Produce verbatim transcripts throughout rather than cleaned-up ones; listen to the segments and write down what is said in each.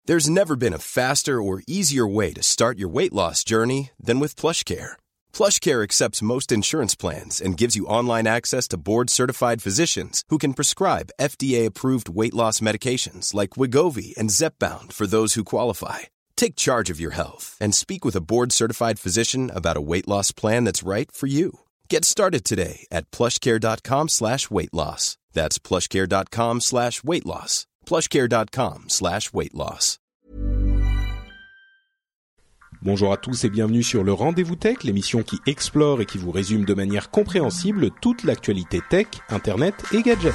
There's never been a faster or easier way to start your weight loss journey than with PlushCare. PlushCare accepts most insurance plans and gives you online access to board-certified physicians who can prescribe F D A-approved weight loss medications like Wegovy and Zepbound for those who qualify. Take charge of your health and speak with a board-certified physician about a weight loss plan that's right for you. Get started today at plushcare.com slash weight loss. That's plushcare.com slash weight loss. plushcare.com slash weight loss. Bonjour à tous et bienvenue sur le Rendez-vous Tech, l'émission qui explore et qui vous résume de manière compréhensible toute l'actualité tech, internet et gadgets.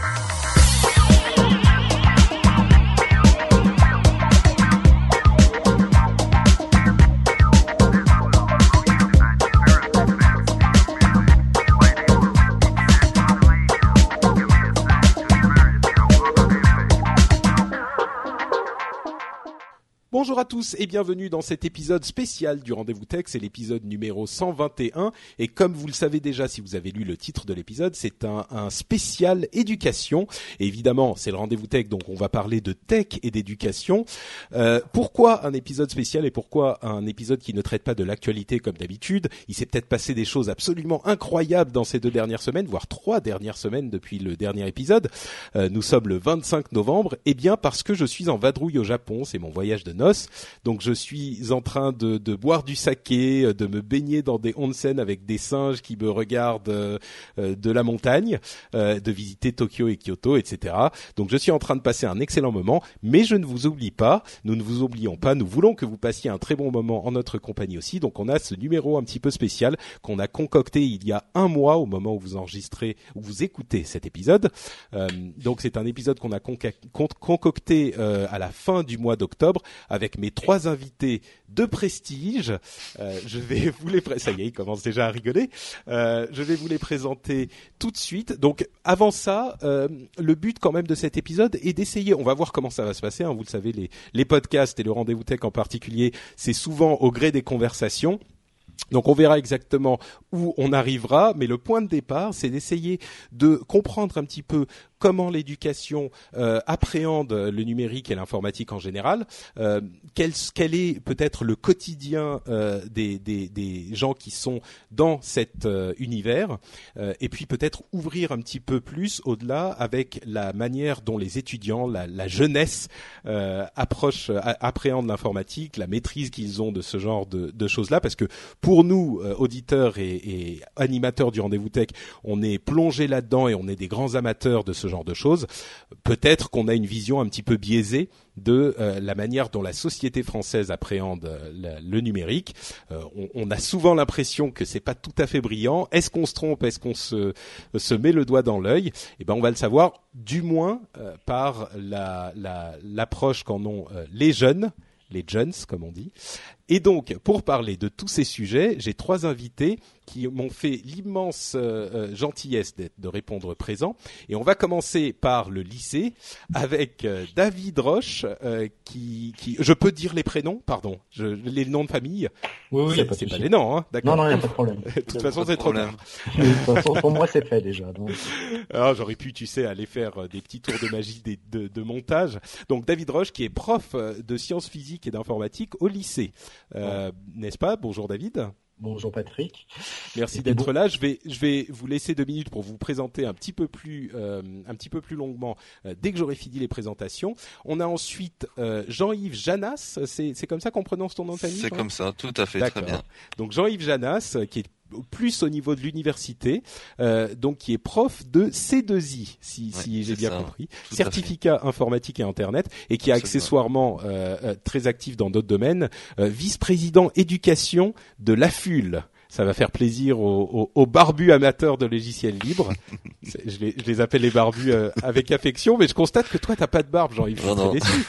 Bonjour à tous et bienvenue dans cet épisode spécial du Rendez-vous Tech, c'est l'épisode numéro cent vingt et un et comme vous le savez déjà si vous avez lu le titre de l'épisode, c'est un, un spécial éducation et évidemment c'est le Rendez-vous Tech donc on va parler de tech et d'éducation. Euh, pourquoi un épisode spécial et pourquoi un épisode qui ne traite pas de l'actualité comme d'habitude? Il s'est peut-être passé des choses absolument incroyables dans ces deux dernières semaines, voire trois dernières semaines depuis le dernier épisode. Euh, nous sommes le vingt-cinq novembre, et bien parce que je suis en vadrouille au Japon, c'est mon voyage de noces. Donc je suis en train de, de boire du saké, de me baigner dans des onsen avec des singes qui me regardent euh, de la montagne, euh, de visiter Tokyo et Kyoto, et cetera. Donc je suis en train de passer un excellent moment, mais je ne vous oublie pas, nous ne vous oublions pas, nous voulons que vous passiez un très bon moment en notre compagnie aussi. Donc on a ce numéro un petit peu spécial qu'on a concocté il y a un mois au moment où vous enregistrez, où vous écoutez cet épisode. Euh, donc c'est un épisode qu'on a conca- con- concocté euh, à la fin du mois d'octobre avec mes trois invités de prestige. Euh, je vais vous les pré- ça y est, ils commencent déjà à rigoler. Euh, je vais vous les présenter tout de suite. Donc avant ça, euh, le but quand même de cet épisode est d'essayer, on va voir comment ça va se passer, hein, vous le savez, les, les podcasts et le Rendez-vous Tech en particulier, c'est souvent au gré des conversations. Donc on verra exactement où on arrivera, mais le point de départ, c'est d'essayer de comprendre un petit peu comment l'éducation euh, appréhende le numérique et l'informatique en général, euh, quel, quel est peut-être le quotidien euh, des, des, des gens qui sont dans cet euh, univers, euh, et puis peut-être ouvrir un petit peu plus au-delà avec la manière dont les étudiants, la, la jeunesse euh, approche, appréhendent l'informatique, la maîtrise qu'ils ont de ce genre de, de choses-là, parce que pour nous, euh, auditeurs et, et animateurs du Rendez-vous Tech, on est plongé là-dedans et on est des grands amateurs de ce genre de choses. Peut-être qu'on a une vision un petit peu biaisée de euh, la manière dont la société française appréhende euh, la, le numérique. Euh, on, on a souvent l'impression que c'est pas tout à fait brillant. Est-ce qu'on se trompe? Est-ce qu'on se, se met le doigt dans l'œil? Eh ben, on va le savoir du moins euh, par la, la, l'approche qu'en ont euh, les jeunes, les jeunes comme on dit. Et donc, pour parler de tous ces sujets, j'ai trois invités qui m'ont fait l'immense euh, gentillesse d'être, de répondre présent. Et on va commencer par le lycée avec euh, David Roche, euh, qui, qui, je peux dire les prénoms, pardon, je, les noms de famille. Oui, oui, c'est, pas, c'est pas gênant, hein, d'accord. Non, non, il n'y a pas de problème. De toute façon, c'est trop tard. pour, pour moi, c'est fait déjà. Donc. Alors, j'aurais pu, tu sais, aller faire des petits tours de magie des, de, de montage. Donc, David Roche, qui est prof de sciences physiques et d'informatique au lycée. Euh, ouais. N'est-ce pas? Bonjour David. Bonjour Patrick. Merci et d'être bon... là. Je vais, je vais vous laisser deux minutes pour vous présenter un petit peu plus, euh, un petit peu plus longuement euh, dès que j'aurai fini les présentations. On a ensuite euh, Jean-Yves Janas. C'est, c'est comme ça qu'on prononce ton nom de famille? C'est comme ça, tout à fait, D'accord. Très bien. Donc Jean-Yves Janas, qui est plus au niveau de l'université, euh, donc qui est prof de C deux I, si, ouais, si j'ai bien ça, compris, certificat informatique et internet, et qui est accessoirement euh, euh, très actif dans d'autres domaines, euh, vice-président éducation de l'A F U L. Ça va faire plaisir aux, aux, aux barbus amateurs de logiciels libres. je, les, je les appelle les barbus euh, avec affection, mais je constate que toi t'as pas de barbe, Jean-Yves. Non, non. Déçu.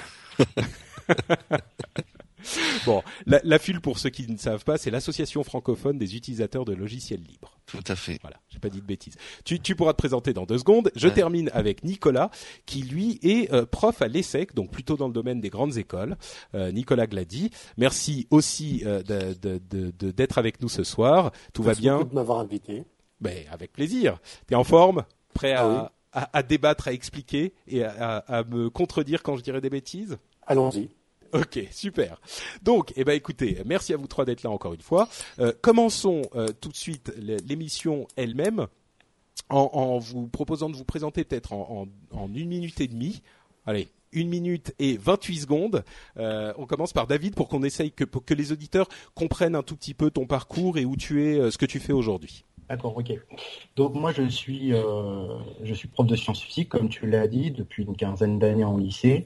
Bon, la, l'A F U L, pour ceux qui ne savent pas, c'est l'association francophone des utilisateurs de logiciels libres. Tout à fait. Voilà, j'ai pas dit de bêtises. Tu, tu pourras te présenter dans deux secondes. Je ouais. termine avec Nicolas, qui lui est euh, prof à l'ESSEC, donc plutôt dans le domaine des grandes écoles. Euh, Nicolas Glady, merci aussi euh, de, de, de, de, d'être avec nous ce soir. Tout merci va bien? Merci beaucoup de m'avoir invité. Ben, avec plaisir. T'es en forme? Prêt à, ah oui. à, à débattre, à expliquer et à, à, à me contredire quand je dirai des bêtises? Allons-y. Ok, super. Donc, eh ben, écoutez, merci à vous trois d'être là encore une fois. Euh, commençons euh, tout de suite l'émission elle-même en, en vous proposant de vous présenter peut-être en, en, en une minute et demie. Allez, une minute et vingt-huit secondes. Euh, on commence par David pour qu'on essaye que, pour que les auditeurs comprennent un tout petit peu ton parcours et où tu es, euh, ce que tu fais aujourd'hui. D'accord, ok. Donc moi je suis euh, je suis prof de sciences physiques, comme tu l'as dit, depuis une quinzaine d'années en lycée.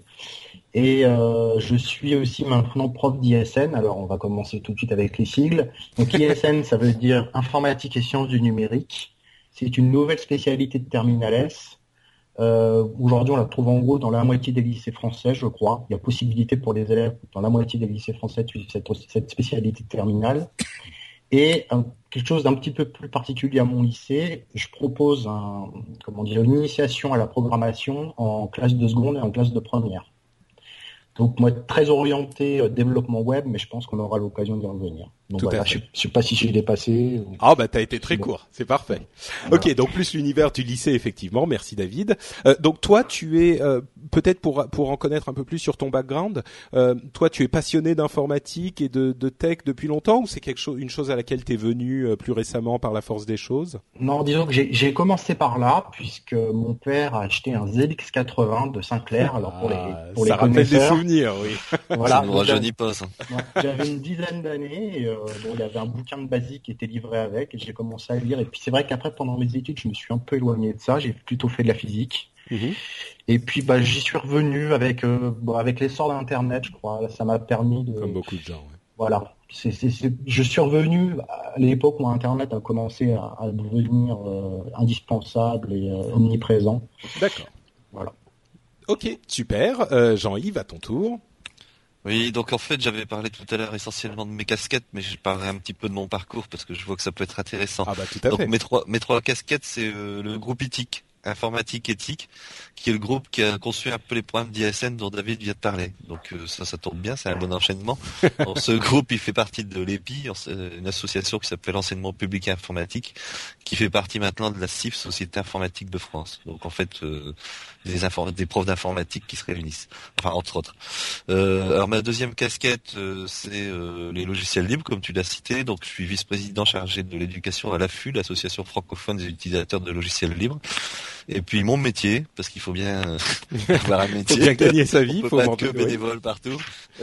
Et euh, je suis aussi maintenant prof d'I S N. Alors on va commencer tout de suite avec les sigles. Donc I S N, ça veut dire informatique et sciences du numérique. C'est une nouvelle spécialité de terminale S. Euh, aujourd'hui, on la trouve en gros dans la moitié des lycées français, je crois. Il y a possibilité pour les élèves dans la moitié des lycées français de suivre cette, cette spécialité de terminale. Et un, quelque chose d'un petit peu plus particulier à mon lycée, je propose un, comment dire, une initiation à la programmation en classe de seconde et en classe de première. Donc moi, très orienté euh, développement web, mais je pense qu'on aura l'occasion d'y revenir. Donc Tout voilà, à fait. je, je sais pas si j'ai dépassé. Ou... Ah bah t'as été très bon. Court, c'est parfait. Voilà. Ok, donc plus l'univers du lycée effectivement. Merci David. Euh, donc toi, tu es euh, peut-être pour pour en connaître un peu plus sur ton background. Euh, toi, tu es passionné d'informatique et de, de tech depuis longtemps ou c'est quelque chose, une chose à laquelle t'es venu euh, plus récemment par la force des choses? Non, disons que j'ai, j'ai commencé par là puisque mon père a acheté un Z X quatre-vingts de Sinclair. Alors pour ah, les pour ça les rappelle connaisseurs, des souvenirs, oui. Voilà, ça ne rajeunit pas ça. J'avais une dizaine d'années, et, euh, bon, il y avait un bouquin de basique qui était livré avec, et j'ai commencé à lire. Et puis c'est vrai qu'après, pendant mes études, je me suis un peu éloigné de ça. J'ai plutôt fait de la physique. Mm-hmm. Et puis bah j'y suis revenu avec euh, bon, avec l'essor d'Internet, je crois. Ça m'a permis de. Comme beaucoup de gens. Ouais. Voilà. C'est, c'est, c'est... Je suis revenu à l'époque où Internet a commencé à, à devenir euh, indispensable et euh, omniprésent. D'accord. Voilà. Ok, super. Euh, Jean-Yves, à ton tour. Oui, donc en fait, j'avais parlé tout à l'heure essentiellement de mes casquettes, mais je parlerai un petit peu de mon parcours parce que je vois que ça peut être intéressant. Ah bah tout à donc fait. mes trois mes trois casquettes, c'est euh, le groupe éthique, informatique éthique, qui est le groupe qui a conçu un peu les programmes d'I S N dont David vient de parler. Donc euh, ça, ça tombe bien, c'est un bon enchaînement. Alors, ce groupe, il fait partie de l'E P I, une association qui s'appelle Enseignement public et informatique, qui fait partie maintenant de la C I F, Société informatique de France. Donc en fait, euh, des, inform- des profs d'informatique qui se réunissent, enfin entre autres. Euh, alors ma deuxième casquette, euh, c'est euh, les logiciels libres, comme tu l'as cité. Donc je suis vice-président chargé de l'éducation à l'A F U, l'association francophone des utilisateurs de logiciels libres. Et puis mon métier, parce qu'il faut bien euh, avoir un métier. Faut bien gagner sa vie, faut faut pas vendre, être que oui. bénévole partout.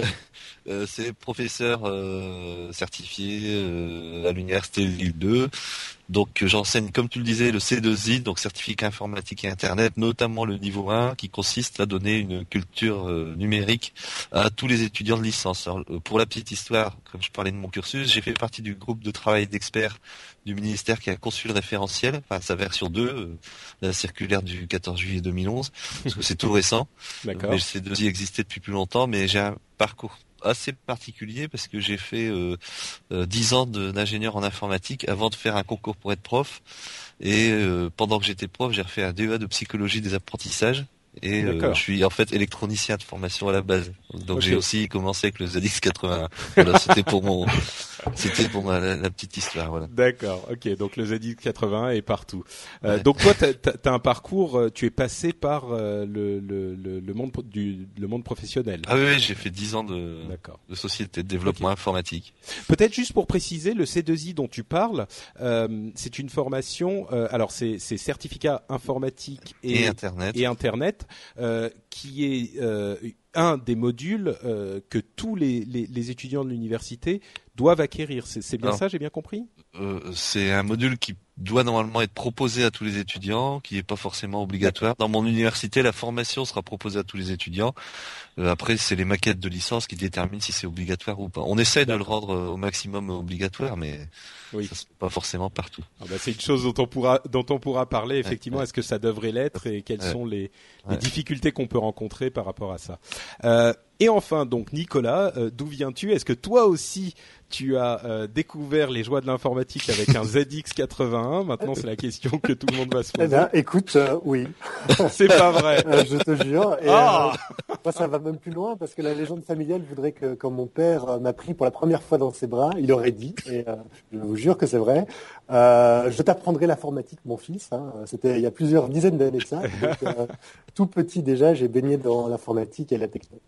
Euh, c'est professeur euh, certifié euh, à l'université Lille deux. Donc euh, j'enseigne, comme tu le disais, le C deux I, donc certificat informatique et internet, notamment le niveau un, qui consiste à donner une culture euh, numérique à tous les étudiants de licence. Alors, euh, pour la petite histoire, comme je parlais de mon cursus, j'ai fait partie du groupe de travail d'experts du ministère qui a conçu le référentiel, enfin sa version deux, euh, la circulaire du quatorze juillet deux mille onze, parce que c'est tout récent. D'accord. Mais le C deux I existait depuis plus longtemps, mais j'ai un parcours assez particulier parce que j'ai fait euh, euh, dix ans de, d'ingénieur en informatique avant de faire un concours pour être prof. Et euh, pendant que j'étais prof, j'ai refait un D E A de psychologie des apprentissages. Et euh, je suis en fait électronicien de formation à la base. Donc okay. J'ai aussi commencé avec le Z X quatre-vingt-un. Voilà, c'était pour mon, c'était pour ma, la, la petite histoire. Voilà. D'accord. Ok. Donc le Z X quatre-vingt-un est partout. Euh, ouais. Donc toi, t'as, t'as un parcours. Tu es passé par euh, le, le, le, le monde du le monde professionnel. Ah oui, oui j'ai fait dix ans de, de société de développement okay. informatique. Peut-être juste pour préciser, le C deux I dont tu parles, euh, c'est une formation. Euh, alors c'est, c'est certificat informatique et, et internet. Et internet. Euh, qui est euh, un des modules euh, que tous les, les, les étudiants de l'université doivent acquérir. C'est, c'est bien Alors, ça, j'ai bien compris ? euh, C'est un module qui doit normalement être proposé à tous les étudiants, qui n'est pas forcément obligatoire. Dans mon université, la formation sera proposée à tous les étudiants. Euh, après, c'est les maquettes de licence qui déterminent si c'est obligatoire ou pas. On essaie de le rendre au maximum obligatoire, mais oui. ça, c'est pas forcément partout. Ah bah, c'est une chose dont on pourra dont on pourra parler effectivement. Ouais, ouais. Est-ce que ça devrait l'être et quelles ouais. sont les, les ouais. difficultés qu'on peut rencontrer par rapport à ça. Euh, et enfin, donc Nicolas, euh, d'où viens-tu ? Est-ce que toi aussi tu as euh, découvert les joies de l'informatique avec un Z X quatre-vingt-un ? Maintenant, c'est la question que tout le monde va se poser. Eh bien, écoute, euh, oui. C'est pas vrai. euh, je te jure. Et, ah euh, moi, ça va même plus loin parce que la légende familiale voudrait que quand mon père euh, m'a pris pour la première fois dans ses bras, il aurait dit, et euh, je vous jure que c'est vrai, euh, je t'apprendrai l'informatique, mon fils. Hein. C'était il y a plusieurs dizaines d'années de ça. Donc, euh, tout petit déjà, j'ai baigné dans l'informatique et la technologie.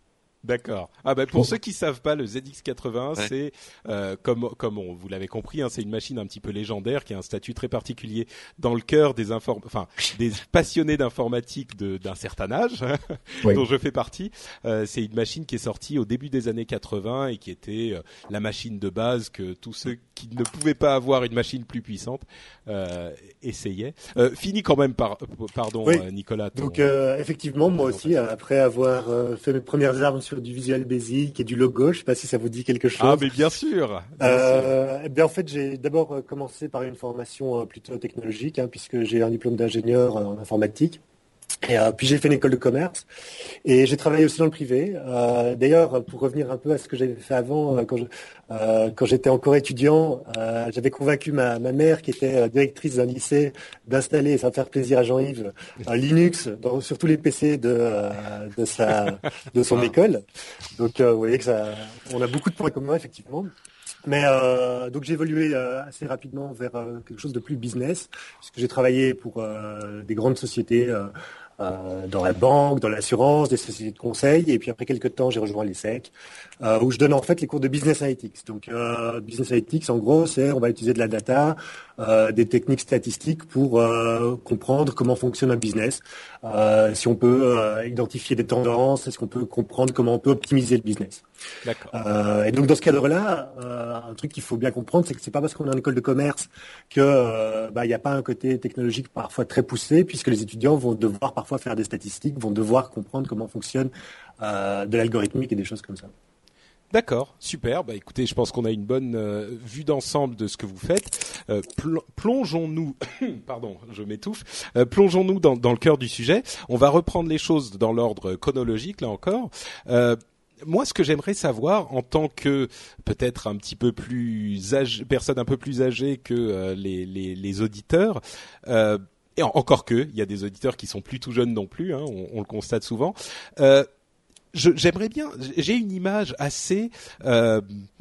D'accord. Ah bah pour Bon. ceux qui savent pas, le Z X quatre-vingt-un, Ouais. c'est euh, comme comme on, vous l'avez compris, hein, c'est une machine un petit peu légendaire qui a un statut très particulier dans le cœur des inform... enfin des passionnés d'informatique de, d'un certain âge, Oui. dont je fais partie. Euh, c'est une machine qui est sortie au début des années quatre-vingts et qui était euh, la machine de base que tous ceux qui ne pouvaient pas avoir une machine plus puissante euh, essayaient. Euh, fini quand même par pardon Oui. euh, Nicolas. Ton... Donc euh, effectivement, moi aussi, euh, après avoir euh, fait mes premières armes sur du Visual Basic et du logo, je sais pas si ça vous dit quelque chose. Ah mais bien sûr. Bien sûr. Euh, eh bien, en fait, j'ai d'abord euh, commencé par une formation euh, plutôt technologique, hein, puisque j'ai un diplôme d'ingénieur euh, en informatique. Et euh, puis j'ai fait une école de commerce et j'ai travaillé aussi dans le privé. Euh, d'ailleurs, pour revenir un peu à ce que j'avais fait avant, euh, quand, je, euh, quand j'étais encore étudiant, euh, j'avais convaincu ma, ma mère, qui était euh, directrice d'un lycée, d'installer, et ça va faire plaisir à Jean-Yves, un Linux dans, sur tous les P C de, euh, de, sa, de son école. Donc, euh, vous voyez que ça, on a beaucoup de points communs, effectivement. Mais euh, donc j'ai évolué euh, assez rapidement vers euh, quelque chose de plus business, puisque j'ai travaillé pour euh, des grandes sociétés euh, euh, dans la banque, dans l'assurance, des sociétés de conseil, et puis après quelques temps j'ai rejoint l'E S S E C, euh, où je donne en fait les cours de business analytics. Donc euh, business analytics, en gros, c'est on va utiliser de la data, euh, des techniques statistiques pour euh, comprendre comment fonctionne un business, euh, si on peut euh, identifier des tendances, est-ce qu'on peut comprendre comment on peut optimiser le business. D'accord. Euh, et donc dans ce cadre-là, euh, un truc qu'il faut bien comprendre, c'est que c'est pas parce qu'on est en école de commerce que euh, bah il n'y a pas un côté technologique parfois très poussé, puisque les étudiants vont devoir parfois faire des statistiques, vont devoir comprendre comment fonctionne euh, de l'algorithmique et des choses comme ça. D'accord, super. Bah écoutez, je pense qu'on a une bonne euh, vue d'ensemble de ce que vous faites. Euh, pl- plongeons-nous, pardon, je m'étouffe. Euh, plongeons-nous dans, dans le cœur du sujet. On va reprendre les choses dans l'ordre chronologique là encore. Euh, Moi, ce que j'aimerais savoir, en tant que peut-être un petit peu plus âgé, personne un peu plus âgée que euh, les, les, les auditeurs, euh, et en, encore que, il y a des auditeurs qui sont plus tout jeunes non plus, hein, on, on le constate souvent. Euh, je, j'aimerais bien, j'ai une image assez, euh,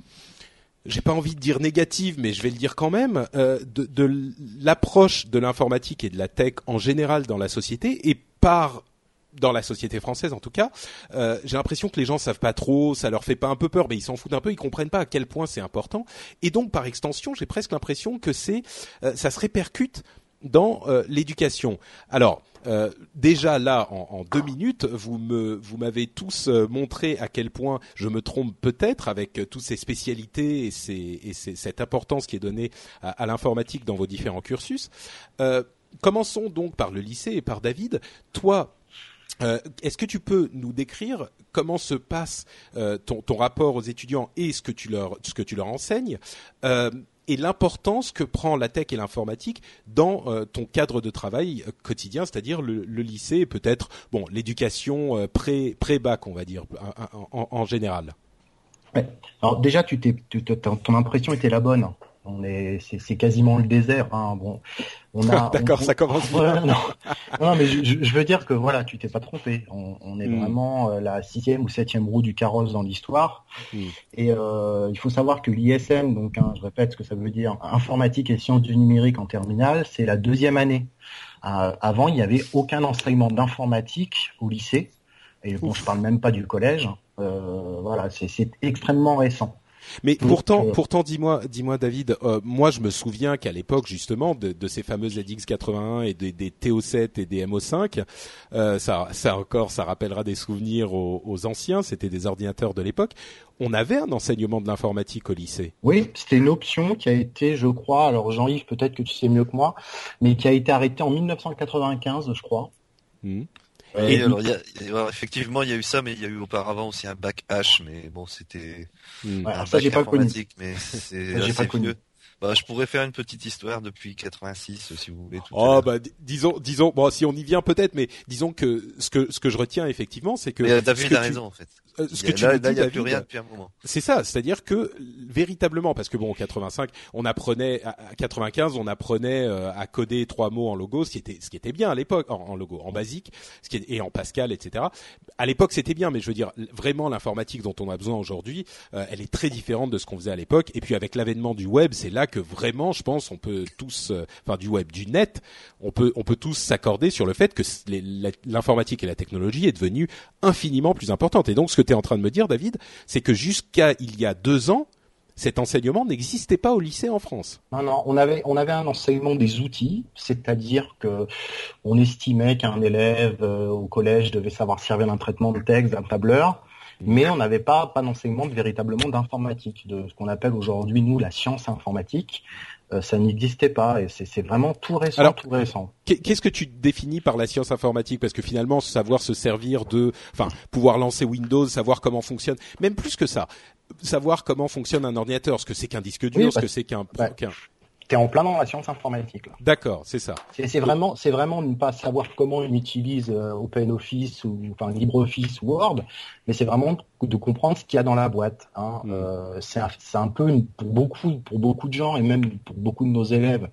j'ai pas envie de dire négative, mais je vais le dire quand même, euh, de, de l'approche de l'informatique et de la tech en général dans la société, et par dans la société française en tout cas, euh, j'ai l'impression que les gens savent pas trop, ça leur fait pas un peu peur, mais ils s'en foutent un peu, ils comprennent pas à quel point c'est important. Et donc par extension, j'ai presque l'impression que c'est, euh, ça se répercute dans euh, l'éducation. Alors euh, déjà là, en, en deux minutes, vous me, vous m'avez tous euh, montré à quel point je me trompe peut-être avec euh, toutes ces spécialités et, ces, et ces, cette importance qui est donnée à, à l'informatique dans vos différents cursus. Euh, commençons donc par le lycée et par David. Toi, Euh, est-ce que tu peux nous décrire comment se passe euh, ton, ton rapport aux étudiants et ce que tu leur, ce que tu leur enseignes euh, et l'importance que prend la tech et l'informatique dans euh, ton cadre de travail quotidien, c'est-à-dire le, le lycée et peut-être bon l'éducation euh, pré, pré-bac, on va dire en, en, en général. Ouais. Alors déjà, tu t'es, tu, ton impression était la bonne. On est, c'est, c'est quasiment le désert. Hein. Bon, on a. D'accord, on, ça commence bien. Ouais, non. non, mais je, je veux dire que voilà, tu t'es pas trompé. On, on est mm. vraiment euh, la sixième ou septième roue du carrosse dans l'histoire. Mm. Et euh, il faut savoir que l'I S M, donc hein, je répète ce que ça veut dire, informatique et sciences du numérique en terminale, c'est la deuxième année. Euh, avant, il n'y avait aucun enseignement d'informatique au lycée. Et bon, Ouf. je parle même pas du collège. Euh, voilà, c'est, c'est extrêmement récent. Mais Donc, pourtant, euh... pourtant, dis-moi, dis-moi, David, euh, moi, je me souviens qu'à l'époque, justement, de, de ces fameux Z X quatre-vingt-un et des, des T O sept et des M O cinq, euh, ça, ça encore, ça rappellera des souvenirs aux, aux anciens. C'était des ordinateurs de l'époque. On avait un enseignement de l'informatique au lycée. Oui, c'était une option qui a été, je crois, alors Jean-Yves, peut-être que tu sais mieux que moi, mais qui a été arrêtée en dix-neuf cent quatre-vingt-quinze, je crois. Mmh. Et, et alors, il y a, alors, effectivement, il y a eu ça, mais il y a eu auparavant aussi un bac H, mais bon, c'était mmh. un ouais, bac ça, j'ai pas informatique, connu. mais c'est ça, j'ai assez pas connu. vieux. Bah, je pourrais faire une petite histoire depuis quatre-vingt-six, si vous voulez. Tout oh bah d- disons, disons, bon, si on y vient peut-être, mais disons que ce que ce que je retiens effectivement, c'est que. Mais David a tu... raison en fait. Euh, ce il y a, que tu là, me dis, là, il y a David, plus rien depuis un moment. C'est ça, c'est-à-dire que véritablement, parce que bon, en quatre-vingt-cinq, on apprenait à quatre-vingt-quinze, on apprenait euh, à coder trois mots en logo, ce qui était ce qui était bien à l'époque, en, en logo, en basique, ce qui est, et en Pascal, et cetera. À l'époque, c'était bien, mais je veux dire, vraiment l'informatique dont on a besoin aujourd'hui, euh, elle est très différente de ce qu'on faisait à l'époque. Et puis avec l'avènement du web, c'est là que vraiment, je pense, on peut tous, euh, enfin du web, du net, on peut on peut tous s'accorder sur le fait que les, la, l'informatique et la technologie est devenue infiniment plus importante. Et donc, ce que tu es en train de me dire, David, c'est que jusqu'à il y a deux ans, cet enseignement n'existait pas au lycée en France. Non, non, on avait, on avait un enseignement des outils, c'est-à-dire que on estimait qu'un élève euh, au collège devait savoir servir d'un traitement de texte, d'un tableur, mais on n'avait pas, pas d'enseignement de, véritablement d'informatique, de ce qu'on appelle aujourd'hui, nous, la science informatique. Euh, ça n'existait pas et c'est, c'est vraiment tout récent, Alors, tout récent. Qu'est-ce que tu définis par la science informatique? Parce que finalement, savoir se servir de, enfin, pouvoir lancer Windows, savoir comment fonctionne, même plus que ça, savoir comment fonctionne un ordinateur, ce que c'est qu'un disque dur, oui, ce que c'est qu'un, bah, qu'un... T'es en plein dans la science informatique, là. D'accord, c'est ça. C'est, c'est vraiment, c'est vraiment ne pas savoir comment on utilise euh, OpenOffice ou enfin LibreOffice ou Word, mais c'est vraiment de comprendre ce qu'il y a dans la boîte. Hein. Mmh. Euh, c'est, un, c'est un peu une, pour beaucoup, pour beaucoup de gens et même pour beaucoup de nos élèves,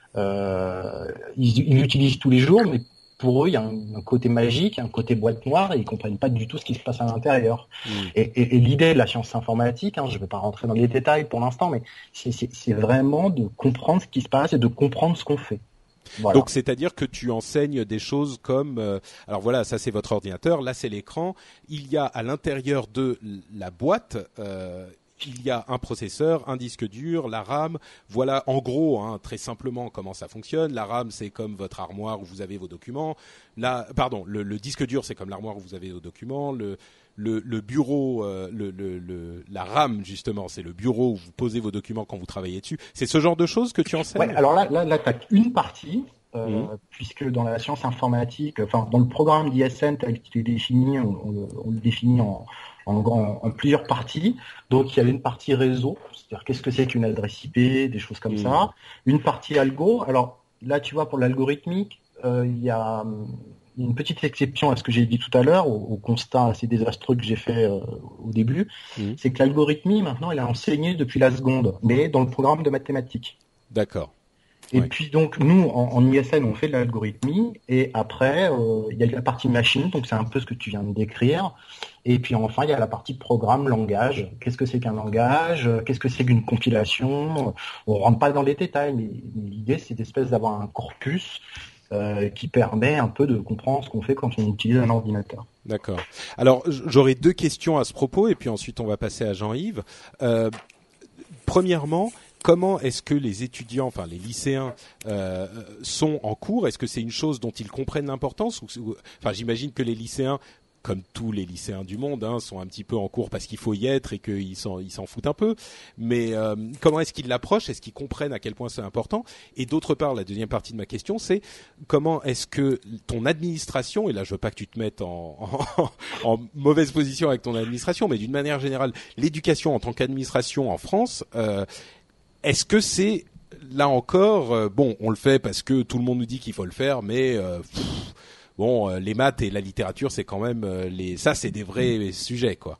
euh, ils, ils l'utilisent tous les jours, mais pour eux, il y a un, un côté magique, un côté boîte noire, et ils comprennent pas du tout ce qui se passe à l'intérieur. Mmh. Et, et, et l'idée de la science informatique, hein, je vais pas rentrer dans les détails pour l'instant, mais c'est, c'est, c'est vraiment de comprendre ce qui se passe et de comprendre ce qu'on fait. Voilà. Donc, c'est-à-dire que tu enseignes des choses comme, euh, alors voilà, ça c'est votre ordinateur, là c'est l'écran. Il y a à l'intérieur de la boîte, euh, il y a un processeur, un disque dur, la RAM. Voilà, en gros, hein, très simplement comment ça fonctionne. La RAM, c'est comme votre armoire où vous avez vos documents. Là, pardon, le, le disque dur, c'est comme l'armoire où vous avez vos documents. Le, le, le bureau, euh, le, le, le, la RAM, justement, c'est le bureau où vous posez vos documents quand vous travaillez dessus. C'est ce genre de choses que tu enseignes? Ouais, alors là, là, là, t'as une partie. Euh, mmh. Puisque dans la science informatique, enfin dans le programme d'I S N tel qu'il est défini, on, on, on le définit en, en, en, en plusieurs parties. Donc il y a une partie réseau, c'est-à-dire qu'est-ce que c'est qu'une adresse I P, des choses comme mmh. ça. Une partie algo. Alors là, tu vois, pour l'algorithmique, euh, il y a une petite exception à ce que j'ai dit tout à l'heure, au, au constat assez désastreux que j'ai fait euh, au début, mmh. c'est que l'algorithmie maintenant, elle est enseignée depuis la seconde, mais dans le programme de mathématiques. D'accord. Et ouais. puis donc nous en, en I S N on fait de l'algorithmie et après euh, il y a la partie machine, donc c'est un peu ce que tu viens de décrire, et puis enfin il y a la partie programme, langage. Qu'est-ce que c'est qu'un langage, qu'est-ce que c'est qu'une compilation? On rentre pas dans les détails, mais, mais l'idée c'est d'espèce d'avoir un corpus euh, qui permet un peu de comprendre ce qu'on fait quand on utilise un ordinateur. D'accord. Alors j'aurais deux questions à ce propos et puis ensuite on va passer à Jean-Yves. Euh, premièrement, comment est-ce que les étudiants, enfin les lycéens, euh, sont en cours? Est-ce que c'est une chose dont ils comprennent l'importance ou, ou, enfin, j'imagine que les lycéens, comme tous les lycéens du monde, hein, sont un petit peu en cours parce qu'il faut y être et qu'ils s'en, ils s'en foutent un peu. Mais euh, comment est-ce qu'ils l'approchent? Est-ce qu'ils comprennent à quel point c'est important? Et d'autre part, la deuxième partie de ma question, c'est comment est-ce que ton administration, et là je veux pas que tu te mettes en, en, en mauvaise position avec ton administration, mais d'une manière générale, l'éducation en tant qu'administration en France, euh, est-ce que c'est, là encore, euh, bon, on le fait parce que tout le monde nous dit qu'il faut le faire, mais euh, pff, bon, euh, les maths et la littérature, c'est quand même euh, les, ça, c'est des vrais sujets, quoi.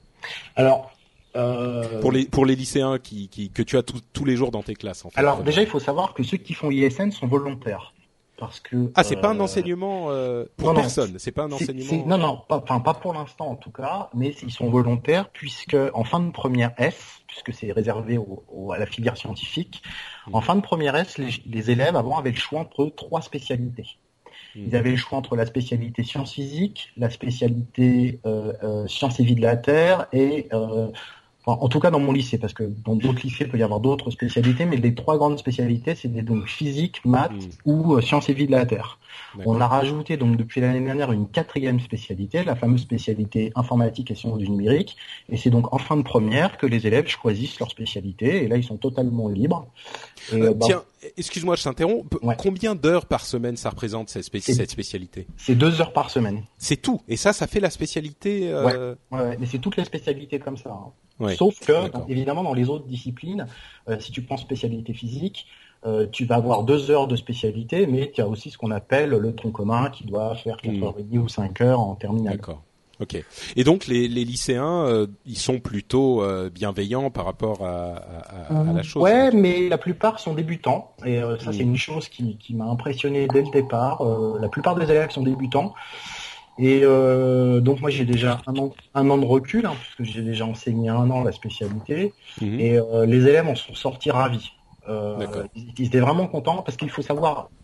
Alors, euh... pour les pour les lycéens qui, qui que tu as tout, tous les jours dans tes classes, en fait. Alors déjà, il faut savoir que ceux qui font I S N sont volontaires. Parce que, ah, c'est euh, pas un enseignement euh, pour non, personne, non, c'est pas un c'est, enseignement. C'est, non, non, pas, enfin pas pour l'instant en tout cas, mais ils sont volontaires puisque en fin de première S, puisque c'est réservé au, au, à la filière scientifique, mmh. en fin de première S, les, les élèves avant avaient le choix entre trois spécialités. Mmh. Ils avaient le choix entre la spécialité sciences physiques, la spécialité euh, euh, sciences et vie de la Terre et euh, Enfin, en tout cas dans mon lycée, parce que dans d'autres lycées il peut y avoir d'autres spécialités, mais les trois grandes spécialités c'est des, donc physique, maths mmh. ou euh, sciences et vie de la Terre. D'accord. On a rajouté donc depuis l'année dernière une quatrième spécialité, la fameuse spécialité informatique et sciences du numérique, et c'est donc en fin de première que les élèves choisissent leur spécialité, et là ils sont totalement libres. Et, euh, bah, tiens, excuse-moi, je t'interromps. Ouais. Combien d'heures par semaine ça représente cette, spé- cette spécialité? C'est deux heures par semaine. C'est tout, et ça, ça fait la spécialité. Euh... Ouais, ouais, mais c'est toutes les spécialités comme ça. Hein. Ouais, sauf que, donc, évidemment, dans les autres disciplines, euh, si tu prends spécialité physique, euh, tu vas avoir deux heures de spécialité, mais tu as aussi ce qu'on appelle le tronc commun qui doit faire quatre heures trente ou cinq heures en terminale. D'accord. Ok. Et donc les, les lycéens, euh, ils sont plutôt euh, bienveillants par rapport à, à, à la chose. Ouais, mais la plupart sont débutants, et euh, ça mmh. c'est une chose qui, qui m'a impressionné dès le départ. Euh, la plupart des élèves sont débutants. Et euh, donc moi j'ai déjà un an, un an de recul, hein, puisque j'ai déjà enseigné un an la spécialité, mmh. et euh, les élèves en sont sortis ravis. Euh, ils, ils étaient vraiment contents parce qu'il faut savoir,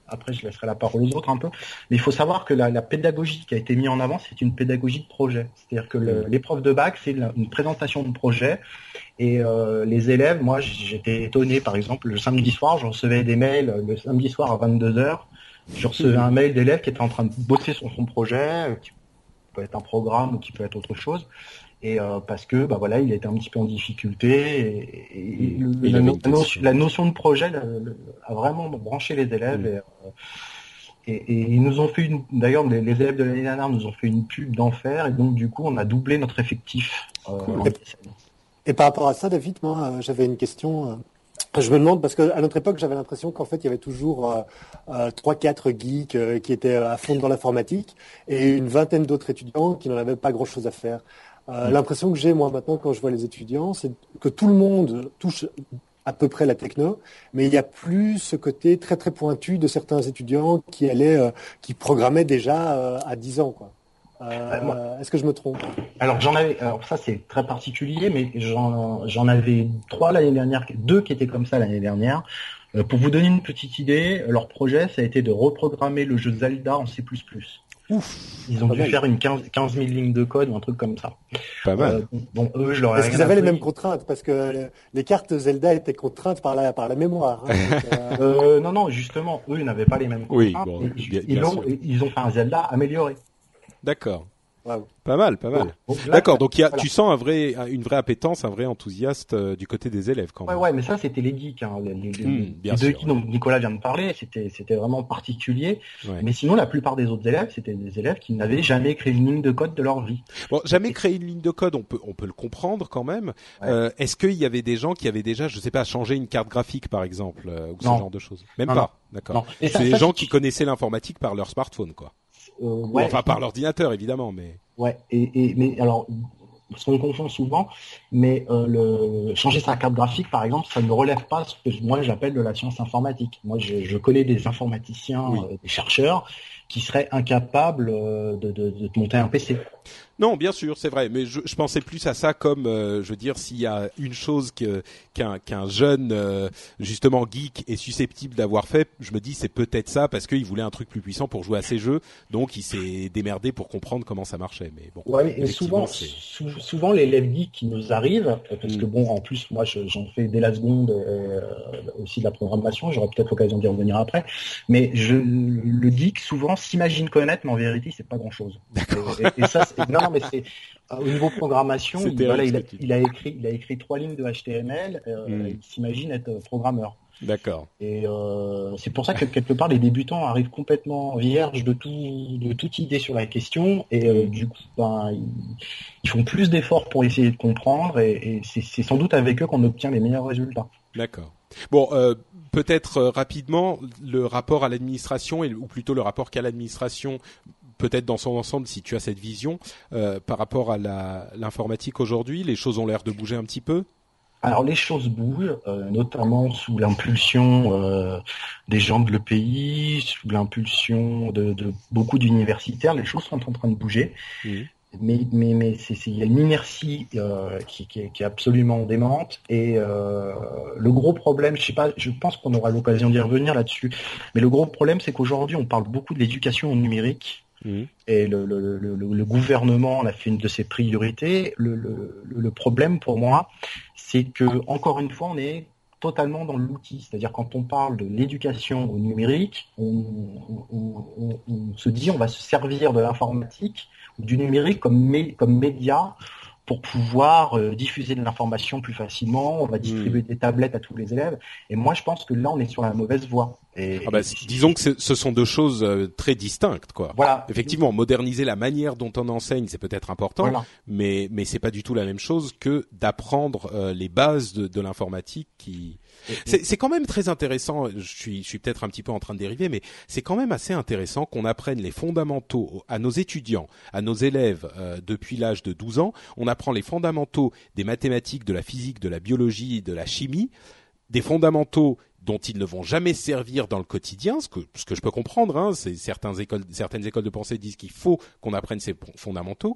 après je laisserai la parole aux autres un peu. Mais il faut savoir que la, la pédagogie qui a été mise en avant, c'est une pédagogie de projet. C'est-à-dire que le, l'épreuve de bac, c'est la, une présentation de projet. Et euh, les élèves, moi j'étais étonné, par exemple, le samedi soir, je recevais des mails, le samedi soir à vingt-deux heures, je recevais un mail d'élèves qui étaient en train de bosser sur son projet, qui peut être un programme ou qui peut être autre chose. Et euh, parce que bah voilà, il était un petit peu en difficulté et, et, et le, la, no, la, notion, la notion de projet la, la, a vraiment branché les élèves. Mmh. Et, euh, et, et ils nous ont fait une, d'ailleurs les, les élèves de l'année dernière nous ont fait une pub d'enfer et donc du coup on a doublé notre effectif. Euh, cool. et, et par rapport à ça, David, moi j'avais une question. Je me demande parce qu'à notre époque j'avais l'impression qu'en fait il y avait toujours euh, euh, trois quatre geeks euh, qui étaient à fond dans l'informatique et une vingtaine d'autres étudiants qui n'en avaient pas grand chose à faire. Euh, l'impression que j'ai moi maintenant quand je vois les étudiants, c'est que tout le monde touche à peu près la techno, mais il n'y a plus ce côté très très pointu de certains étudiants qui allaient, euh, qui programmaient déjà euh, à dix ans, quoi. Euh, moi, est-ce que je me trompe? Alors j'en avais, alors ça c'est très particulier, mais j'en j'en avais trois l'année dernière, deux qui étaient comme ça l'année dernière. Euh, pour vous donner une petite idée, leur projet ça a été de reprogrammer le jeu Zelda en C plus plus. Ouf, ils ont dû mal. faire une quinze mille lignes de code ou un truc comme ça. Pas mal. Euh, bon, eux, je leur ai Est-ce qu'ils avaient les mêmes contraintes? Parce que les cartes Zelda étaient contraintes par la, par la mémoire. Hein, donc, euh... euh, non, non, justement, eux, ils n'avaient pas les mêmes contraintes. Oui, bon, ils, bien, ils, bien ont, ils ont fait un Zelda amélioré. D'accord. Wow. Pas mal, pas mal. Bon, donc là, d'accord, donc il y a, voilà. Tu sens un vrai, une vraie appétence, un vrai enthousiaste euh, du côté des élèves quand même. Ouais, ouais, mais ça c'était les geeks, hein, les, les, mmh, les deux geeks dont Nicolas vient de parler, c'était, c'était vraiment particulier. Ouais. Mais sinon, la plupart des autres élèves, c'était des élèves qui n'avaient jamais créé une ligne de code de leur vie. Bon, jamais créé une ligne de code, on peut, on peut le comprendre quand même. Ouais. Euh, est-ce qu'il y avait des gens qui avaient déjà, je sais pas, changé une carte graphique par exemple, euh, ou ce genre de choses? Même non, pas. Non. D'accord. C'est ça, des ça, gens qui connaissaient l'informatique par leur smartphone, quoi. Euh, ouais, enfin, par l'ordinateur, évidemment, mais. Ouais, et, et mais alors, parce qu'on confond souvent, mais euh, le changer sa carte graphique, par exemple, ça ne relève pas ce que moi j'appelle de la science informatique. Moi, je, je connais des informaticiens, oui. euh, des chercheurs, qui seraient incapables euh, de, de, de monter un P C. Non, bien sûr, c'est vrai, mais je, je pensais plus à ça comme, euh, je veux dire, s'il y a une chose que, qu'un, qu'un jeune, euh, justement geek, est susceptible d'avoir fait, je me dis c'est peut-être ça parce qu'il voulait un truc plus puissant pour jouer à ses jeux, donc il s'est démerdé pour comprendre comment ça marchait. Mais bon. Ouais, mais souvent, sou- souvent l'élève geek qui nous arrive, parce mm. que bon, en plus, moi, je, j'en fais dès la seconde euh, aussi de la programmation, j'aurai peut-être l'occasion d'y revenir après, mais je, le geek souvent s'imagine connaître, mais en vérité, c'est pas grand-chose. D'accord. Et, et ça, c'est, non, mais c'est euh, au niveau programmation, il, voilà, il, a, il a écrit, il a écrit trois lignes de H T M L. Euh, mm. Il s'imagine être programmeur. D'accord. Et euh, c'est pour ça que quelque part les débutants arrivent complètement vierges de tout, de toute idée sur la question. Et euh, du coup, ben, ils, ils font plus d'efforts pour essayer de comprendre. Et, et c'est, c'est sans doute avec eux qu'on obtient les meilleurs résultats. D'accord. Bon, euh, peut-être euh, rapidement le rapport à l'administration, et, ou plutôt le rapport qu'a l'administration. Peut-être dans son ensemble, si tu as cette vision, euh, par rapport à la, l'informatique aujourd'hui, les choses ont l'air de bouger un petit peu? Alors les choses bougent, euh, notamment sous l'impulsion euh, des gens de l'E P I, sous l'impulsion de, de beaucoup d'universitaires, les choses sont en train de bouger. Mmh. Mais mais mais c'est, c'est, il y a une inertie euh, qui, qui, est, qui est absolument démente. Et euh, le gros problème, je sais pas, je pense qu'on aura l'occasion d'y revenir là-dessus. Mais le gros problème, c'est qu'aujourd'hui, on parle beaucoup de l'éducation au numérique. Mmh. Et le, le, le, le gouvernement en a fait une de ses priorités. Le, le, le problème pour moi, c'est que encore une fois, on est totalement dans l'outil. C'est-à-dire quand on parle de l'éducation au numérique, on, on, on, on se dit on va se servir de l'informatique ou du numérique comme, mé, comme média pour pouvoir euh, diffuser de l'information plus facilement. On va distribuer mmh. des tablettes à tous les élèves. Et moi, je pense que là, on est sur la mauvaise voie. Et, ah bah, et, disons que ce sont deux choses euh, très distinctes, quoi. Voilà. Effectivement, moderniser la manière dont on enseigne, c'est peut-être important, voilà. mais mais c'est pas du tout la même chose que d'apprendre euh, les bases de, de l'informatique qui. C'est, c'est quand même très intéressant. Je suis, je suis peut-être un petit peu en train de dériver, mais c'est quand même assez intéressant qu'on apprenne les fondamentaux à nos étudiants, à nos élèves euh, depuis l'âge de douze ans. On apprend les fondamentaux des mathématiques, de la physique, de la biologie, de la chimie, des fondamentaux dont ils ne vont jamais servir dans le quotidien, ce que, ce que je peux comprendre. Hein, c'est certaines écoles, certaines écoles de pensée disent qu'il faut qu'on apprenne ces fondamentaux,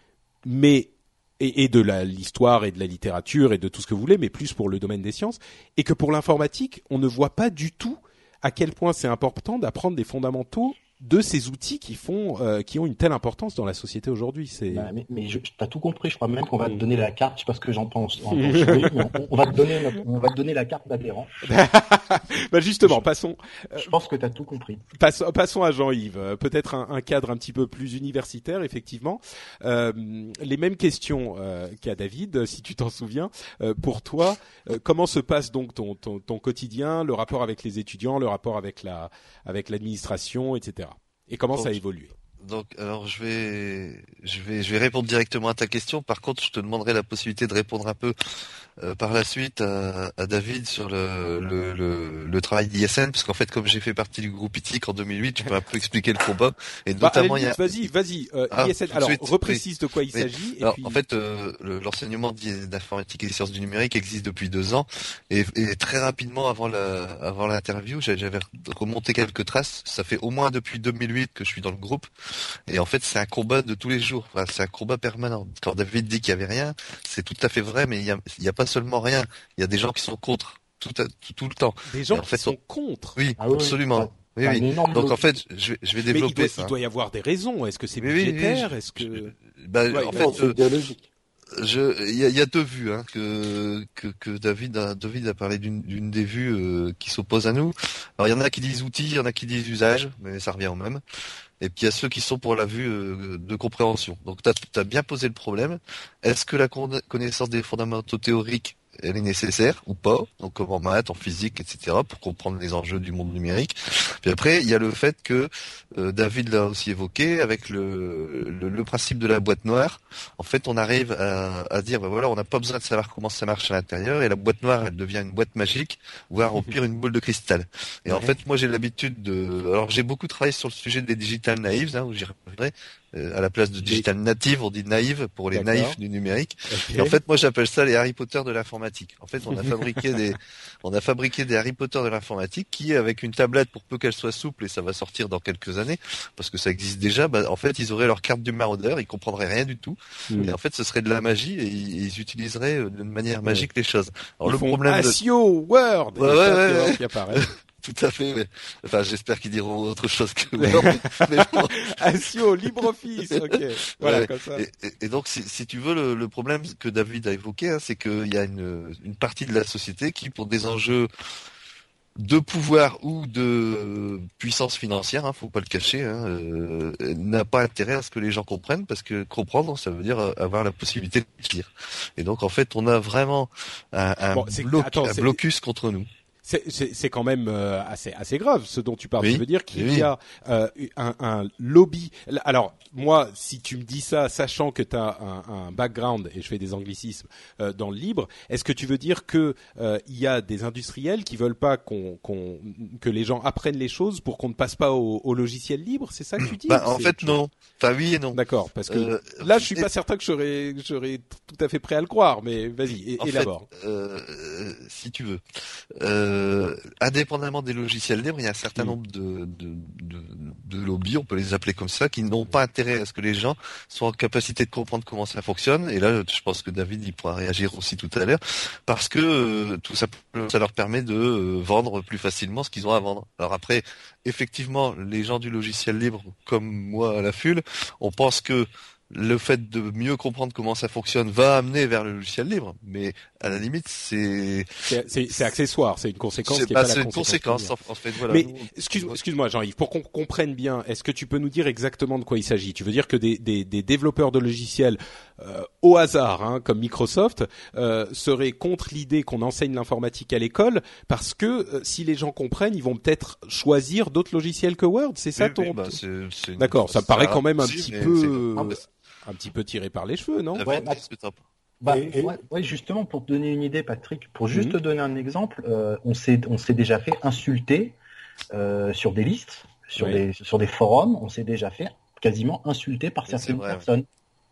mais et, et de la, l'histoire et de la littérature et de tout ce que vous voulez, mais plus pour le domaine des sciences, et que pour l'informatique, on ne voit pas du tout à quel point c'est important d'apprendre des fondamentaux de ces outils qui font, euh, qui ont une telle importance dans la société aujourd'hui. C'est. Bah, mais mais je, t'as tout compris. Je crois même qu'on va te donner la carte. Je sais pas ce que j'en pense. En tant que mais on, on va te donner, notre- on va te donner la carte d'adhérent. bah justement, passons, Je pense que t'as tout compris. passons, passons à Jean-Yves. Euh, Peut-être un, un cadre un petit peu plus universitaire, effectivement. Euh, les mêmes questions euh, qu'à David, si tu t'en souviens. Euh, pour toi, euh, comment se passe donc ton, ton, ton quotidien, le rapport avec les étudiants, le rapport avec la, avec l'administration, et cetera. Et comment Donc, ça a évolué? Donc, alors je vais, je vais, je vais répondre directement à ta question. Par contre, je te demanderai la possibilité de répondre un peu euh, par la suite à, à David sur le, le, le, le travail d'I S N, parce qu'en fait, comme j'ai fait partie du groupe I T I C en deux mille huit, je peux un peu expliquer le combat. Et Bah, notamment, il y a. vas-y, vas-y. Euh, Ah, I S N. tout de Alors, suite, reprécise de quoi il oui. s'agit. Et Alors, puis... en fait, euh, le- l'enseignement d'I- d'informatique et des sciences du numérique existe depuis deux ans, et, et très rapidement avant la, avant l'interview, j'avais j'avais remonté quelques traces. Ça fait au moins depuis deux mille huit que je suis dans le groupe, et en fait, c'est un combat de tous les jours. Enfin, c'est un combat permanent. Quand David dit qu'il y avait rien, c'est tout à fait vrai, mais il y a, il y a pas seulement rien. Il y a des gens qui sont contre tout, à- tout, tout le temps. Des gens Et en qui fait, sont on- contre. Oui, Ah oui, absolument. oui. Oui, C'est un oui. énorme Donc en bloc. fait, je vais, je vais Mais il développer doit, ça. il doit y avoir des raisons. Est-ce que c'est Oui, oui, oui, budgétaire? je- Est-ce que... Bah, Ouais, en non, fait, Non, c'est euh, idéologique. Je, il y a, il y a deux vues hein, que, que que David a David a parlé d'une d'une des vues euh, qui s'opposent à nous. Alors il y en a qui disent outils, il y en a qui disent usage, mais ça revient au même. Et puis il y a ceux qui sont pour la vue euh, de compréhension. Donc tu as bien posé le problème. Est-ce que la con- connaissance des fondamentaux théoriques elle est nécessaire ou pas, donc comme en maths, en physique, et cetera, pour comprendre les enjeux du monde numérique. Puis après, il y a le fait que euh, David l'a aussi évoqué avec le, le le principe de la boîte noire. En fait, on arrive à, à dire, ben voilà, on n'a pas besoin de savoir comment ça marche à l'intérieur, et la boîte noire, elle devient une boîte magique, voire au pire une boule de cristal. Et en Ouais. fait, moi, j'ai l'habitude de, alors j'ai beaucoup travaillé sur le sujet des digital naives, hein, où j'y reviendrai. Euh, à la place de digital native, on dit naïve pour les D'accord. naïfs du numérique. Ok. Et en fait, moi, j'appelle ça les Harry Potter de l'informatique. En fait, on a fabriqué des, on a fabriqué des Harry Potter de l'informatique qui, avec une tablette, pour peu qu'elle soit souple, et ça va sortir dans quelques années, parce que ça existe déjà, bah, en fait, ils auraient leur carte du maraudeur, ils comprendraient rien du tout. Mm. Et en fait, ce serait de la magie, et ils, ils utiliseraient euh, d'une manière magique les choses. Alors, Ils le font problème de... Asio, Word, Ouais, et ouais, ça, ouais, tu vois, ouais. qui apparaît. Tout à fait, mais... enfin, j'espère qu'ils diront autre chose que Word, mais bon. Asio, LibreOffice, ok. Voilà, Ouais. comme ça. Et, et- et donc, si, si tu veux, le, le problème que David a évoqué, hein, c'est qu'il y a une, une partie de la société qui, pour des enjeux de pouvoir ou de puissance financière, hein, faut pas le cacher, hein, euh, n'a pas intérêt à ce que les gens comprennent, parce que comprendre, ça veut dire avoir la possibilité de lire. Et donc, en fait, on a vraiment un, un, Bon, c'est- bloc- attends, un c'est- blocus contre nous. C'est, c'est, c'est quand même euh, assez, assez grave ce dont tu parles. Oui, Tu veux dire qu'il oui. y a euh, un, un lobby. Alors moi, si tu me dis ça, sachant que tu as un, un background et je fais des anglicismes euh, dans le libre, est-ce que tu veux dire que euh, il y a des industriels qui veulent pas qu'on, qu'on, que les gens apprennent les choses pour qu'on ne passe pas au, au logiciel libre? C'est ça que tu dis? Bah, ou en c'est fait, autre chose? non. Enfin, oui et non. D'accord, parce que Euh, là, je suis et- pas certain que je serais, je serais tout à fait prêt à le croire, mais vas-y, é- En élabore. fait, euh, euh, si tu veux, euh, indépendamment des logiciels libres, il y a un certain Mm. nombre de, de, de, de lobbies, on peut les appeler comme ça, qui n'ont pas intérêt à ce que les gens soient en capacité de comprendre comment ça fonctionne. Et là, je pense que David il pourra réagir aussi tout à l'heure, parce que euh, tout ça, ça leur permet de euh, vendre plus facilement ce qu'ils ont à vendre. Alors après, effectivement, les gens du logiciel libre, comme moi à la F U L, on pense que le fait de mieux comprendre comment ça fonctionne va amener vers le logiciel libre, mais à la limite, c'est C'est, c'est, c'est accessoire, c'est une conséquence c'est qui est bah, pas la c'est une conséquence. conséquence en, en fait. Voilà. Mais Nous, excuse, nous- excuse-moi Jean-Yves, pour qu'on comprenne bien, est-ce que tu peux nous dire exactement de quoi il s'agit? Tu veux dire que des, des, des développeurs de logiciels euh, au hasard, hein, comme Microsoft, euh, seraient contre l'idée qu'on enseigne l'informatique à l'école parce que euh, si les gens comprennent, ils vont peut-être choisir d'autres logiciels que Word. C'est ça oui, ton oui, bah, c'est- c'est une- D'accord, ça me paraît quand même un si, petit mais peu, c'est- euh, Ah, bah, un petit peu tiré par les cheveux, non? David, Ouais, bah, qu'est-ce que t'en penses Bah, Et- et- ouais, ouais, justement, pour te donner une idée, Patrick, pour juste Mhm. te donner un exemple, euh, on s'est on s'est déjà fait insulter euh, sur des listes, sur Ouais. des sur des forums, on s'est déjà fait quasiment insulter par C'est certaines vrai, ouais. personnes.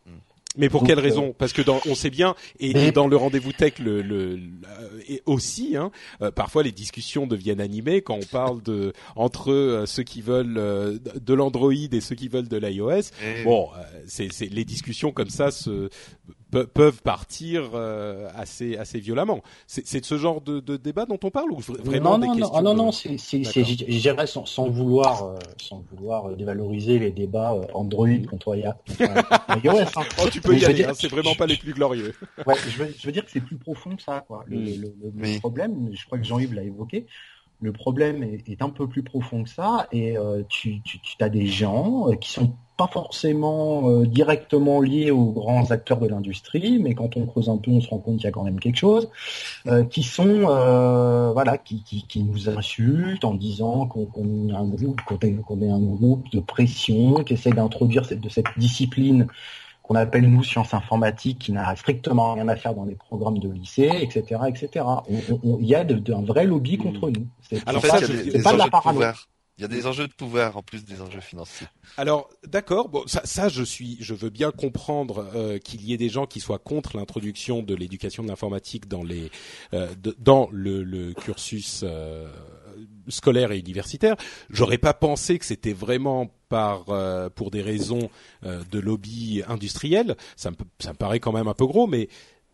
Mais pour Donc, quelle euh, raison? Parce que dans, on sait bien, et, mais- et dans le rendez-vous tech, le, le, le- et aussi, hein, euh, parfois les discussions deviennent animées quand on parle de entre euh, ceux qui veulent euh, de l'Android et ceux qui veulent de l'iOS. Et- Bon, euh, c'est, c'est les discussions comme ça se pe- peuvent partir euh, assez assez violemment. C'est, c'est de ce genre de, de débat dont on parle ou vraiment non, des non, questions non, non, de... non, c'est, c'est, c'est, je dirais sans, sans vouloir, euh, sans vouloir dévaloriser les débats euh, Android contre I A, contre iOS. Hein. Oh, tu peux Mais y je veux aller, dire- hein, c'est vraiment pas les plus glorieux. Ouais, je veux, je veux dire que c'est plus profond que ça, quoi. Le, Mm. le, le, le Oui. problème, je crois que Jean-Yves l'a évoqué, le problème est, est un peu plus profond que ça, et euh, tu, tu, tu as des gens euh, qui sont pas forcément euh, directement liés aux grands acteurs de l'industrie, mais quand on creuse un peu, on se rend compte qu'il y a quand même quelque chose, euh, qui sont, euh, voilà, qui, qui, qui nous insultent en disant qu'on, qu'on est un groupe, qu'on est, qu'on est un groupe de pression, qui essaie d'introduire cette, de cette discipline qu'on appelle nous sciences informatiques, qui n'a strictement rien à faire dans les programmes de lycée, et cetera, et cetera. On- on- on- Il y a de, de, un vrai lobby contre nous. C'est, Alors c'est ça, pas, il y a je- des, c'est des pas de enjeux la de parano. pouvoir. Il y a des enjeux de pouvoir en plus des enjeux financiers. Alors d'accord, bon ça, ça je suis, je veux bien comprendre euh, qu'il y ait des gens qui soient contre l'introduction de l'éducation de l'informatique dans les euh, de, dans le, le cursus euh, scolaire et universitaire. J'aurais pas pensé que c'était vraiment par euh, pour des raisons euh, de lobby industriel. Ça me ça me paraît quand même un peu gros, mais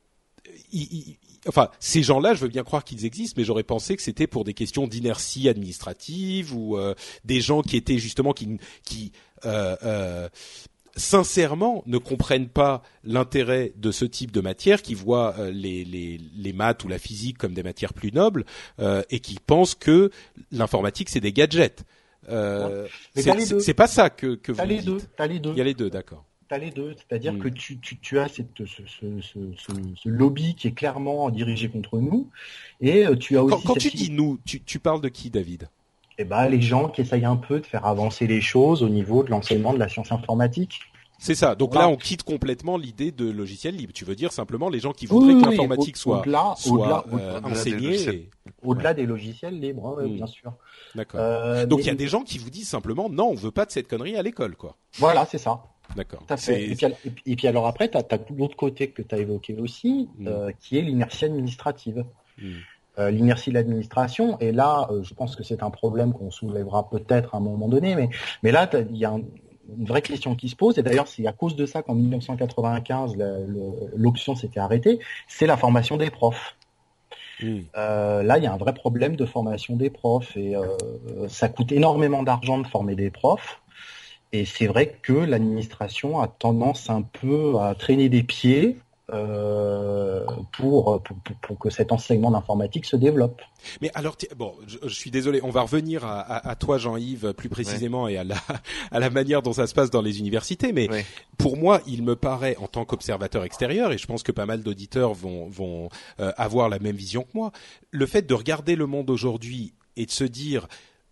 il, il, enfin, ces gens-là, je veux bien croire qu'ils existent, mais j'aurais pensé que c'était pour des questions d'inertie administrative ou euh, des gens qui étaient justement qui, qui euh, euh, sincèrement ne comprennent pas l'intérêt de ce type de matière, qui voient euh, les, les, les maths ou la physique comme des matières plus nobles euh, et qui pensent que l'informatique c'est des gadgets. Euh, Mais c'est, t'as les c'est, deux. c'est pas ça que, que vous T'as les dites. deux, t'as les deux. Il y a les deux, d'accord. T'as les deux, c'est-à-dire Mm. que tu, tu, tu as cette, ce, ce, ce, ce, ce lobby qui est clairement dirigé contre nous, et euh, tu as aussi Quand, quand cette tu dis nous, tu, tu parles de qui, David? eh ben, les gens qui essayent un peu de faire avancer les choses au niveau de l'enseignement de la science informatique. C'est ça. Donc Voilà. là, on quitte complètement l'idée de logiciel libre. Tu veux dire simplement les gens qui voudraient Oui, que oui, l'informatique au- soit, au-delà, soit au-delà, euh, au-delà des enseignée. logiciels. et- Au-delà des logiciels libres, hein, ouais, Mm. bien sûr. D'accord. Euh, Donc mais- il y a des gens qui vous disent simplement non, on veut pas de cette connerie à l'école, quoi. Voilà, c'est ça. D'accord. Tout à fait. C'est- Et puis, al- et puis- et puis alors après, tu as, l'autre côté que tu as évoqué aussi, Mm. euh, qui est l'inertie administrative. Mm. Euh, l'inertie de l'administration, et là, euh, je pense que c'est un problème qu'on soulèvera peut-être à un moment donné, mais, mais là, t'as- il y a un- une vraie question qui se pose, et d'ailleurs, c'est à cause de ça qu'en mille neuf cent quatre-vingt-quinze, la- le- l'option s'était arrêtée, c'est la formation des profs. Mm. Euh, là, il y a un vrai problème de formation des profs, et euh, ça coûte énormément d'argent de former des profs. Et c'est vrai que l'administration a tendance un peu à traîner des pieds euh, pour, pour, pour, pour que cet enseignement d'informatique se développe. Mais alors, ti- bon, je, je suis désolé, on va revenir à, à, à toi, Jean-Yves, plus précisément, et à la, à la manière dont ça se passe dans les universités. Mais Ouais. pour moi, il me paraît, en tant qu'observateur extérieur, et je pense que pas mal d'auditeurs vont, vont euh, avoir la même vision que moi, le fait de regarder le monde aujourd'hui et de se dire,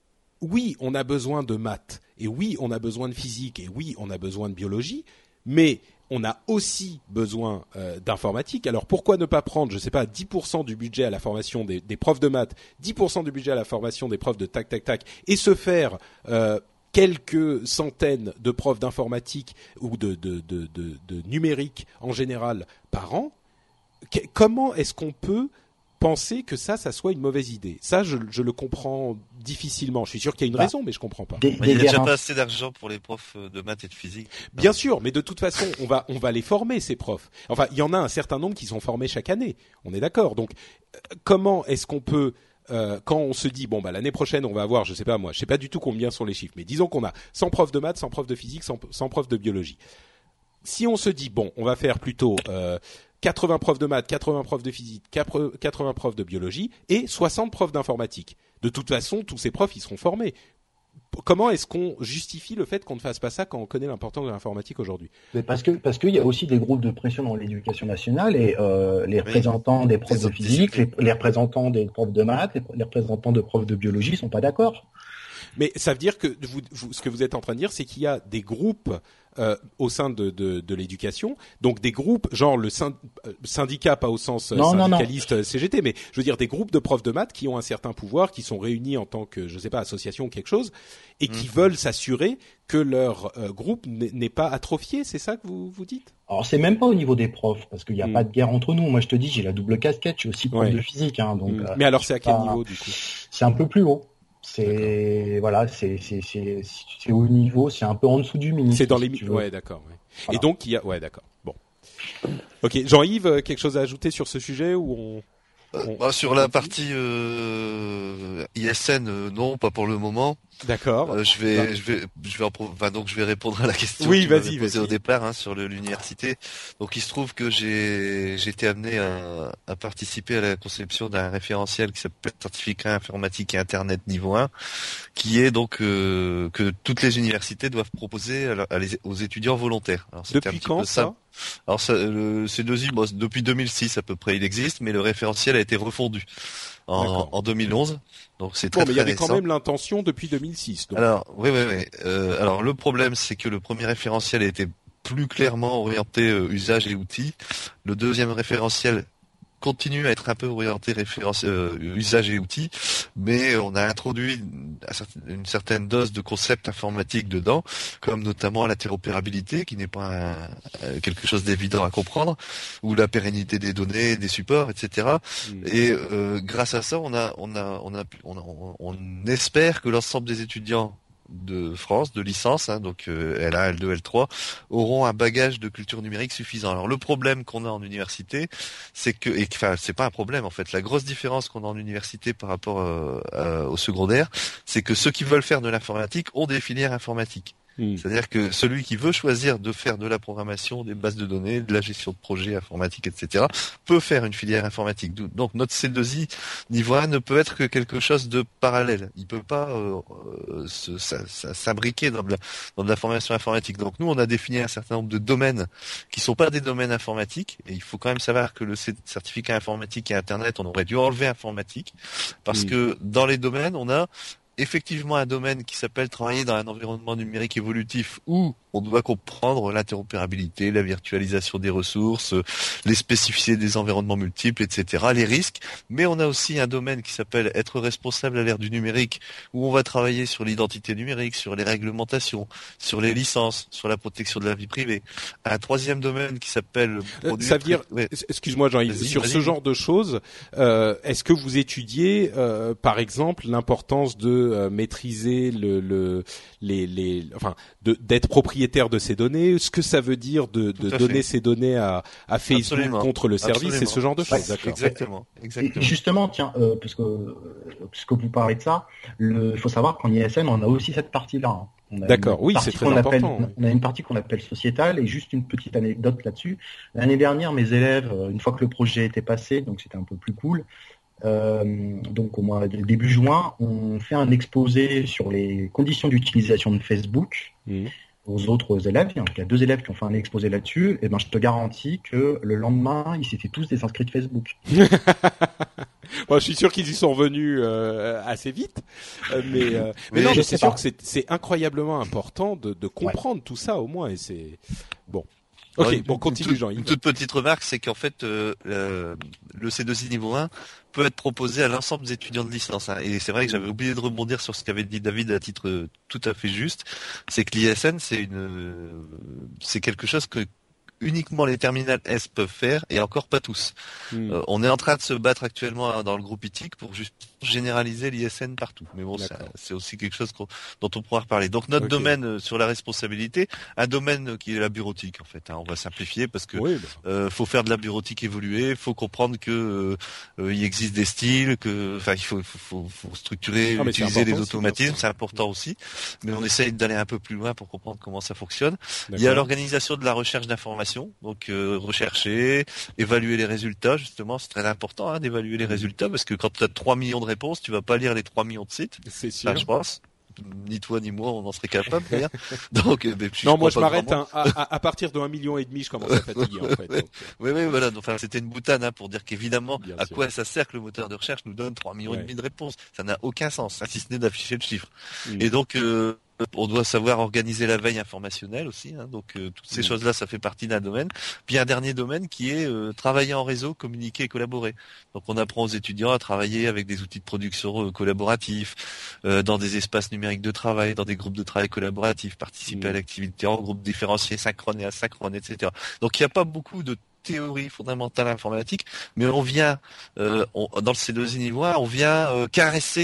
oui, on a besoin de maths, et oui, on a besoin de physique, et oui, on a besoin de biologie, mais on a aussi besoin euh, d'informatique. Alors pourquoi ne pas prendre, je sais pas, dix pour cent du budget à la formation des, des profs de maths, dix pour cent du budget à la formation des profs de tac tac tac, et se faire euh, quelques centaines de profs d'informatique ou de, de, de, de, de numérique en général par an? Qu- Comment est-ce qu'on peut penser que ça, ça soit une mauvaise idée? Ça, je, je le comprends difficilement. Je suis sûr qu'il y a une Bah, raison, mais je comprends pas. Des, Mais il des n'y a déjà guerres pas assez d'argent pour les profs de maths et de physique. Bien sûr, mais de toute façon, on va on va les former ces profs. Enfin, il y en a un certain nombre qui sont formés chaque année. On est d'accord. Donc, euh, comment est-ce qu'on peut euh, quand on se dit bon bah l'année prochaine on va avoir, je sais pas moi, je sais pas du tout combien sont les chiffres, mais disons qu'on a cent profs de maths, cent profs de physique, cent, cent profs de biologie. Si on se dit bon, on va faire plutôt euh, quatre-vingts profs de maths, quatre-vingts profs de physique, quatre-vingts profs de biologie et soixante profs d'informatique. De toute façon, tous ces profs, ils seront formés. Comment est-ce qu'on justifie le fait qu'on ne fasse pas ça quand on connaît l'importance de l'informatique aujourd'hui? Mais parce que parce qu'il y a aussi des groupes de pression dans l'éducation nationale et euh, les représentants des profs Les de autres physique, les, les représentants des profs de maths, les, les représentants de profs de biologie sont pas d'accord. Mais ça veut dire que vous, vous, ce que vous êtes en train de dire, c'est qu'il y a des groupes euh, au sein de, de, de l'éducation, donc des groupes, genre le syn- euh, syndicat, pas au sens euh, Non, non, non. syndicaliste euh, C G T, mais je veux dire des groupes de profs de maths qui ont un certain pouvoir, qui sont réunis en tant que, je sais pas, association ou quelque chose, et qui Mhm. veulent s'assurer que leur euh, groupe n'est n'est pas atrophié. C'est ça que vous vous dites? Alors c'est même pas au niveau des profs parce qu'il n'y a Mm. pas de guerre entre nous. Moi je te dis j'ai la double casquette, je suis aussi prof Ouais. de physique, hein, donc Mm. euh, Mais alors c'est à quel pas- niveau du coup? c'est un peu plus haut. C'est voilà, c'est c'est c'est c'est haut niveau, c'est un peu en dessous du ministre. C'est dans si les tu mi- veux. ouais d'accord. Ouais. Voilà. Et donc il y a ouais d'accord. Bon. Ok, Jean-Yves, quelque chose à ajouter sur ce sujet ou on... Euh, bah, sur la partie euh, I S N, euh, non, pas pour le moment. D'accord. Euh, je vais, bah. je vais, je vais, en pro... enfin, donc je vais répondre à la question oui, que tu vas-y, m'avais posée vas-y. au départ hein, sur le, l'université. Donc il se trouve que j'ai, j'ai été amené à, à participer à la conception d'un référentiel qui s'appelle Certificat informatique et Internet niveau un, qui est donc euh, que toutes les universités doivent proposer à, à les, aux étudiants volontaires. Alors, Depuis un petit quand peu ça Alors ça, le, C deux I, bon, depuis deux mille six à peu près, il existe, mais le référentiel a été refondu en, en deux mille onze. Donc c'est très bon, mais il y très avait récent. quand même l'intention depuis deux mille six. Donc. Alors oui oui oui. Euh, alors le problème c'est que le premier référentiel a été plus clairement orienté euh, usage et outils. Le deuxième référentiel continue à être un peu orienté référence, euh, usage et outils, mais on a introduit une, une certaine dose de concepts informatiques dedans, comme notamment l'interopérabilité, qui n'est pas un, quelque chose d'évident à comprendre, ou la pérennité des données, des supports, et cetera. Mmh. Et euh, grâce à ça, on a, on a, on a, on, a, on espère que l'ensemble des étudiants de France, de licence, hein, donc euh, L un, L deux, L trois, auront un bagage de culture numérique suffisant. Alors le problème qu'on a en université, c'est que, et enfin c'est pas un problème en fait, la grosse différence qu'on a en université par rapport euh, à, au secondaire, c'est que ceux qui veulent faire de l'informatique ont des filières informatiques. Mmh. C'est-à-dire que celui qui veut choisir de faire de la programmation, des bases de données, de la gestion de projets informatiques, et cetera, peut faire une filière informatique. Donc notre C deux I niveau un ne peut être que quelque chose de parallèle. Il peut pas euh, euh, se, ça, ça, s'imbriquer dans de, la, dans de la formation informatique. Donc nous, on a défini un certain nombre de domaines qui sont pas des domaines informatiques. Et il faut quand même savoir que le certificat informatique et Internet, on aurait dû enlever informatique parce mmh. que dans les domaines, on a effectivement un domaine qui s'appelle travailler dans un environnement numérique évolutif où on doit comprendre l'interopérabilité, la virtualisation des ressources, les spécificités des environnements multiples, et cetera, les risques. Mais on a aussi un domaine qui s'appelle être responsable à l'ère du numérique, où on va travailler sur l'identité numérique, sur les réglementations, sur les licences, sur la protection de la vie privée. Un troisième domaine qui s'appelle... Euh, ça veut dire, ouais. excuse-moi Jean-Yves, vas-y, sur vas-y. ce genre de choses, euh, est-ce que vous étudiez, euh, par exemple, l'importance de euh, maîtriser le, le, les, les, enfin, de, d'être propriétaire de ces données, ce que ça veut dire de, de donner ces données à, à Facebook Absolument. contre le service Absolument. et ce genre de choses. Ouais, D'accord. Exactement. Exactement. Et justement, tiens, euh, parce que puisque vous parlez de ça, il faut savoir qu'en I S M, on a aussi cette partie-là. Hein. On a D'accord, oui, c'est très important. Appelle, on a une partie qu'on appelle sociétale, et juste une petite anecdote là-dessus. L'année dernière, mes élèves, une fois que le projet était passé, donc c'était un peu plus cool, euh, donc au mois début juin, on fait un exposé sur les conditions d'utilisation de Facebook. Mmh. aux autres élèves. Il y a deux élèves qui ont fait un exposé là-dessus, et ben je te garantis que le lendemain, ils s'étaient tous désinscrits de Facebook. Bon, je suis sûr qu'ils y sont revenus euh, assez vite, euh, mais euh, mais, mais non, je c'est sûr pas. que c'est, c'est incroyablement important de, de comprendre ouais. tout ça au moins, et c'est bon. Ok, ouais, bon, continue Jean. Une toute petite remarque, c'est qu'en fait, euh, le, le C deux I niveau un peut être proposé à l'ensemble des étudiants de licence. Hein. Et c'est vrai que j'avais oublié de rebondir sur ce qu'avait dit David à titre euh, tout à fait juste. C'est que l'I S N, c'est une, euh, c'est quelque chose que uniquement les terminales S peuvent faire, et encore pas tous. Mmh. Euh, on est en train de se battre actuellement dans le groupe I T I C pour juste généraliser l'I S N partout. Mais bon, c'est, c'est aussi quelque chose dont on pourra reparler. Donc notre okay. domaine euh, sur la responsabilité, un domaine qui est la bureautique en fait. Hein, on va simplifier parce que oui, bah. euh, faut faire de la bureautique évoluée, faut comprendre que euh, il existe des styles, que enfin il faut, faut, faut structurer, non, utiliser les automatismes, c'est important aussi. Mais on essaye d'aller un peu plus loin pour comprendre comment ça fonctionne. D'accord. Il y a l'organisation de la recherche d'informations. Donc euh, rechercher, évaluer les résultats, justement, c'est très important hein, d'évaluer les résultats, parce que quand tu as trois millions de réponses, tu vas pas lire les trois millions de sites. C'est sûr. Enfin, je pense. Ni toi ni moi, on en serait capable d'ailleurs. Donc, mais, puis, non, je moi je m'arrête hein, à, à partir de un million et demi, je commence à fatiguer en fait. Donc. Oui, oui, voilà. Enfin, c'était une boutade hein, pour dire qu'évidemment, Bien à sûr. quoi ça sert que le moteur de recherche nous donne trois millions ouais. et demi de réponses. Ça n'a aucun sens, hein, si ce n'est d'afficher le chiffre. Mmh. Et donc. Euh, On doit savoir organiser la veille informationnelle aussi, hein, donc euh, toutes ces mmh. choses-là, ça fait partie d'un domaine. Puis un dernier domaine qui est euh, travailler en réseau, communiquer et collaborer. Donc on apprend aux étudiants à travailler avec des outils de production euh, collaboratifs, euh, dans des espaces numériques de travail, dans des groupes de travail collaboratifs, participer mmh. à l'activité en groupe différencié, synchrone et asynchrone, et cetera. Donc il n'y a pas beaucoup de théorie fondamentale informatique, mais on vient, euh, on, dans le C deux I niveau un, on vient euh, caresser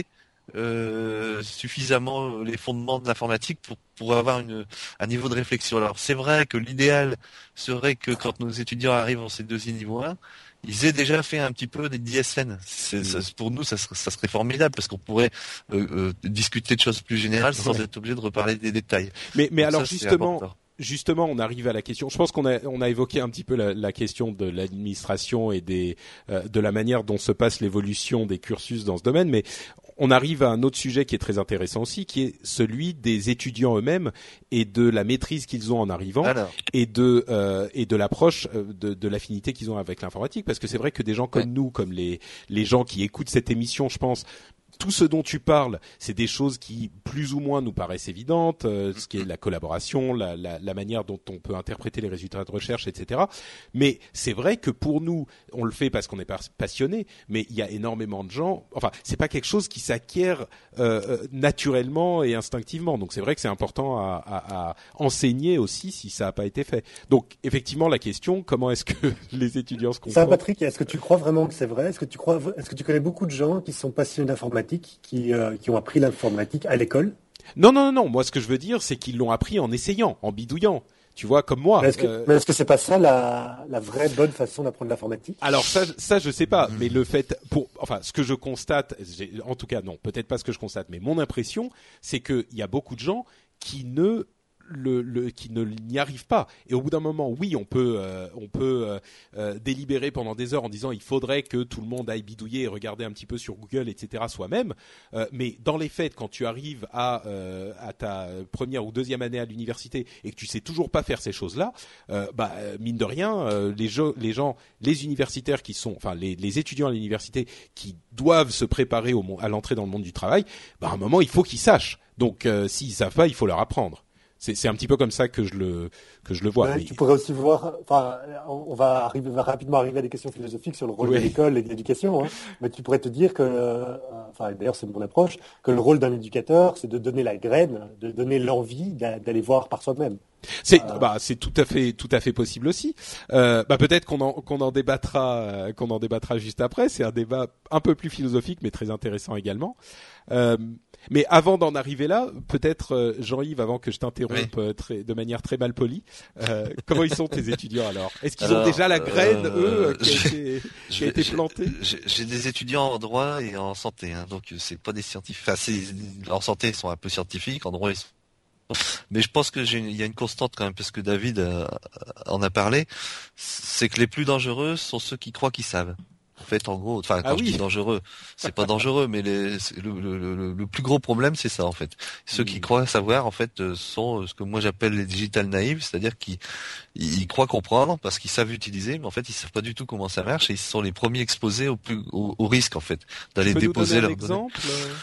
euh, suffisamment les fondements de l'informatique pour pour avoir une un niveau de réflexion. Alors c'est vrai que l'idéal serait que quand nos étudiants arrivent en C deux I niveau un, ils aient déjà fait un petit peu des D S N. C'est, ça, pour nous, ça serait, ça serait formidable parce qu'on pourrait euh, euh, discuter de choses plus générales sans ouais. être obligé de reparler des détails. Mais, mais Donc alors ça, justement, justement, on arrive à la question. Je pense qu'on a, on a évoqué un petit peu la, la question de l'administration et des, euh, de la manière dont se passe l'évolution des cursus dans ce domaine, mais on arrive à un autre sujet qui est très intéressant aussi, qui est celui des étudiants eux-mêmes et de la maîtrise qu'ils ont en arrivant Alors. et de euh, et de l'approche de, de l'affinité qu'ils ont avec l'informatique. Parce que c'est vrai que des gens comme ouais. nous, comme les les gens qui écoutent cette émission, je pense, tout ce dont tu parles, c'est des choses qui plus ou moins nous paraissent évidentes, euh, ce qui est la collaboration, la, la, la manière dont on peut interpréter les résultats de recherche, et cetera. Mais c'est vrai que pour nous, on le fait parce qu'on est passionné, mais il y a énormément de gens. Enfin, c'est pas quelque chose qui s'acquiert euh, naturellement et instinctivement. Donc c'est vrai que c'est important à, à, à enseigner aussi si ça n'a pas été fait. Donc effectivement, la question, comment est-ce que les étudiants se comprennent ? Ça, Patrick, est-ce que tu crois vraiment que c'est vrai ? Est-ce que tu crois, est-ce que tu connais beaucoup de gens qui sont passionnés d'informatique? Qui, euh, qui ont appris l'informatique à l'école ? Non, non, non, non. Moi, ce que je veux dire, c'est qu'ils l'ont appris en essayant, en bidouillant. Tu vois, comme moi. Mais est-ce que, euh... mais est-ce que c'est pas ça la, la vraie bonne façon d'apprendre l'informatique ? Alors ça, ça, je sais pas. Mais le fait, pour, enfin, ce que je constate, en tout cas, non, peut-être pas ce que je constate, mais mon impression, c'est qu'il y a beaucoup de gens qui ne Le, le, qui ne n'y arrivent pas. Et au bout d'un moment, oui, on peut, euh, on peut euh, euh, délibérer pendant des heures en disant il faudrait que tout le monde aille bidouiller et regarder un petit peu sur Google, et cetera soi-même. Euh, mais dans les faits, quand tu arrives à, euh, à ta première ou deuxième année à l'université et que tu sais toujours pas faire ces choses-là, euh, bah mine de rien, euh, les, jo- les gens, les universitaires qui sont, enfin les, les étudiants à l'université qui doivent se préparer au, à l'entrée dans le monde du travail, bah à un moment il faut qu'ils sachent. Donc euh, s'ils savent pas, il faut leur apprendre. C'est, c'est un petit peu comme ça que je le que je le vois. Ouais, mais... Tu pourrais aussi voir. Enfin, on va arriver, va rapidement arriver à des questions philosophiques sur le rôle oui. de l'école et de l'éducation. Hein. Mais tu pourrais te dire que, euh, enfin, d'ailleurs, c'est mon approche, que le rôle d'un éducateur, c'est de donner la graine, de donner l'envie d'aller voir par soi-même. C'est euh... bah c'est tout à fait tout à fait possible aussi. Euh, bah peut-être qu'on en qu'on en débattra euh, qu'on en débattra juste après. C'est un débat un peu plus philosophique mais très intéressant également. Euh, mais avant d'en arriver là, peut-être euh, Jean-Yves, avant que je t'interrompe oui. euh, très, de manière très mal polie, euh, comment ils sont tes étudiants alors ? Est-ce qu'ils alors, ont déjà la graine euh, eux qui a été, qui a été plantée ? j'ai, j'ai des étudiants en droit et en santé, hein, donc c'est pas des scientifiques. Enfin, c'est, en santé ils sont un peu scientifiques, en droit ils sont. Mais je pense que j'ai une, il y a une constante quand même, parce que David euh, en a parlé, c'est que les plus dangereux sont ceux qui croient qu'ils savent. En fait, en gros, enfin, quand ah oui. je dis dangereux, c'est pas dangereux, mais les, le, le, le, le plus gros problème, c'est ça, en fait. Ceux mmh. qui croient savoir, en fait, sont ce que moi j'appelle les digital naïfs, c'est-à-dire qu'ils ils croient comprendre parce qu'ils savent utiliser, mais en fait, ils savent pas du tout comment ça marche et ils sont les premiers exposés au plus, au, au risque, en fait, d'aller tu peux déposer nous donner un leur exemple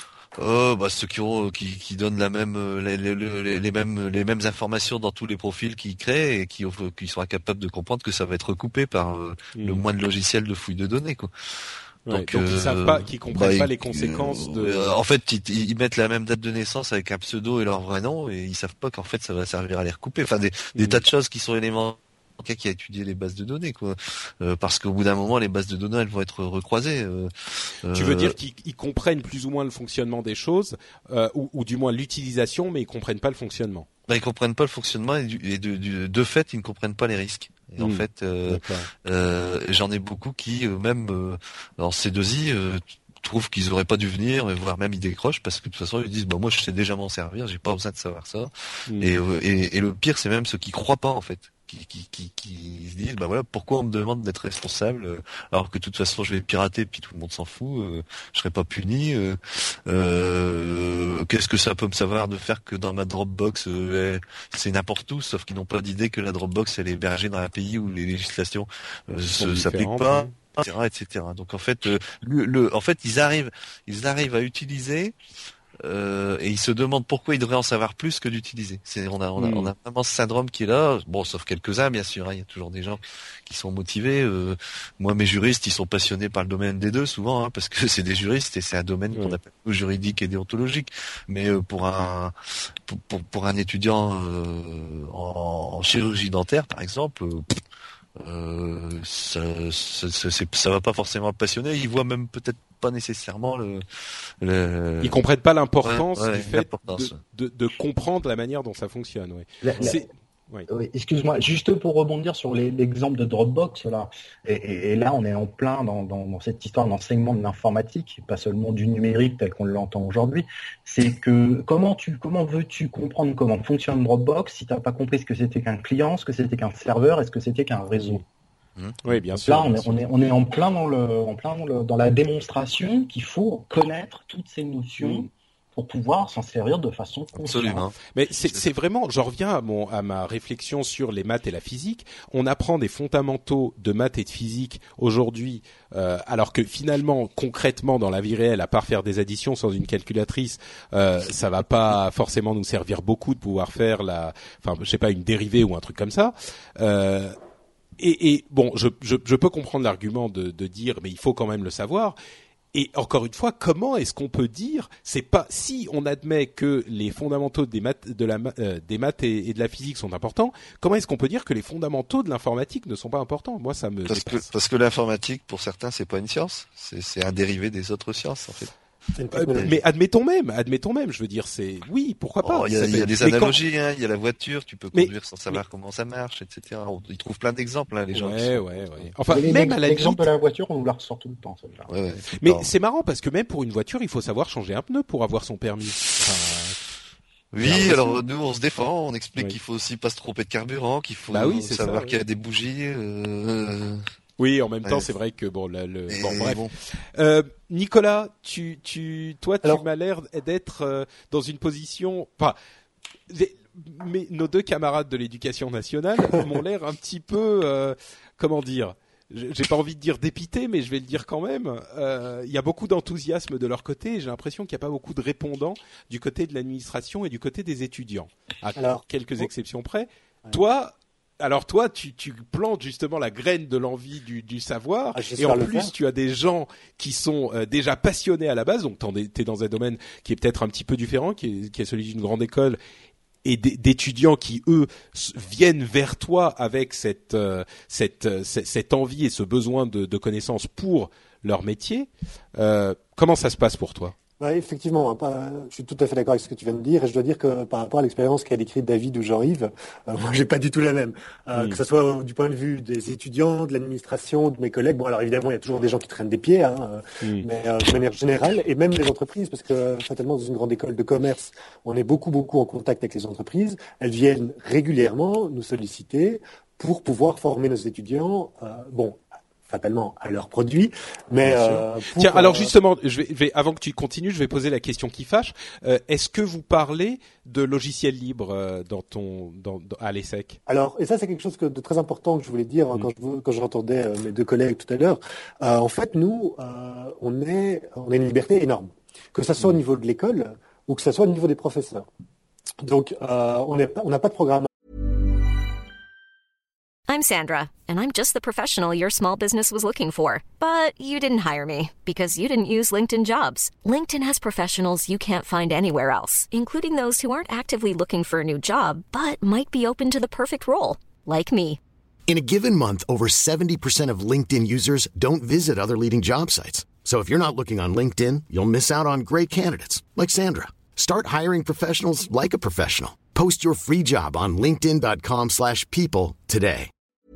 Oh, bah ceux qui ont qui, qui donnent la même les, les, les, les mêmes les mêmes informations dans tous les profils qu'ils créent et qui qui sont incapables de comprendre que ça va être recoupé par euh, mmh. le moindre logiciel de fouille de données quoi. Ouais, donc, donc euh, ils savent pas, qu'ils comprennent bah, pas les conséquences de. Euh, en fait, ils, ils mettent la même date de naissance avec un pseudo et leur vrai nom et ils savent pas qu'en fait ça va servir à les recouper. Enfin des, des mmh. tas de choses qui sont éléments. Quelqu'un qui a étudié les bases de données, quoi. Euh, parce qu'au bout d'un moment, les bases de données, elles vont être recroisées. Euh, tu veux dire qu'ils ils comprennent plus ou moins le fonctionnement des choses, euh, ou, ou du moins l'utilisation, mais ils comprennent pas le fonctionnement. Ben, ils comprennent pas le fonctionnement et, du, et de, du, de fait, ils ne comprennent pas les risques. Et mmh. en fait, euh, euh, j'en ai beaucoup qui, euh, même euh, en C deux I, euh, trouvent qu'ils auraient pas dû venir, voire même ils décrochent parce que de toute façon ils disent bah moi je sais déjà m'en servir, j'ai pas besoin de savoir ça. Mmh. Et, euh, et, et le pire c'est même ceux qui croient pas en fait. Qui, qui, qui, qui se disent bah voilà pourquoi on me demande d'être responsable euh, alors que de toute façon je vais pirater puis tout le monde s'en fout, euh, je serai pas puni, euh, euh, qu'est-ce que ça peut me savoir de faire que dans ma Dropbox euh, c'est n'importe où, sauf qu'ils n'ont pas d'idée que la Dropbox elle est hébergée dans un pays où les législations euh, se, s'appliquent pas, et cetera, et cetera. Donc en fait euh, le, le en fait ils arrivent ils arrivent à utiliser Euh, et ils se demandent pourquoi ils devraient en savoir plus que d'utiliser. C'est, on a, on a, mmh. on a vraiment ce syndrome qui est là. Bon, sauf quelques-uns, bien sûr. Hein, il y a toujours des gens qui sont motivés. Euh, moi, mes juristes, ils sont passionnés par le domaine des deux, souvent, hein, parce que c'est des juristes et c'est un domaine mmh. qu'on appelle juridique et déontologique. Mais euh, pour un, pour, pour, pour un étudiant euh, en, en chirurgie dentaire, par exemple. Euh, Euh, ça, ça, ça, ça va pas forcément le passionner. Il voit même peut-être pas nécessairement le. le... Ils comprennent pas l'importance ouais, ouais, du fait l'importance. de, de, de comprendre la manière dont ça fonctionne. Ouais. La, la... C'est... Oui. Oui, excuse-moi, juste pour rebondir sur les, l'exemple de Dropbox, là, et, et, et là on est en plein dans, dans, dans cette histoire d'enseignement de l'informatique, pas seulement du numérique tel qu'on l'entend aujourd'hui, c'est que comment tu comment veux-tu comprendre comment fonctionne Dropbox si tu n'as pas compris ce que c'était qu'un client, ce que c'était qu'un serveur et ce que c'était qu'un réseau. Mmh. Oui, bien Donc sûr. là, on bien est, sûr. on est on est en plein dans le en plein dans, le, dans la démonstration qu'il faut connaître toutes ces notions. Mmh. Pour pouvoir s'en servir de façon consciente. Absolument. Mais c'est, c'est vraiment, j'en reviens à mon, à ma réflexion sur les maths et la physique. On apprend des fondamentaux de maths et de physique aujourd'hui, euh, alors que finalement, concrètement, dans la vie réelle, à part faire des additions sans une calculatrice, euh, ça va pas forcément nous servir beaucoup de pouvoir faire la, enfin, je sais pas, une dérivée ou un truc comme ça. Euh, et, et bon, je, je, je peux comprendre l'argument de, de dire, mais il faut quand même le savoir. Et encore une fois, comment est-ce qu'on peut dire, c'est pas si on admet que les fondamentaux des maths, de la, euh, des maths et, et de la physique sont importants, comment est-ce qu'on peut dire que les fondamentaux de l'informatique ne sont pas importants? Moi, ça me parce dépasse. que parce que l'informatique, pour certains, c'est pas une science, c'est c'est un dérivé des autres sciences en fait. Euh, mais admettons même, admettons même, je veux dire, c'est oui, pourquoi pas. Oh, il y a, il y a des mais analogies, quand... hein, il y a la voiture, tu peux mais, conduire sans savoir mais... comment ça marche, et cetera. On, ils trouvent plein d'exemples, hein, les gens. Ouais, qui sont... ouais, ouais. Enfin, les, même à la l'exemple limite... de la voiture, on nous la ressort tout le temps, celle-là. Ouais, ouais, mais temps. C'est marrant parce que même pour une voiture, il faut savoir changer un pneu pour avoir son permis. Enfin... Oui, alors nous on se défend, on explique oui. qu'il faut aussi pas se tromper de carburant, qu'il faut bah oui, savoir ça, qu'il y a oui. des bougies. Euh... Oui, en même temps, ouais. c'est vrai que bon, le, le... Et bon, bref. Bon. Euh, Nicolas, tu, tu, toi, tu Alors... m'as l'air d'être euh, dans une position. Enfin, les... mais nos deux camarades de l'éducation nationale m'ont l'air un petit peu, euh, comment dire. J'ai pas envie de dire dépité, mais je vais le dire quand même. Euh, il y a beaucoup d'enthousiasme de leur côté. Et j'ai l'impression qu'il n'y a pas beaucoup de répondants du côté de l'administration et du côté des étudiants, à Alors, quelques oh. exceptions près. Ouais. Toi. Alors toi, tu, tu plantes justement la graine de l'envie du, du savoir, ah, et en plus tu as des gens qui sont euh, déjà passionnés à la base, donc tu es dans un domaine qui est peut-être un petit peu différent, qui est, qui est celui d'une grande école, et d'étudiants qui eux viennent vers toi avec cette euh, cette, cette cette envie et ce besoin de, de connaissances pour leur métier. Euh, comment ça se passe pour toi ? Ouais, effectivement, pas, je suis tout à fait d'accord avec ce que tu viens de dire, et je dois dire que par rapport à l'expérience qu'a décrite David ou Jean-Yves, euh, moi j'ai pas du tout la même. Euh, mmh. Que ce soit du point de vue des étudiants, de l'administration, de mes collègues. Bon, alors évidemment, il y a toujours des gens qui traînent des pieds, hein, mmh. mais euh, de manière générale, et même les entreprises, parce que fatalement, dans une grande école de commerce, on est beaucoup, beaucoup en contact avec les entreprises. Elles viennent régulièrement nous solliciter pour pouvoir former nos étudiants. Euh, bon. Fatalement à leurs produits, mais euh, pour, tiens. Alors euh... justement, je vais, je vais, avant que tu continues, je vais poser la question qui fâche. Euh, est-ce que vous parlez de logiciels libres euh, dans ton, dans, dans, à l'ESSEC ? Alors, et ça c'est quelque chose que, de très important que je voulais dire hein, mmh. quand, je, quand j'entendais euh, mes deux collègues tout à l'heure. Euh, en fait, nous, euh, on est, on a une liberté énorme, que ça soit mmh. au niveau de l'école ou que ça soit au niveau des professeurs. Donc, euh, on n'a on n'a pas de programme. I'm Sandra, and I'm just the professional your small business was looking for. But you didn't hire me because you didn't use LinkedIn Jobs. LinkedIn has professionals you can't find anywhere else, including those who aren't actively looking for a new job, but might be open to the perfect role, like me. In a given month, over seventy percent of LinkedIn users don't visit other leading job sites. So if you're not looking on LinkedIn, you'll miss out on great candidates, like Sandra. Start hiring professionals like a professional. Post your free job on linkedin.com slash people today.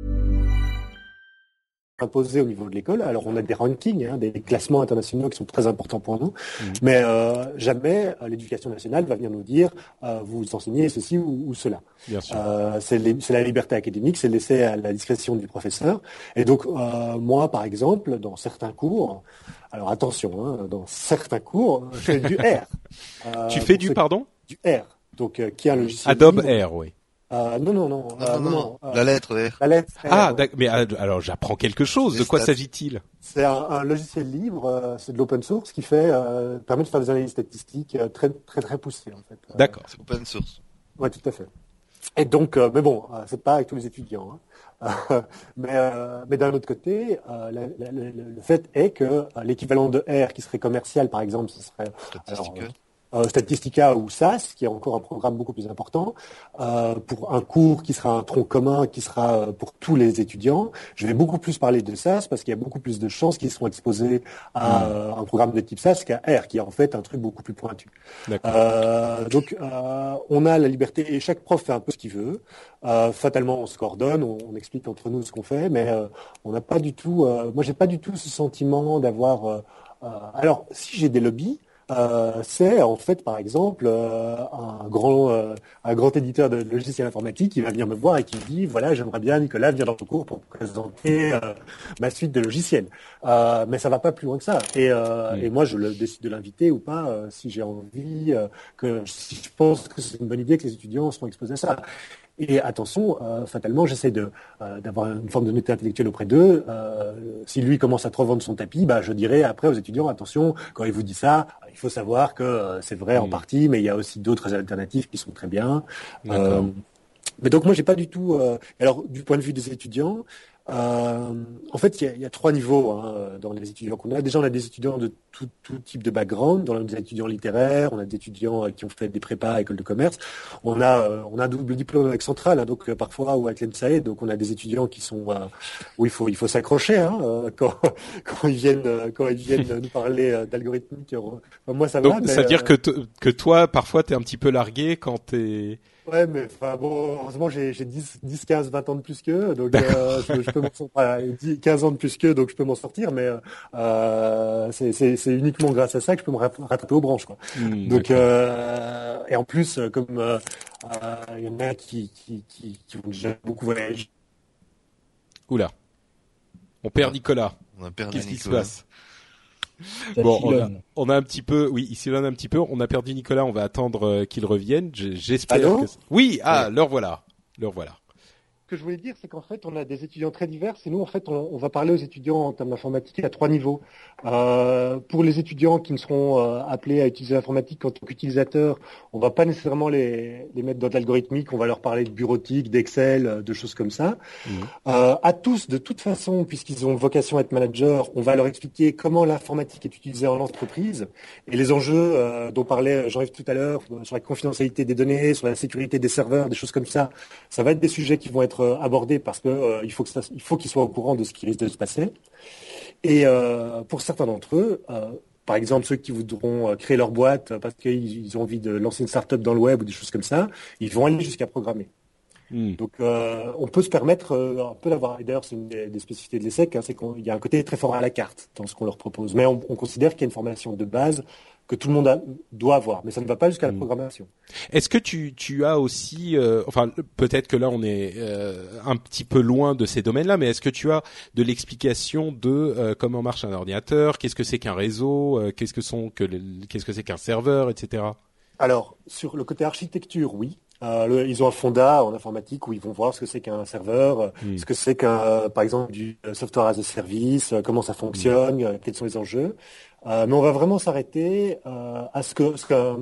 Imposé au niveau de l'école. Alors on a des rankings, hein, des classements internationaux qui sont très importants pour nous, mmh. mais euh, jamais euh, l'éducation nationale va venir nous dire euh, vous enseignez ceci ou, ou cela. Bien sûr. Euh, c'est, les, c'est la liberté académique, c'est laissé à la discrétion du professeur. Et donc euh, moi par exemple, dans certains cours, alors attention, hein, dans certains cours, je fais du R. Euh, tu fais du pardon Du R. Donc euh, qui est un logiciel Adobe libre. R, oui. Euh, non, non, non. Non, euh, non, non, non. euh, la lettre R. La lettre R. Ah, ouais. mais alors j'apprends quelque chose. De quoi s'agit-il ? C'est un, un logiciel libre, euh, c'est de l'open source qui fait euh, permet de faire des analyses statistiques euh, très très très poussées en fait. D'accord. C'est open source. Ouais, tout à fait. Et donc, euh, mais bon, euh, c'est pas avec tous les étudiants. Hein. Euh, mais euh, mais d'un autre côté, euh, la, la, la, le fait est que euh, l'équivalent de R qui serait commercial, par exemple, ce serait alors, euh, euh, Statistica ou S A S, qui est encore un programme beaucoup plus important, euh, pour un cours qui sera un tronc commun, qui sera euh, pour tous les étudiants. Je vais beaucoup plus parler de S A S parce qu'il y a beaucoup plus de chances qu'ils seront exposés à euh, un programme de type S A S qu'à R, qui est en fait un truc beaucoup plus pointu. Euh, donc, euh, on a la liberté et chaque prof fait un peu ce qu'il veut. Euh, fatalement, on se coordonne, on, on explique entre nous ce qu'on fait, mais euh, on n'a pas du tout. Euh, moi, j'ai pas du tout ce sentiment d'avoir. Euh, euh, alors, si j'ai des lobbies. Euh, c'est en fait par exemple euh, un grand euh, un grand éditeur de logiciels informatiques qui va venir me voir et qui me dit voilà j'aimerais bien Nicolas venir dans ton cours pour présenter euh, ma suite de logiciels euh, mais ça va pas plus loin que ça et, euh, oui. et moi je le, décide de l'inviter ou pas euh, si j'ai envie euh, que si je pense que c'est une bonne idée que les étudiants seront exposés à ça. Et attention, euh, fatalement, j'essaie de euh, d'avoir une forme d'honnêteté intellectuelle auprès d'eux. Euh, si lui commence à trop vendre son tapis, bah je dirais après aux étudiants attention, quand il vous dit ça, il faut savoir que euh, c'est vrai mmh. en partie, mais il y a aussi d'autres alternatives qui sont très bien. Euh, mais donc moi j'ai pas du tout. Euh, alors du point de vue des étudiants. Euh, en fait, il y a, il y a trois niveaux hein, dans les étudiants qu'on a. Déjà, on a des étudiants de tout, tout type de background. On a des étudiants littéraires, on a des étudiants qui ont fait des prépas à école de commerce. On a, euh, on a un double diplôme avec Centrale, hein, donc euh, parfois ou avec l'E N S A E. Donc, on a des étudiants qui sont euh, où il faut, il faut s'accrocher hein, euh, quand, quand ils viennent, euh, quand ils viennent nous parler euh, d'algorithmique. Euh, moi, ça donc, va. Donc, ça veut euh, dire que t- que toi, parfois, t'es un petit peu largué quand t'es Ouais, mais enfin bon, heureusement j'ai j'ai dix, quinze, vingt ans de plus qu'eux, donc euh, je, je peux m'en sortir, quinze ans de plus qu'eux, donc je peux m'en sortir, mais euh, c'est c'est c'est uniquement grâce à ça que je peux me rattraper aux branches, quoi. Mmh, donc euh, et en plus, comme il euh, euh, y en a qui qui qui, qui vont déjà beaucoup voyager. Oula, on perd Nicolas. On a perdu Qu'est-ce Nicolas. qui se passe? Ça bon, on a, filonne. on a un petit peu, oui, il s'ilonne un petit peu. On a perdu Nicolas. On va attendre euh, qu'il revienne. J'espère Allô que. Oui, ah, ouais. leur voilà, leur voilà. Ce que je voulais dire, c'est qu'en fait, on a des étudiants très divers. Et nous, en fait, on, on va parler aux étudiants en termes d'informatique à trois niveaux. Euh, pour les étudiants qui ne seront euh, appelés à utiliser l'informatique en tant qu'utilisateurs, on va pas nécessairement les, les mettre dans de l'algorithmique. On va leur parler de bureautique, d'Excel, de choses comme ça. Mmh. Euh, à tous, de toute façon, puisqu'ils ont vocation à être managers, on va leur expliquer comment l'informatique est utilisée en entreprise et les enjeux euh, dont parlait Jean-Yves tout à l'heure sur la confidentialité des données, sur la sécurité des serveurs, des choses comme ça. Ça va être des sujets qui vont être abordés parce que euh, il faut que ça, il faut qu'ils soient au courant de ce qui risque de se passer. Et euh, pour certains d'entre eux, euh, par exemple ceux qui voudront créer leur boîte parce qu'ils ils ont envie de lancer une start-up dans le web ou des choses comme ça, ils vont aller jusqu'à programmer. Mmh. Donc euh, on peut se permettre euh, un peu d'avoir. Et d'ailleurs, c'est une des, des spécificités de l'E S S E C, hein, c'est qu'il y a un côté très fort à la carte dans ce qu'on leur propose. Mais on, on considère qu'il y a une formation de base que tout le monde a, doit avoir, mais ça ne va pas jusqu'à la programmation. Est-ce que tu, tu as aussi, euh, enfin peut-être que là on est euh, un petit peu loin de ces domaines-là, mais est-ce que tu as de l'explication de euh, comment marche un ordinateur, qu'est-ce que c'est qu'un réseau, euh, qu'est-ce que sont que le, qu'est-ce que c'est qu'un serveur, et cetera. Alors sur le côté architecture, oui. Euh, le, ils ont un fondat en informatique où ils vont voir ce que c'est qu'un serveur, mmh. ce que c'est qu'un, euh, par exemple, du software as a service, euh, comment ça fonctionne, mmh. euh, quels sont les enjeux. Euh, mais on va vraiment s'arrêter euh, à ce que, ce que, euh,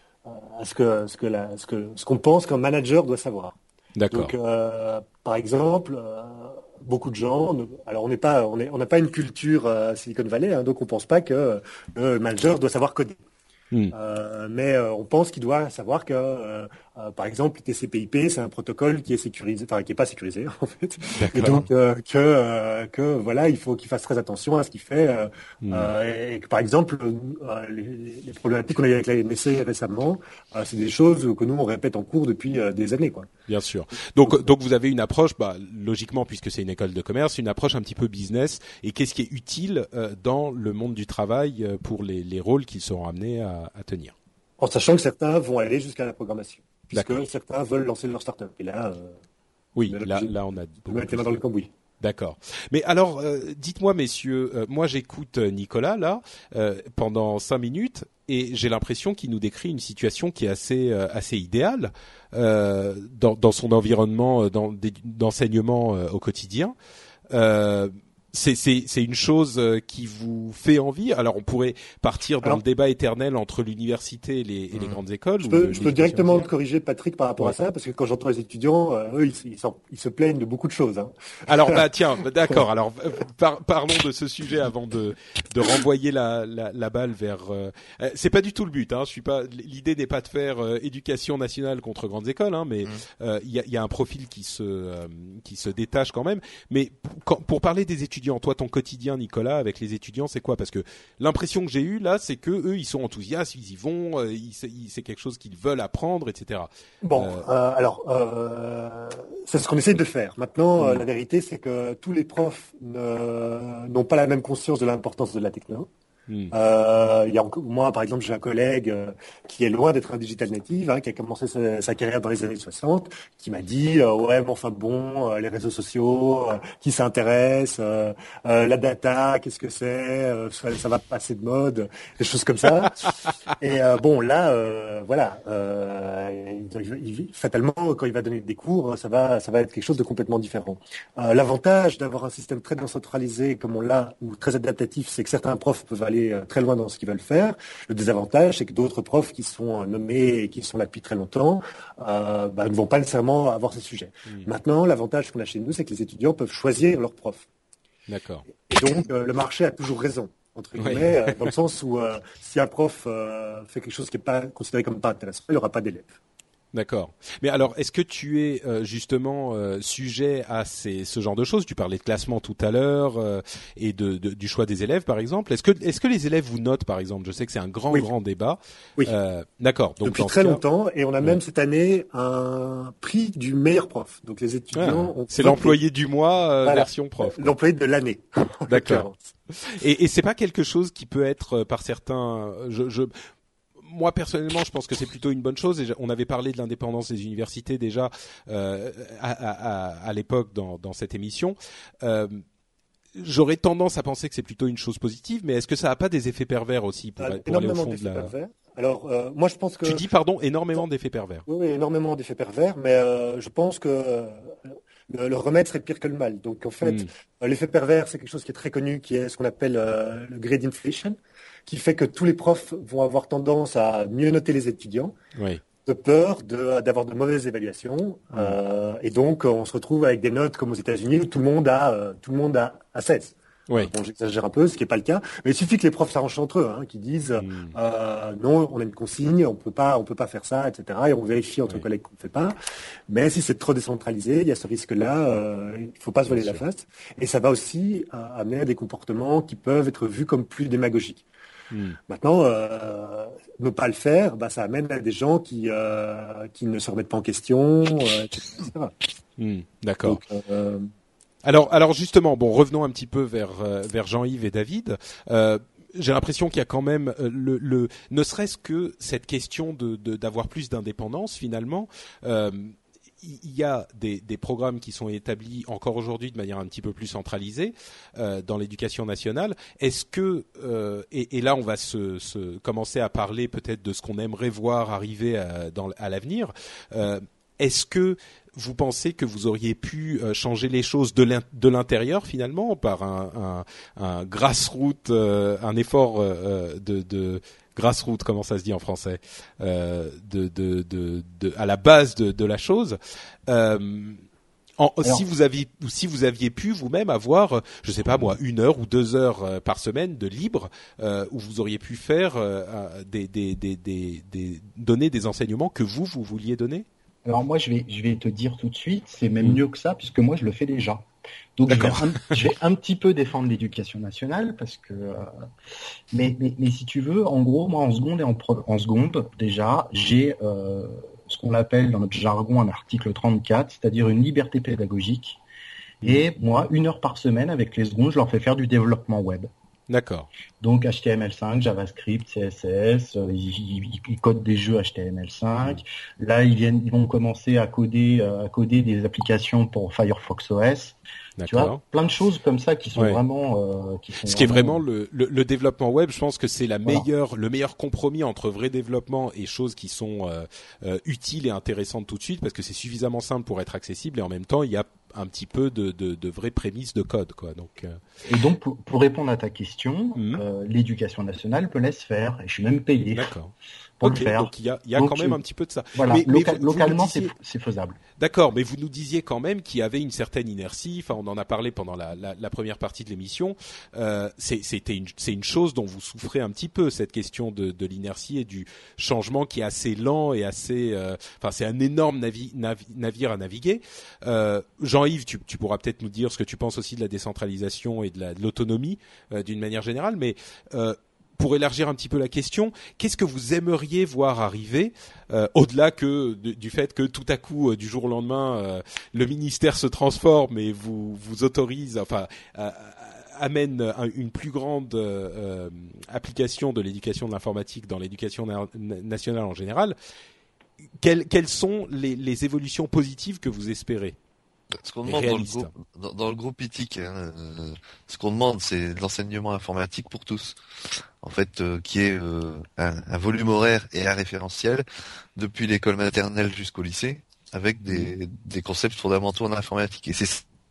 à ce que, ce que, la, ce que, ce qu'on pense qu'un manager doit savoir. D'accord. Donc, euh, par exemple, euh, beaucoup de gens, alors on n'est pas, on est, on n'a pas une culture euh, Silicon Valley, hein, donc on pense pas que le manager doit savoir coder. Mmh. Euh, mais euh, on pense qu'il doit savoir que, euh, euh, par exemple, T C P/I P, c'est un protocole qui est sécurisé, enfin qui est pas sécurisé en fait, et donc euh, que euh, que voilà, il faut qu'il fasse très attention à ce qu'il fait, euh, mmh. euh, et que par exemple, euh, les, les problématiques qu'on a eu avec la N S A récemment, euh, c'est des choses que nous on répète en cours depuis euh, des années, quoi. Bien sûr. Donc donc vous avez une approche, bah logiquement puisque c'est une école de commerce, une approche un petit peu business. Et qu'est-ce qui est utile euh, dans le monde du travail euh, pour les les rôles qu'ils seront amenés à à tenir. En sachant que certains vont aller jusqu'à la programmation, puisque D'accord. certains veulent lancer leur start-up. Et là, euh, oui, là, là, on a on mettre les mains dans le cambouis. D'accord. Mais alors, euh, dites-moi, messieurs, euh, moi j'écoute Nicolas là euh, pendant cinq minutes et j'ai l'impression qu'il nous décrit une situation qui est assez euh, assez idéale euh, dans, dans son environnement dans, d'enseignement euh, au quotidien. Euh, c'est, c'est, c'est une chose qui vous fait envie. Alors, on pourrait partir dans Alors, le débat éternel entre l'université et les, et les grandes écoles. Je peux, ou je peux directement nationale. te corriger, Patrick, par rapport ouais. à ça, parce que quand j'entends les étudiants, euh, eux, ils, ils, ils se plaignent de beaucoup de choses. Hein. Alors, bah tiens, d'accord. Alors, par, parlons de ce sujet avant de, de renvoyer la, la, la balle vers. Euh, c'est pas du tout le but. Hein. Je suis pas. L'idée n'est pas de faire euh, éducation nationale contre grandes écoles, hein, mais il mmh. euh, y, a, y a un profil qui se euh, qui se détache quand même. Mais pour, pour parler des étudiants, toi, ton quotidien, Nicolas, avec les étudiants, c'est quoi? Parce que l'impression que j'ai eue là, c'est que eux, ils sont enthousiastes, ils y vont, euh, ils, ils, c'est quelque chose qu'ils veulent apprendre, et cetera. Bon, euh... Euh, alors, euh, c'est ce qu'on essaie de faire. Maintenant, mmh. euh, la vérité, c'est que tous les profs ne, n'ont pas la même conscience de l'importance de la techno. Hmm. Euh, il y a encore, moi, par exemple, j'ai un collègue euh, qui est loin d'être un digital native, hein, qui a commencé sa, sa carrière dans les années soixante, qui m'a dit euh, ouais, mais enfin bon, euh, les réseaux sociaux, euh, qui s'intéresse, euh, euh, la data, qu'est-ce que c'est, euh, ça, ça va passer de mode, des choses comme ça. Et euh, bon, là, euh, voilà, euh, il, il, fatalement, quand il va donner des cours, ça va, ça va être quelque chose de complètement différent. Euh, l'avantage d'avoir un système très décentralisé comme on l'a, ou très adaptatif, c'est que certains profs peuvent aller très loin dans ce qu'ils veulent faire. Le désavantage, c'est que d'autres profs qui sont nommés et qui sont là depuis très longtemps euh, bah, ne vont pas nécessairement avoir ces sujets. Mmh. Maintenant, l'avantage qu'on a chez nous, c'est que les étudiants peuvent choisir leurs profs. D'accord. Et donc, euh, le marché a toujours raison, entre guillemets, oui. euh, dans le sens où euh, si un prof euh, fait quelque chose qui n'est pas considéré comme pas intéressant, il n'aura pas d'élèves. D'accord. Mais alors, est-ce que tu es euh, justement euh, sujet à ces, ce genre de choses? Tu parlais de classement tout à l'heure euh, et de, de, du choix des élèves, par exemple. Est-ce que, est-ce que les élèves vous notent, par exemple? Je sais que c'est un grand, oui. grand débat. Oui. Euh, d'accord. Donc, depuis très cas... longtemps, et on a ouais. même cette année un prix du meilleur prof. Donc les étudiants. Ah, ont c'est l'employé du mois euh, voilà. version prof. Quoi. L'employé de l'année. D'accord. et, et c'est pas quelque chose qui peut être par certains. Je, je... Moi personnellement, je pense que c'est plutôt une bonne chose. Et on avait parlé de l'indépendance des universités déjà euh, à, à, à l'époque dans, dans cette émission. Euh, J'aurais tendance à penser que c'est plutôt une chose positive, mais est-ce que ça n'a pas des effets pervers aussi pour, euh, pour aller au fond de la... Pervers. Alors, euh, moi, je pense que tu dis pardon, énormément d'effets pervers. Oui, oui, énormément d'effets pervers, mais euh, je pense que euh, le, le remède serait pire que le mal. Donc, en fait, mm. euh, l'effet pervers, c'est quelque chose qui est très connu, qui est ce qu'on appelle euh, le grade inflation, qui fait que tous les profs vont avoir tendance à mieux noter les étudiants, oui. de peur de, d'avoir de mauvaises évaluations, mmh. euh, et donc on se retrouve avec des notes comme aux États-Unis où tout le monde a, euh, tout le monde a, a seize. Oui. Bon, j'exagère un peu, ce qui n'est pas le cas, mais il suffit que les profs s'arrangent entre eux, hein, qui disent mmh. euh, non, on a une consigne, on peut pas, on peut pas faire ça, et cetera. Et on vérifie entre oui. collègues qu'on ne fait pas. Mais si c'est trop décentralisé, il y a ce risque-là. Euh, il ne faut pas se voiler la face, et ça va aussi euh, amener à des comportements qui peuvent être vus comme plus démagogiques. Mmh. Maintenant, euh, ne pas le faire, bah, ça amène à des gens qui euh, qui ne se remettent pas en question, euh, et cetera. Mmh, d'accord. Donc, euh, alors, alors justement, bon, revenons un petit peu vers euh, vers Jean-Yves et David. Euh, j'ai l'impression qu'il y a quand même le, le ne serait-ce que cette question de, de d'avoir plus d'indépendance finalement. Euh, il y a des, des programmes qui sont établis encore aujourd'hui de manière un petit peu plus centralisée euh, dans l'éducation nationale. Est-ce que euh, et, et là on va se, se commencer à parler peut-être de ce qu'on aimerait voir arriver à, dans, à l'avenir. Euh, est-ce que vous pensez que vous auriez pu euh, changer les choses de, l'in- de l'intérieur finalement par un, un, un grassroots, euh, un effort euh, de, de grassroots, comment ça se dit en français, euh, de, de, de, de, à la base de, de la chose. Euh, en, Alors, si vous aviez, si vous aviez pu vous-même avoir, je sais pas moi, une heure ou deux heures euh, par semaine de libre, euh, où vous auriez pu faire euh, des, des, des, des, des, donner des enseignements que vous vous vouliez donner. Alors moi, je vais, je vais te dire tout de suite, c'est même mmh. mieux que ça, puisque moi, je le fais déjà. Donc, je vais, un, je vais un petit peu défendre l'éducation nationale, parce que, euh, mais, mais, mais si tu veux, en gros, moi, en seconde et en, pro, en seconde, déjà, j'ai euh, ce qu'on appelle dans notre jargon un article trente-quatre, c'est-à-dire une liberté pédagogique. Et moi, une heure par semaine, avec les secondes, je leur fais faire du développement web. D'accord. Donc H T M L cinq, JavaScript, C S S, euh, ils, ils, ils codent des jeux H T M L cinq. Mmh. Là, ils viennent, ils vont commencer à coder, euh, à coder des applications pour Firefox O S. Tu vois, plein de choses comme ça qui sont ouais. vraiment, euh, qui sont Ce qui vraiment... est vraiment le, le, le développement web, je pense que c'est la voilà. meilleure, le meilleur compromis entre vrai développement et choses qui sont euh, euh, utiles et intéressantes tout de suite, parce que c'est suffisamment simple pour être accessible et en même temps il y a un petit peu de, de, de vraies prémices de code, quoi. Donc. Euh... Et donc pour, pour répondre à ta question, mmh. euh, l'éducation nationale peut laisser faire, et je suis même payé. D'accord. Pour okay, le faire. Donc il y a, il y a donc, quand même un petit peu de ça. Voilà, mais, loca- mais vous, localement vous disiez... c'est, c'est faisable. D'accord, mais vous nous disiez quand même qu'il y avait une certaine inertie. Enfin, on en a parlé pendant la, la, la première partie de l'émission. Euh, c'est, c'était une, c'est une chose dont vous souffrez un petit peu, cette question de, de l'inertie et du changement qui est assez lent et assez. Euh, enfin, c'est un énorme navi, navi, navire à naviguer. Euh, Jean-Yves, tu, tu pourras peut-être nous dire ce que tu penses aussi de la décentralisation et de, la, de l'autonomie euh, d'une manière générale, mais euh, pour élargir un petit peu la question, qu'est-ce que vous aimeriez voir arriver euh, au-delà que de, du fait que tout à coup, euh, du jour au lendemain, euh, le ministère se transforme et vous vous autorise, enfin, euh, amène un, une plus grande euh, application de l'éducation de l'informatique dans l'éducation na- nationale en général. Quelles, quelles sont les, les évolutions positives que vous espérez ? Ce qu'on demande dans le, groupe, dans, dans le groupe I T I C, hein, euh, ce qu'on demande, c'est de l'enseignement informatique pour tous. En fait, euh, qui est euh, un, un volume horaire et un référentiel depuis l'école maternelle jusqu'au lycée, avec des, des concepts fondamentaux en informatique. Et c'est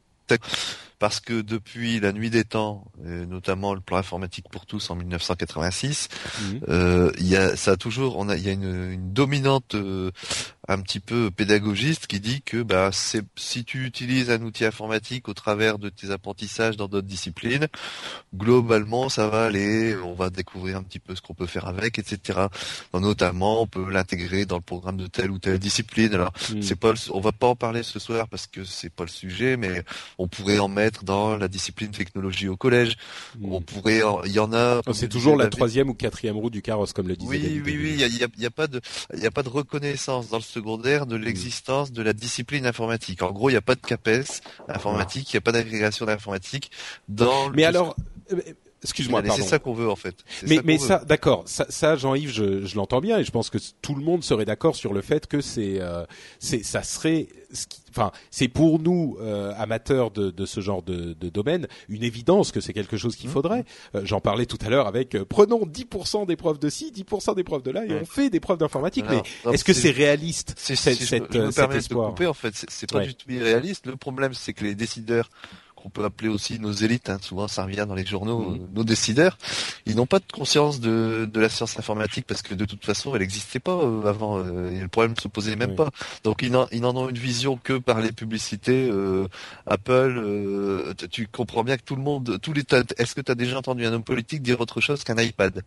parce que depuis la nuit des temps, et notamment le plan informatique pour tous en dix-neuf cent quatre-vingt-six, mmh. euh, il y a, ça a toujours, on a, il y a une, une dominante euh, un petit peu pédagogiste qui dit que bah c'est si tu utilises un outil informatique au travers de tes apprentissages dans d'autres disciplines, globalement ça va aller, on va découvrir un petit peu ce qu'on peut faire avec, et cetera. Donc, notamment, on peut l'intégrer dans le programme de telle ou telle discipline. Alors, mmh. c'est pas, le, on va pas en parler ce soir parce que c'est pas le sujet, mais on pourrait en mettre dans la discipline technologie au collège. Mmh. On pourrait, il y en a. Oh, c'est toujours la troisième ou quatrième roue du carrosse, comme le disait. Oui, David oui, oui. Il y a, y a, y a pas de, il y a pas de reconnaissance dans le secondaire de l'existence de la discipline informatique. En gros, il n'y a pas de CAPES informatique, il n'y a pas d'agrégation d'informatique dans. Mais alors, euh, excuse-moi, mais pardon. C'est ça qu'on veut en fait. C'est mais ça mais veut. ça, d'accord, ça, ça Jean-Yves, je, je l'entends bien et je pense que tout le monde serait d'accord sur le fait que c'est, euh, c'est, ça serait, ce qui, enfin, c'est pour nous euh, amateurs de, de ce genre de, de domaine une évidence que c'est quelque chose qu'il faudrait. Mmh. Euh, j'en parlais tout à l'heure avec, euh, prenons dix pour cent des profs de ci, dix pour cent des profs de là et mmh. on fait des profs d'informatique. Alors, mais non, est-ce que c'est, c'est réaliste c'est, cette, si cette, je me, je me cet espoir? De couper, en fait, c'est, c'est pas ouais. du tout irréaliste. Le problème, c'est que les décideurs, qu'on peut appeler aussi nos élites, hein, souvent ça revient dans les journaux, mmh. euh, nos décideurs, ils n'ont pas de conscience de, de la science informatique parce que de toute façon elle n'existait pas euh, avant, euh, et le problème ne se posait même oui. pas. Donc ils n'en, ils n'en ont une vision que par les publicités. Euh, Apple, euh, tu comprends bien que tout le monde, tous les, est-ce que tu as déjà entendu un homme politique dire autre chose qu'un iPad?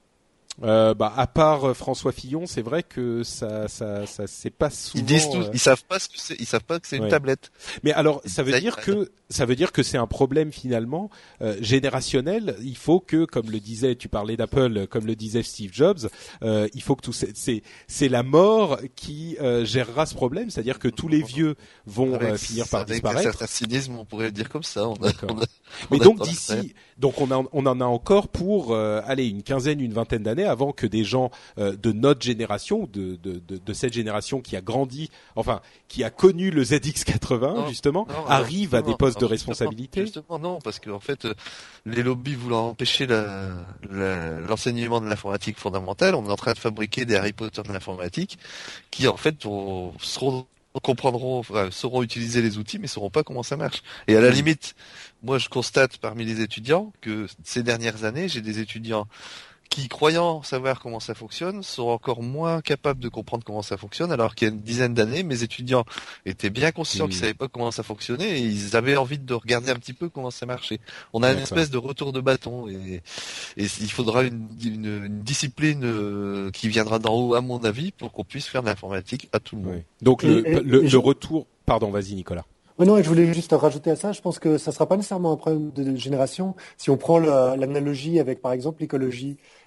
Euh, bah à part euh, François Fillon, c'est vrai que ça, ça, ça, c'est pas souvent. Ils disent tous, euh... ils savent pas ce que c'est, ils savent pas que c'est ouais. une tablette. Mais alors, ça veut dire que, ça veut dire que c'est un problème finalement euh, générationnel. Il faut que, comme le disait, tu parlais d'Apple, comme le disait Steve Jobs, euh, il faut que tout, c'est, c'est, c'est la mort qui euh, gérera ce problème, c'est-à-dire que tous les vieux vont avec, euh, finir par avec disparaître. Avec un certain cynisme, on pourrait le dire comme ça. On a, on a, Mais on donc a d'ici, donc on, a, on en a encore pour, euh, allez, une quinzaine, une vingtaine d'années avant que des gens euh, de notre génération, de, de, de, de cette génération qui a grandi, enfin, qui a connu le Z X quatre-vingts non, justement, non, arrive à des postes de responsabilité. Justement, non, parce que en fait, euh, les lobbies voulant empêcher la, la, l'enseignement de l'informatique fondamentale, on est en train de fabriquer des Harry Potter de l'informatique qui, en fait, vont, seront comprendront, enfin, sauront utiliser les outils, mais sauront pas comment ça marche. Et à la limite, moi, je constate parmi les étudiants que ces dernières années, j'ai des étudiants qui, croyant savoir comment ça fonctionne, sont encore moins capables de comprendre comment ça fonctionne, alors qu'il y a une dizaine d'années, mes étudiants étaient bien conscients mmh. qu'ils savaient pas comment ça fonctionnait et ils avaient envie de regarder un petit peu comment ça marchait. On a D'accord. une espèce de retour de bâton et, et il faudra une, une, une discipline euh, qui viendra d'en haut, à mon avis, pour qu'on puisse faire de l'informatique à tout le monde. Oui. Donc et, le, et, le, et le je... retour... Pardon, vas-y Nicolas. Oui, non, je voulais juste rajouter à ça, je pense que ça sera pas nécessairement un problème de génération. Si on prend le, l'analogie avec, par exemple, l'écologie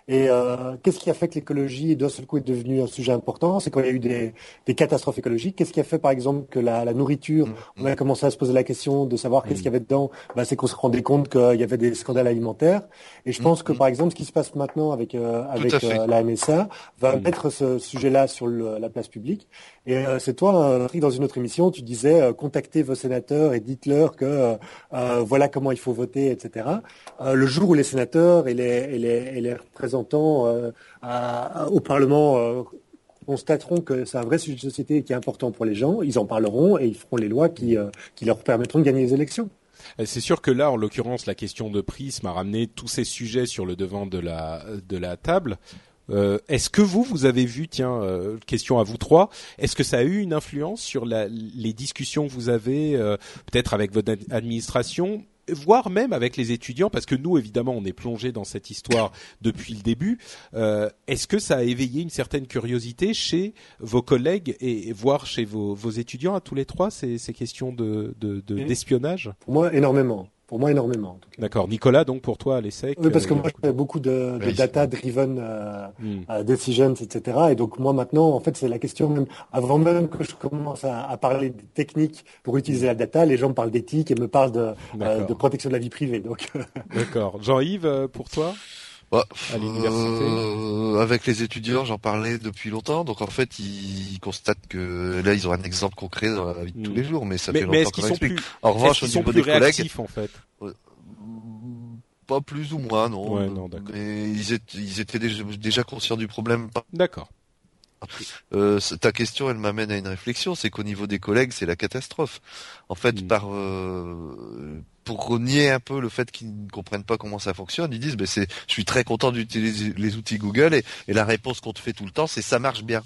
Et euh, qu'est-ce qui a fait que l'écologie d'un seul coup est devenue un sujet important? C'est quand il y a eu des, des catastrophes écologiques. Qu'est-ce qui a fait par exemple que la, la nourriture, mmh. on a commencé à se poser la question de savoir mmh. qu'est-ce qu'il y avait dedans? Bah, c'est qu'on se rendait compte qu'il y avait des scandales alimentaires. Et je pense mmh. que par exemple ce qui se passe maintenant avec euh, avec euh, la M S A va mmh. mettre ce sujet-là sur le, la place publique. Et euh, c'est toi, Patrick, dans une autre émission, tu disais euh, contactez vos sénateurs et dites-leur que euh, euh, voilà comment il faut voter, et cetera. Euh, le jour où les sénateurs et les, et les, et les représentants euh, à, à, au Parlement euh, constateront que c'est un vrai sujet de société qui est important pour les gens, ils en parleront et ils feront les lois qui, euh, qui leur permettront de gagner les élections. C'est sûr que là, en l'occurrence, la question de Prism a ramené tous ces sujets sur le devant de la, de la table. Euh, est-ce que vous, vous avez vu, tiens, euh, question à vous trois, est-ce que ça a eu une influence sur la, les discussions que vous avez, euh, peut-être avec votre administration, voire même avec les étudiants, parce que nous, évidemment, on est plongé dans cette histoire depuis le début. Euh, est-ce que ça a éveillé une certaine curiosité chez vos collègues et, et voire chez vos, vos étudiants à tous les trois, ces, ces questions de, de, de, d'espionnage? Pour moi, énormément. Pour moi, énormément. En tout cas. D'accord. Nicolas, donc pour toi, à l'ESSEC. Oui, parce que euh, moi, je fais beaucoup de, de oui, data-driven euh, mm. uh, decisions, et cetera. Et donc moi, maintenant, en fait, c'est la question même. Avant même que je commence à, à parler des techniques pour utiliser la data, les gens me parlent d'éthique et me parlent de, euh, de protection de la vie privée. Donc. D'accord. Jean-Yves, pour toi? Bah, à l'université euh, avec les étudiants, j'en parlais depuis longtemps. Donc en fait, ils constatent que là, ils ont un exemple concret dans la vie de mmh. tous les jours, mais ça mais, fait mais longtemps qu'on explique. Plus, en revanche, au niveau des collègues, en fait, euh, pas plus ou moins, non. Ouais, non, d'accord. Mais ils étaient, ils étaient déjà, déjà conscients du problème. D'accord. Euh, ta question, elle m'amène à une réflexion, c'est qu'au niveau des collègues, c'est la catastrophe. En fait, mmh. par euh, pour renier un peu le fait qu'ils ne comprennent pas comment ça fonctionne, ils disent, ben c'est, je suis très content d'utiliser les outils Google et, et la réponse qu'on te fait tout le temps, c'est ça marche bien.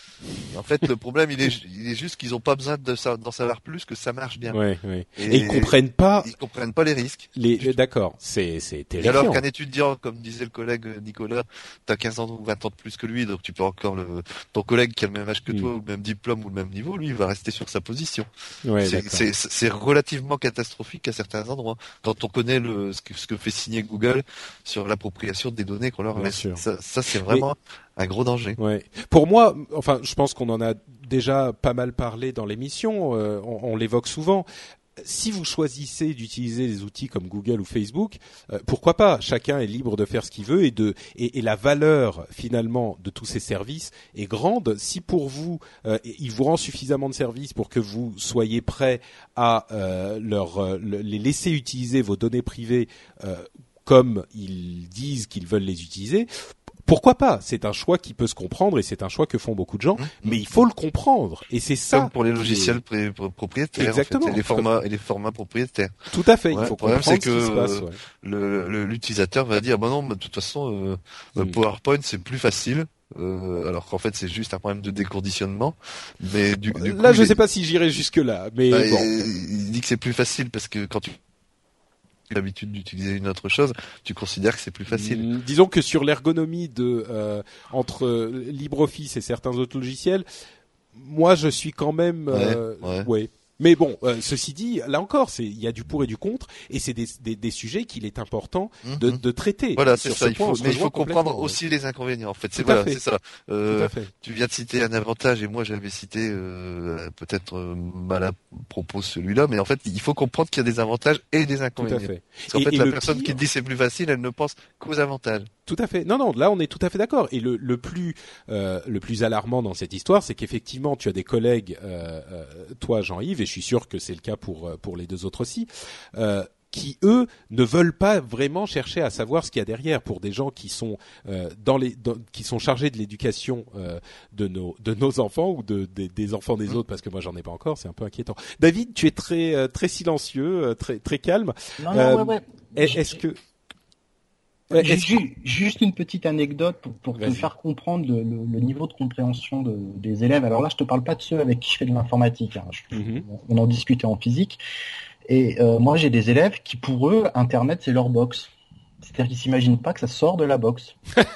En fait, le problème, il est, il est juste qu'ils n'ont pas besoin de ça, d'en savoir plus, que ça marche bien. Ouais, ouais. Et, et ils comprennent pas. Ils comprennent pas les risques. Les, d'accord. C'est, c'est terrifiant. Et alors qu'un étudiant, comme disait le collègue Nicolas, t'as quinze ans ou vingt ans de plus que lui, donc tu peux encore le, ton collègue qui a le même âge que toi, mmh. ou le même diplôme ou le même niveau, lui, il va rester sur sa position. Ouais, c'est, c'est, c'est relativement catastrophique à certains endroits. Quand on connaît le, ce que, ce que fait signer Google sur l'appropriation des données qu'on leur laisse. Ça, ça, c'est vraiment Mais... un gros danger. Ouais. Pour moi, enfin, je pense qu'on en a déjà pas mal parlé dans l'émission, euh, on, on l'évoque souvent. Si vous choisissez d'utiliser des outils comme Google ou Facebook, euh, pourquoi pas? Chacun est libre de faire ce qu'il veut et de et, et la valeur finalement de tous ces services est grande. Si pour vous, euh, il vous rend suffisamment de services pour que vous soyez prêt à euh, leur euh, les laisser utiliser vos données privées euh, comme ils disent qu'ils veulent les utiliser. Pourquoi pas? C'est un choix qui peut se comprendre et c'est un choix que font beaucoup de gens, mmh. mais il faut le comprendre. Et c'est ça. Comme pour les logiciels pré- propriétaires. Exactement. En fait, et les formats, et les formats propriétaires. Tout à fait. Ouais, il faut le problème, comprendre c'est ce que qui se passe. Ouais. le, le, l'utilisateur va dire, bah non, bah, de toute façon, euh, mmh. PowerPoint, c'est plus facile. Euh, alors qu'en fait, c'est juste un problème de déconditionnement. Mais du, du là, coup, je il sais est... pas si j'irai jusque là, mais bah, bon. Il dit que c'est plus facile parce que quand tu l'habitude d'utiliser une autre chose, tu considères que c'est plus facile. Mmh, disons que sur l'ergonomie de euh, entre LibreOffice et certains autres logiciels, moi je suis quand même euh, ouais, ouais. ouais. Mais bon, euh, ceci dit, là encore, c'est il y a du pour et du contre, et c'est des, des, des sujets qu'il est important de, de traiter. Voilà, c'est ça. Il faut, mais il faut comprendre aussi les inconvénients. En fait, c'est voilà, c'est ça. Euh, tu viens de citer un avantage, et moi j'avais cité euh, peut-être euh, mal à propos celui-là, mais en fait, il faut comprendre qu'il y a des avantages et des inconvénients. Tout à fait. Parce qu'en et, fait, et la personne pire... qui dit c'est plus facile, elle ne pense qu'aux avantages. Tout à fait. Non, non, là on est tout à fait d'accord. Et le, le plus, euh, le plus alarmant dans cette histoire, c'est qu'effectivement, tu as des collègues, euh, euh, toi Jean-Yves, et je suis sûr que c'est le cas pour pour les deux autres aussi, euh, qui eux ne veulent pas vraiment chercher à savoir ce qu'il y a derrière. Pour des gens qui sont euh, dans les, dans, qui sont chargés de l'éducation euh, de nos de nos enfants ou de, de des enfants des mmh. autres, parce que moi j'en ai pas encore, c'est un peu inquiétant. David, tu es très euh, très silencieux, très très calme. Non, non, euh, ouais, ouais. Est-ce que Ouais, J'ai juste une petite anecdote pour, pour te faire comprendre le, le, le niveau de compréhension de, des élèves. Alors là, je te parle pas de ceux avec qui je fais de l'informatique. Hein. Je, mm-hmm. On en discutait en physique. Et euh, moi, j'ai des élèves qui, pour eux, Internet, c'est leur box. C'est-à-dire qu'ils s'imaginent pas que ça sort de la box.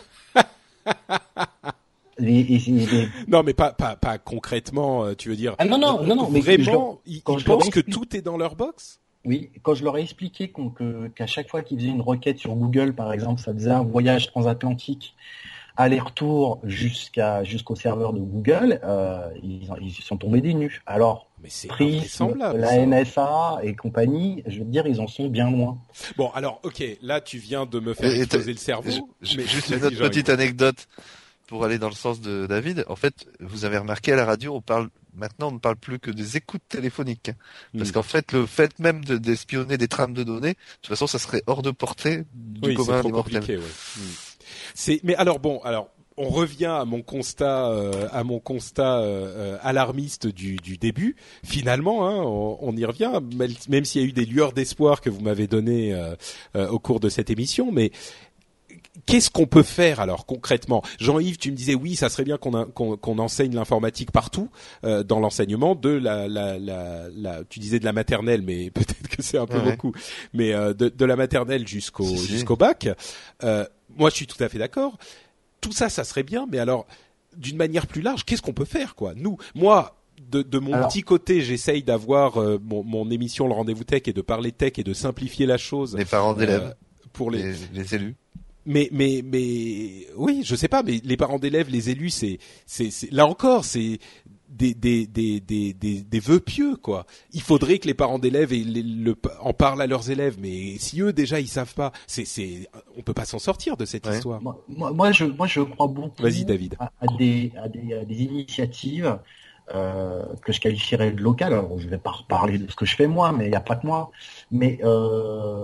Et, et, et... Non, mais pas, pas, pas concrètement, tu veux dire. Ah non, non, non, non. Mais vraiment, ils, ils pensent que tout est dans leur box? Oui, quand je leur ai expliqué qu'on, que, qu'à chaque fois qu'ils faisaient une requête sur Google, par exemple, ça faisait un voyage transatlantique, aller-retour jusqu'à jusqu'au serveur de Google, euh, ils, ils sont tombés des nues. Alors, Mais c'est Prism, invraisemblable, la ça. N S A et compagnie, je veux dire, ils en sont bien loin. Bon, alors, ok, là, tu viens de me faire Et- et exploser t'as- le cerveau. Je- mais Juste vas-y, une autre Jean-Yves. petite anecdote pour aller dans le sens de David. En fait, vous avez remarqué à la radio, on parle maintenant, on ne parle plus que des écoutes téléphoniques, parce Mm. qu'en fait, le fait même de, d'espionner des trames de données, de toute façon, ça serait hors de portée du Oui, c'est commun trop des mortels. compliqué, ouais. Mm. C'est, mais alors bon, alors on revient à mon constat, euh, à mon constat euh, euh, alarmiste du, du début. Finalement, hein, on, on y revient, même, même s'il y a eu des lueurs d'espoir que vous m'avez données euh, euh, au cours de cette émission, mais qu'est-ce qu'on peut faire alors concrètement? Jean-Yves, tu me disais oui, ça serait bien qu'on, a, qu'on, qu'on enseigne l'informatique partout euh, dans l'enseignement de la, la, la, la, tu disais de la maternelle, mais peut-être que c'est un peu Ouais. beaucoup, mais euh, de, de la maternelle jusqu'au Si, si. jusqu'au bac. Euh, moi, je suis tout à fait d'accord. Tout ça, ça serait bien, mais alors d'une manière plus large, qu'est-ce qu'on peut faire quoi? Nous, moi. De, de mon Alors, petit côté, j'essaye d'avoir euh, mon, mon émission Le Rendez-vous Tech et de parler tech et de simplifier la chose Les parents d'élèves, euh, pour les, les, les élus. mais mais mais oui, je sais pas, mais les parents d'élèves, les élus, c'est c'est, c'est là encore, c'est des des des des des des vœux pieux quoi. Il faudrait que les parents d'élèves et les, le, en parlent à leurs élèves, mais si eux déjà ils savent pas, c'est c'est on peut pas s'en sortir de cette Ouais. histoire. moi, moi, moi, je, moi, je crois beaucoup Vas-y David. à, à des, à des, à des initiatives euh, que je qualifierais de locales. Alors, je vais pas reparler de ce que je fais moi, mais il n'y a pas que moi. Mais euh,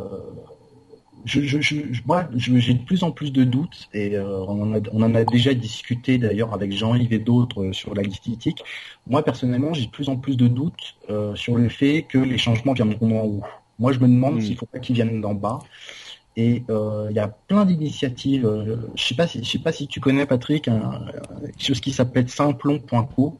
je, je, je, je- moi, je- j'ai de plus en plus de doutes, et euh, on, en a, on en a déjà discuté d'ailleurs avec Jean-Yves et d'autres euh, sur la listique. Moi, personnellement, j'ai de plus en plus de doutes euh, sur le fait que les changements viendront d'en haut. Moi, je me demande Mm. s'il faut pas qu'ils viennent d'en bas. Et euh, il y a plein d'initiatives. euh, je sais pas si, je sais pas si tu connais Patrick, un, un- quelque chose qui s'appelle simplon point co.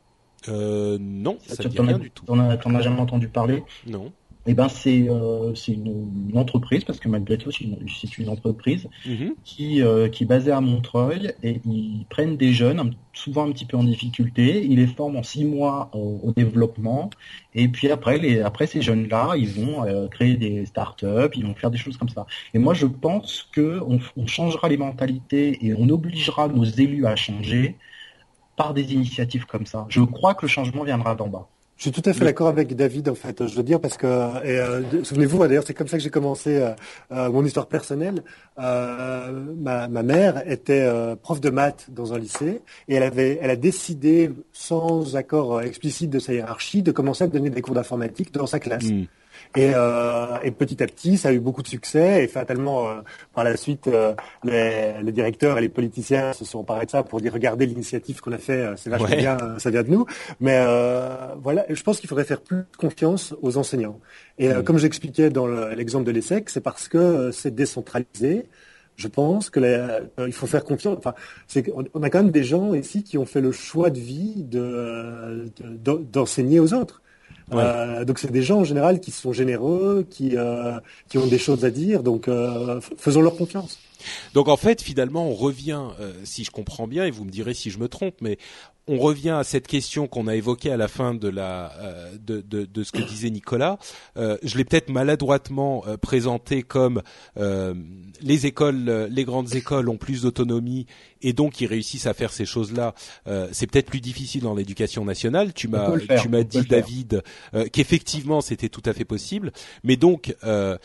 Euh, non, ça Tu dit t'en rien as, du tout. t'en as, t'en as jamais entendu parler? Non. Eh ben c'est euh, c'est une, une entreprise, parce que malgré tout c'est une, c'est une entreprise Mhm. qui euh, qui est basée à Montreuil, et ils prennent des jeunes un- souvent un petit peu en difficulté, ils les forment en six mois au, au développement, et puis après les après ces jeunes-là ils vont euh, créer des startups, ils vont faire des choses comme ça. Et moi je pense que on, on changera les mentalités et on obligera nos élus à changer par des initiatives comme ça. Je crois que le changement viendra d'en bas. Je suis tout à fait d'accord avec David, en fait. Je veux dire parce que, et, euh, souvenez-vous, d'ailleurs, c'est comme ça que j'ai commencé euh, euh, mon histoire personnelle. Euh, ma, ma mère était euh, prof de maths dans un lycée, et elle avait, elle a décidé, sans accord euh, explicite de sa hiérarchie, de commencer à donner des cours d'informatique dans sa classe. Mm. Et, euh, et petit à petit, ça a eu beaucoup de succès, et fatalement, euh, par la suite, euh, les, les directeurs et les politiciens se sont emparés de ça pour dire regardez l'initiative qu'on a fait, euh, c'est vachement Ouais. bien, euh, ça vient de nous. Mais euh, voilà, je pense qu'il faudrait faire plus confiance aux enseignants. Et euh, Mm. comme j'expliquais dans le- l'exemple de l'ESSEC, c'est parce que euh, c'est décentralisé. Je pense que la- euh, il faut faire confiance. Enfin, c'est qu'on on a quand même des gens ici qui ont fait le choix de vie de, de- de- d'enseigner aux autres. Ouais. Euh, donc c'est des gens en général qui sont généreux, qui euh, qui ont des choses à dire. Donc euh, f- faisons leur confiance. Donc en fait, finalement, on revient, euh, si je comprends bien, et vous me direz si je me trompe, mais on revient à cette question qu'on a évoquée à la fin de la euh, de, de, de ce que disait Nicolas. Euh, je l'ai peut-être maladroitement euh, présenté comme euh, les écoles, euh, les grandes écoles ont plus d'autonomie et donc ils réussissent à faire ces choses-là. Euh, c'est peut-être plus difficile dans l'éducation nationale. Tu On m'as peut le faire, tu m'as on peut dit le faire. David euh, qu'effectivement c'était tout à fait possible, mais donc euh,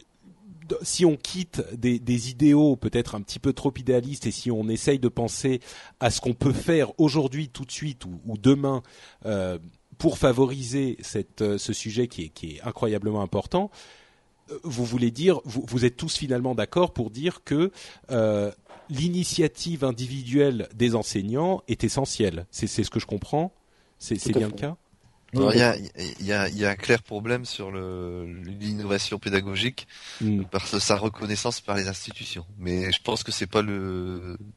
si on quitte des, des idéaux peut-être un petit peu trop idéalistes et si on essaye de penser à ce qu'on peut faire aujourd'hui, tout de suite ou, ou demain euh, pour favoriser cette, euh, ce sujet qui est, qui est incroyablement important, euh, vous voulez dire, vous, vous êtes tous finalement d'accord pour dire que euh, l'initiative individuelle des enseignants est essentielle. C'est, c'est ce que je comprends. C'est, c'est à bien fait. le cas. Alors, il y a, il y a, il y a un clair problème sur le, l'innovation pédagogique Mm. par sa reconnaissance par les institutions. Mais je pense que c'est pas le,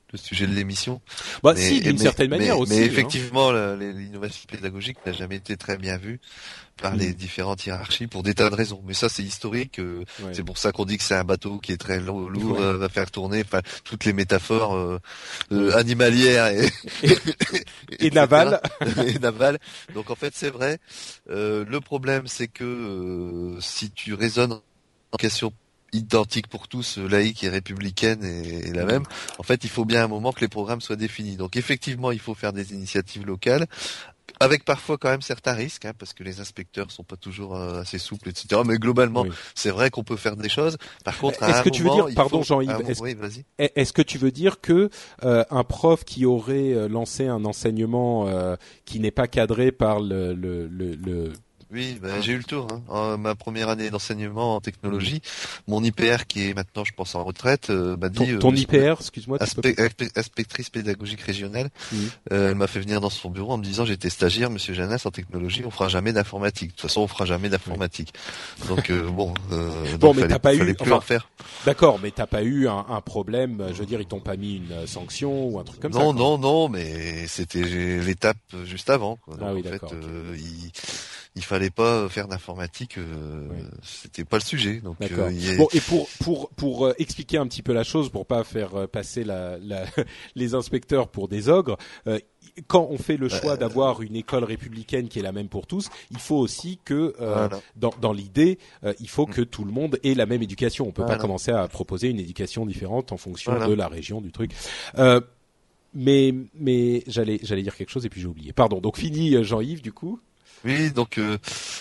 le sujet de l'émission. Bah mais, si, d'une mais, certaine manière mais, aussi. Mais hein. effectivement, la, l'innovation pédagogique n'a jamais été très bien vue par mmh. les différentes hiérarchies pour des tas de raisons. Mais ça, c'est historique. Euh, ouais. C'est pour ça qu'on dit que c'est un bateau qui est très lourd, lourd ouais. euh, à faire tourner. Enfin, toutes les métaphores euh, euh, animalières et, et, et navales. et navales. Donc en fait, c'est vrai. Euh, le problème, c'est que euh, si tu raisonnes en question identique pour tous, laïque et républicaine et, et la même. En fait, il faut bien un moment que les programmes soient définis. Donc effectivement, il faut faire des initiatives locales, avec parfois quand même certains risques, hein, parce que les inspecteurs sont pas toujours euh, assez souples, et cetera. Mais globalement, oui. c'est vrai qu'on peut faire des choses. Par contre, à est-ce un que tu moment, veux dire, pardon Jean-Yves, un... est-ce, oui, vas-y. est-ce que tu veux dire que euh, un prof qui aurait lancé un enseignement euh, qui n'est pas cadré par le, le, le, le Oui, bah, j'ai eu le tour. Hein. En, ma première année d'enseignement en technologie, mon I P R, qui est maintenant, je pense, en retraite, euh, m'a dit... Ton, ton euh, I P R, excuse-moi. Aspe- inspectrice pédagogique régionale, mmh. euh, elle m'a fait venir dans son bureau en me disant, j'étais stagiaire, monsieur Janas, en technologie, on fera jamais d'informatique. De toute façon, on fera jamais d'informatique. Oui. Donc, euh, bon... Euh, bon, donc, mais fallait, t'as pas eu... plus Enfin, en faire. D'accord, mais t'as pas eu un, un problème, je veux dire, ils t'ont pas mis une sanction ou un truc comme non, ça Non, non, non, mais c'était l'étape juste avant. Quoi. Donc, ah oui, en d'accord. fait, Okay. euh, il... il fallait pas faire d'informatique, euh, oui. c'était pas le sujet. Donc, d'accord. Euh, y a... Bon, et pour pour pour euh, expliquer un petit peu la chose, pour pas faire euh, passer la, la les inspecteurs pour des ogres, euh, quand on fait le choix euh... d'avoir une école républicaine qui est la même pour tous, il faut aussi que euh, voilà. dans dans l'idée, euh, il faut que tout le monde ait la même éducation. On peut voilà. pas commencer à proposer une éducation différente en fonction voilà. de la région du truc. Euh, mais mais j'allais j'allais dire quelque chose et puis j'ai oublié. Pardon. Donc fini Jean-Yves du coup. Oui, donc euh,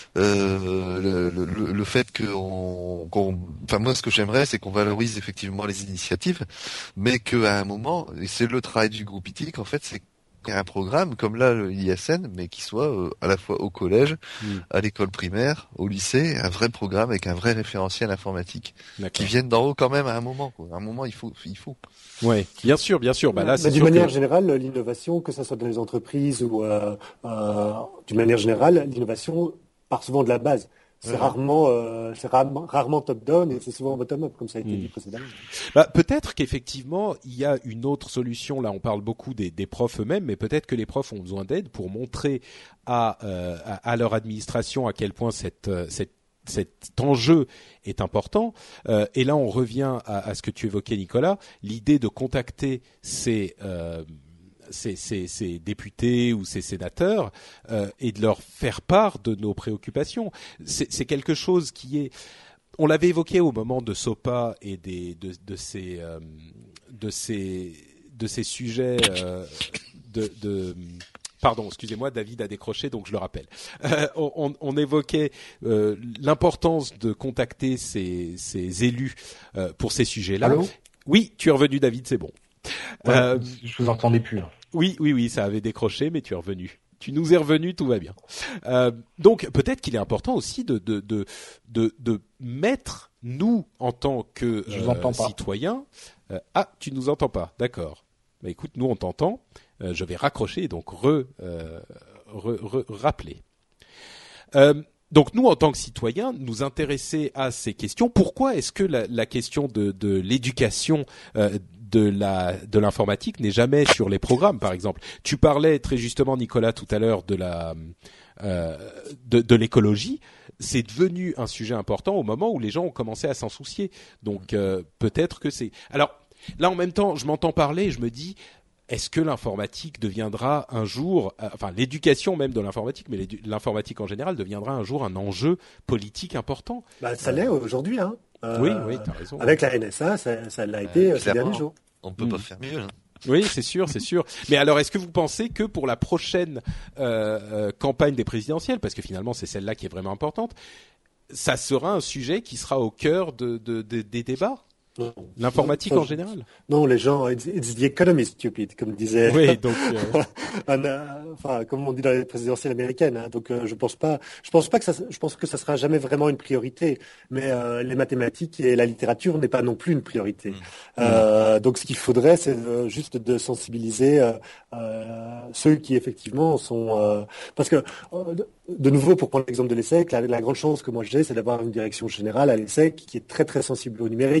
euh, le, le, le fait qu'on, qu'on, enfin moi ce que j'aimerais, c'est qu'on valorise effectivement les initiatives, mais qu'à un moment, et c'est le travail du groupe I T I C en fait, c'est qu'il y a un programme comme là le I S N, mais qui soit euh, à la fois au collège, mmh. à l'école primaire, au lycée, un vrai programme avec un vrai référentiel informatique, D'accord. qui vienne d'en haut quand même à un moment. Quoi. À un moment, il faut, il faut. Ouais, bien sûr, bien sûr. Bah là, c'est d'une manière que... générale, l'innovation, que ça soit dans les entreprises ou euh, euh, d'une manière générale, l'innovation part souvent de la base. C'est ouais. rarement, euh, c'est rarement, rarement top-down et c'est souvent bottom-up, comme ça a été mmh. dit précédemment. Bah, peut-être qu'effectivement, il y a une autre solution. Là, on parle beaucoup des, des profs eux-mêmes, mais peut-être que les profs ont besoin d'aide pour montrer à, euh, à, à leur administration à quel point cette, cette cet enjeu est important. Euh, et là, on revient à, à ce que tu évoquais, Nicolas, l'idée de contacter ces, euh, ces, ces, ces députés ou ces sénateurs euh, et de leur faire part de nos préoccupations. C'est, c'est quelque chose qui est... On l'avait évoqué au moment de SOPA et des, de, de, ces, euh, de, ces, de ces sujets euh, de... de Pardon, excusez-moi, David a décroché, donc je le rappelle. Euh, on, on évoquait euh, l'importance de contacter ces, ces élus euh, pour ces sujets-là. Allô ? Oui, tu es revenu, David, c'est bon. Ouais, euh, je vous entendais plus. Là. Oui, oui, oui, ça avait décroché, mais tu es revenu. Tu nous es revenu, tout va bien. Euh, donc peut-être qu'il est important aussi de de de de, de mettre nous en tant que euh, citoyens. Euh, ah, tu nous entends pas, d'accord. Bah écoute, nous on t'entend. Euh, je vais raccrocher, donc re, euh, re, re rappeler. Euh, donc nous, en tant que citoyens, nous intéresser à ces questions. Pourquoi est-ce que la, la question de, de l'éducation euh, de la de l'informatique n'est jamais sur les programmes, par exemple? Tu parlais très justement, Nicolas, tout à l'heure de la euh, de, de l'écologie. C'est devenu un sujet important au moment où les gens ont commencé à s'en soucier. Donc euh, peut-être que c'est. Alors là, en même temps, je m'entends parler et je me dis. Est-ce que l'informatique deviendra un jour, euh, enfin l'éducation même de l'informatique, mais l'informatique en général deviendra un jour un enjeu politique important? Bah, ça l'est aujourd'hui, hein. Euh, oui, oui, t'as raison. Avec la N S A, ça, ça l'a été euh, ces derniers jours. On peut mmh. pas faire mieux. Hein. Oui, c'est sûr, c'est sûr. Mais alors, est-ce que vous pensez que pour la prochaine euh, euh, campagne des présidentielles, parce que finalement c'est celle-là qui est vraiment importante, ça sera un sujet qui sera au cœur de, de, de, des débats? Non. L'informatique non, en général? Non, les gens, it's, it's the economy stupid, comme disait. Oui, donc. Euh... un, enfin, comme on dit dans les présidentielles américaines. Hein, donc, euh, je pense pas, je pense pas que ça, je pense que ça sera jamais vraiment une priorité. Mais euh, les mathématiques et la littérature n'est pas non plus une priorité. Mmh. Euh, donc, ce qu'il faudrait, c'est euh, juste de sensibiliser euh, euh, ceux qui effectivement sont, euh, parce que. Euh, De nouveau, pour prendre l'exemple de l'ESSEC, la, la grande chance que moi j'ai, c'est d'avoir une direction générale à l'ESSEC qui est très très sensible au numérique.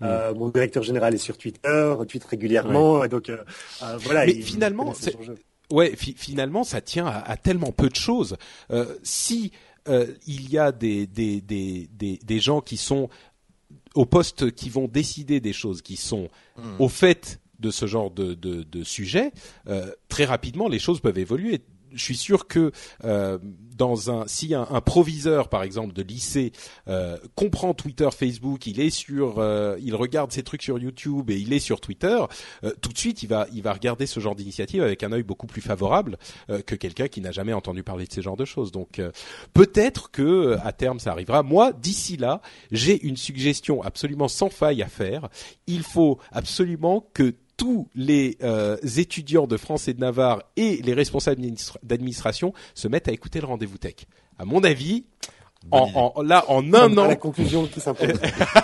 Euh, mon directeur général est sur Twitter, tweet régulièrement, ouais. donc euh, euh, voilà. Mais finalement, c'est... ouais, fi- finalement, ça tient à, à tellement peu de choses. Euh, si euh, il y a des, des des des des gens qui sont au poste, qui vont décider des choses, qui sont mmh. au fait de ce genre de de, de sujet, euh, très rapidement, les choses peuvent évoluer. Je suis sûr que euh, dans un si un, un proviseur par exemple de lycée euh, comprend Twitter, Facebook, il est sur, euh, il regarde ses trucs sur YouTube et il est sur Twitter, euh, tout de suite il va il va regarder ce genre d'initiative avec un œil beaucoup plus favorable euh, que quelqu'un qui n'a jamais entendu parler de ces genres de choses. Donc euh, peut-être que à terme ça arrivera. Moi, d'ici là, j'ai une suggestion absolument sans faille à faire. Il faut absolument que tous les euh, étudiants de France et de Navarre et les responsables d'administration se mettent à écouter le Rendez-vous Tech. À mon avis, en, en, là, en un an... La conclusion qui s'impose.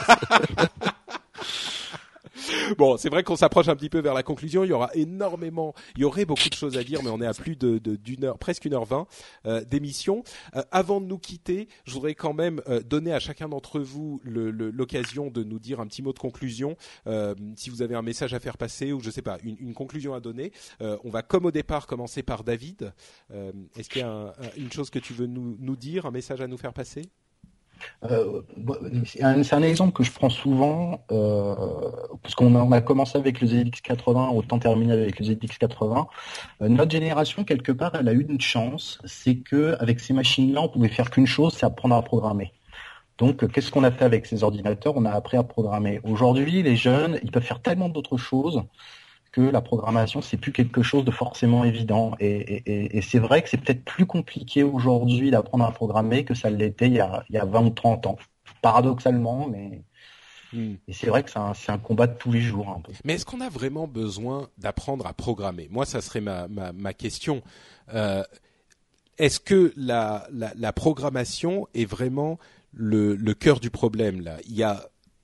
Bon, c'est vrai qu'on s'approche un petit peu vers la conclusion. Il y aura énormément, il y aurait beaucoup de choses à dire, mais on est à plus de, de d'une heure, presque une heure vingt euh, d'émission. Euh, avant de nous quitter, je voudrais quand même euh, donner à chacun d'entre vous le, le, l'occasion de nous dire un petit mot de conclusion. Euh, si vous avez un message à faire passer ou je sais pas, une, une conclusion à donner. Euh, on va comme au départ commencer par David. Euh, est-ce qu'il y a un, un, une chose que tu veux nous, nous dire, un message à nous faire passer? Euh, c'est, un, c'est un exemple que je prends souvent, euh, parce qu'on a, on a commencé avec le Z X quatre-vingts, autant terminer avec le Z X quatre-vingts. Euh, notre génération, quelque part, elle a eu une chance, c'est que avec ces machines-là, on pouvait faire qu'une chose, c'est apprendre à programmer. Donc, qu'est-ce qu'on a fait avec ces ordinateurs? On a appris à programmer. Aujourd'hui, les jeunes, ils peuvent faire tellement d'autres choses que la programmation, c'est plus quelque chose de forcément évident. Et, et, et c'est vrai que c'est peut-être plus compliqué aujourd'hui d'apprendre à programmer que ça l'était il y a, il y a vingt ou trente ans. Paradoxalement, mais mm. et c'est vrai que c'est un, c'est un combat de tous les jours. Un peu. Mais est-ce qu'on a vraiment besoin d'apprendre à programmer? Moi, ça serait ma, ma, ma question. Euh, est-ce que la, la, la programmation est vraiment le, le cœur du problème là? Il y a,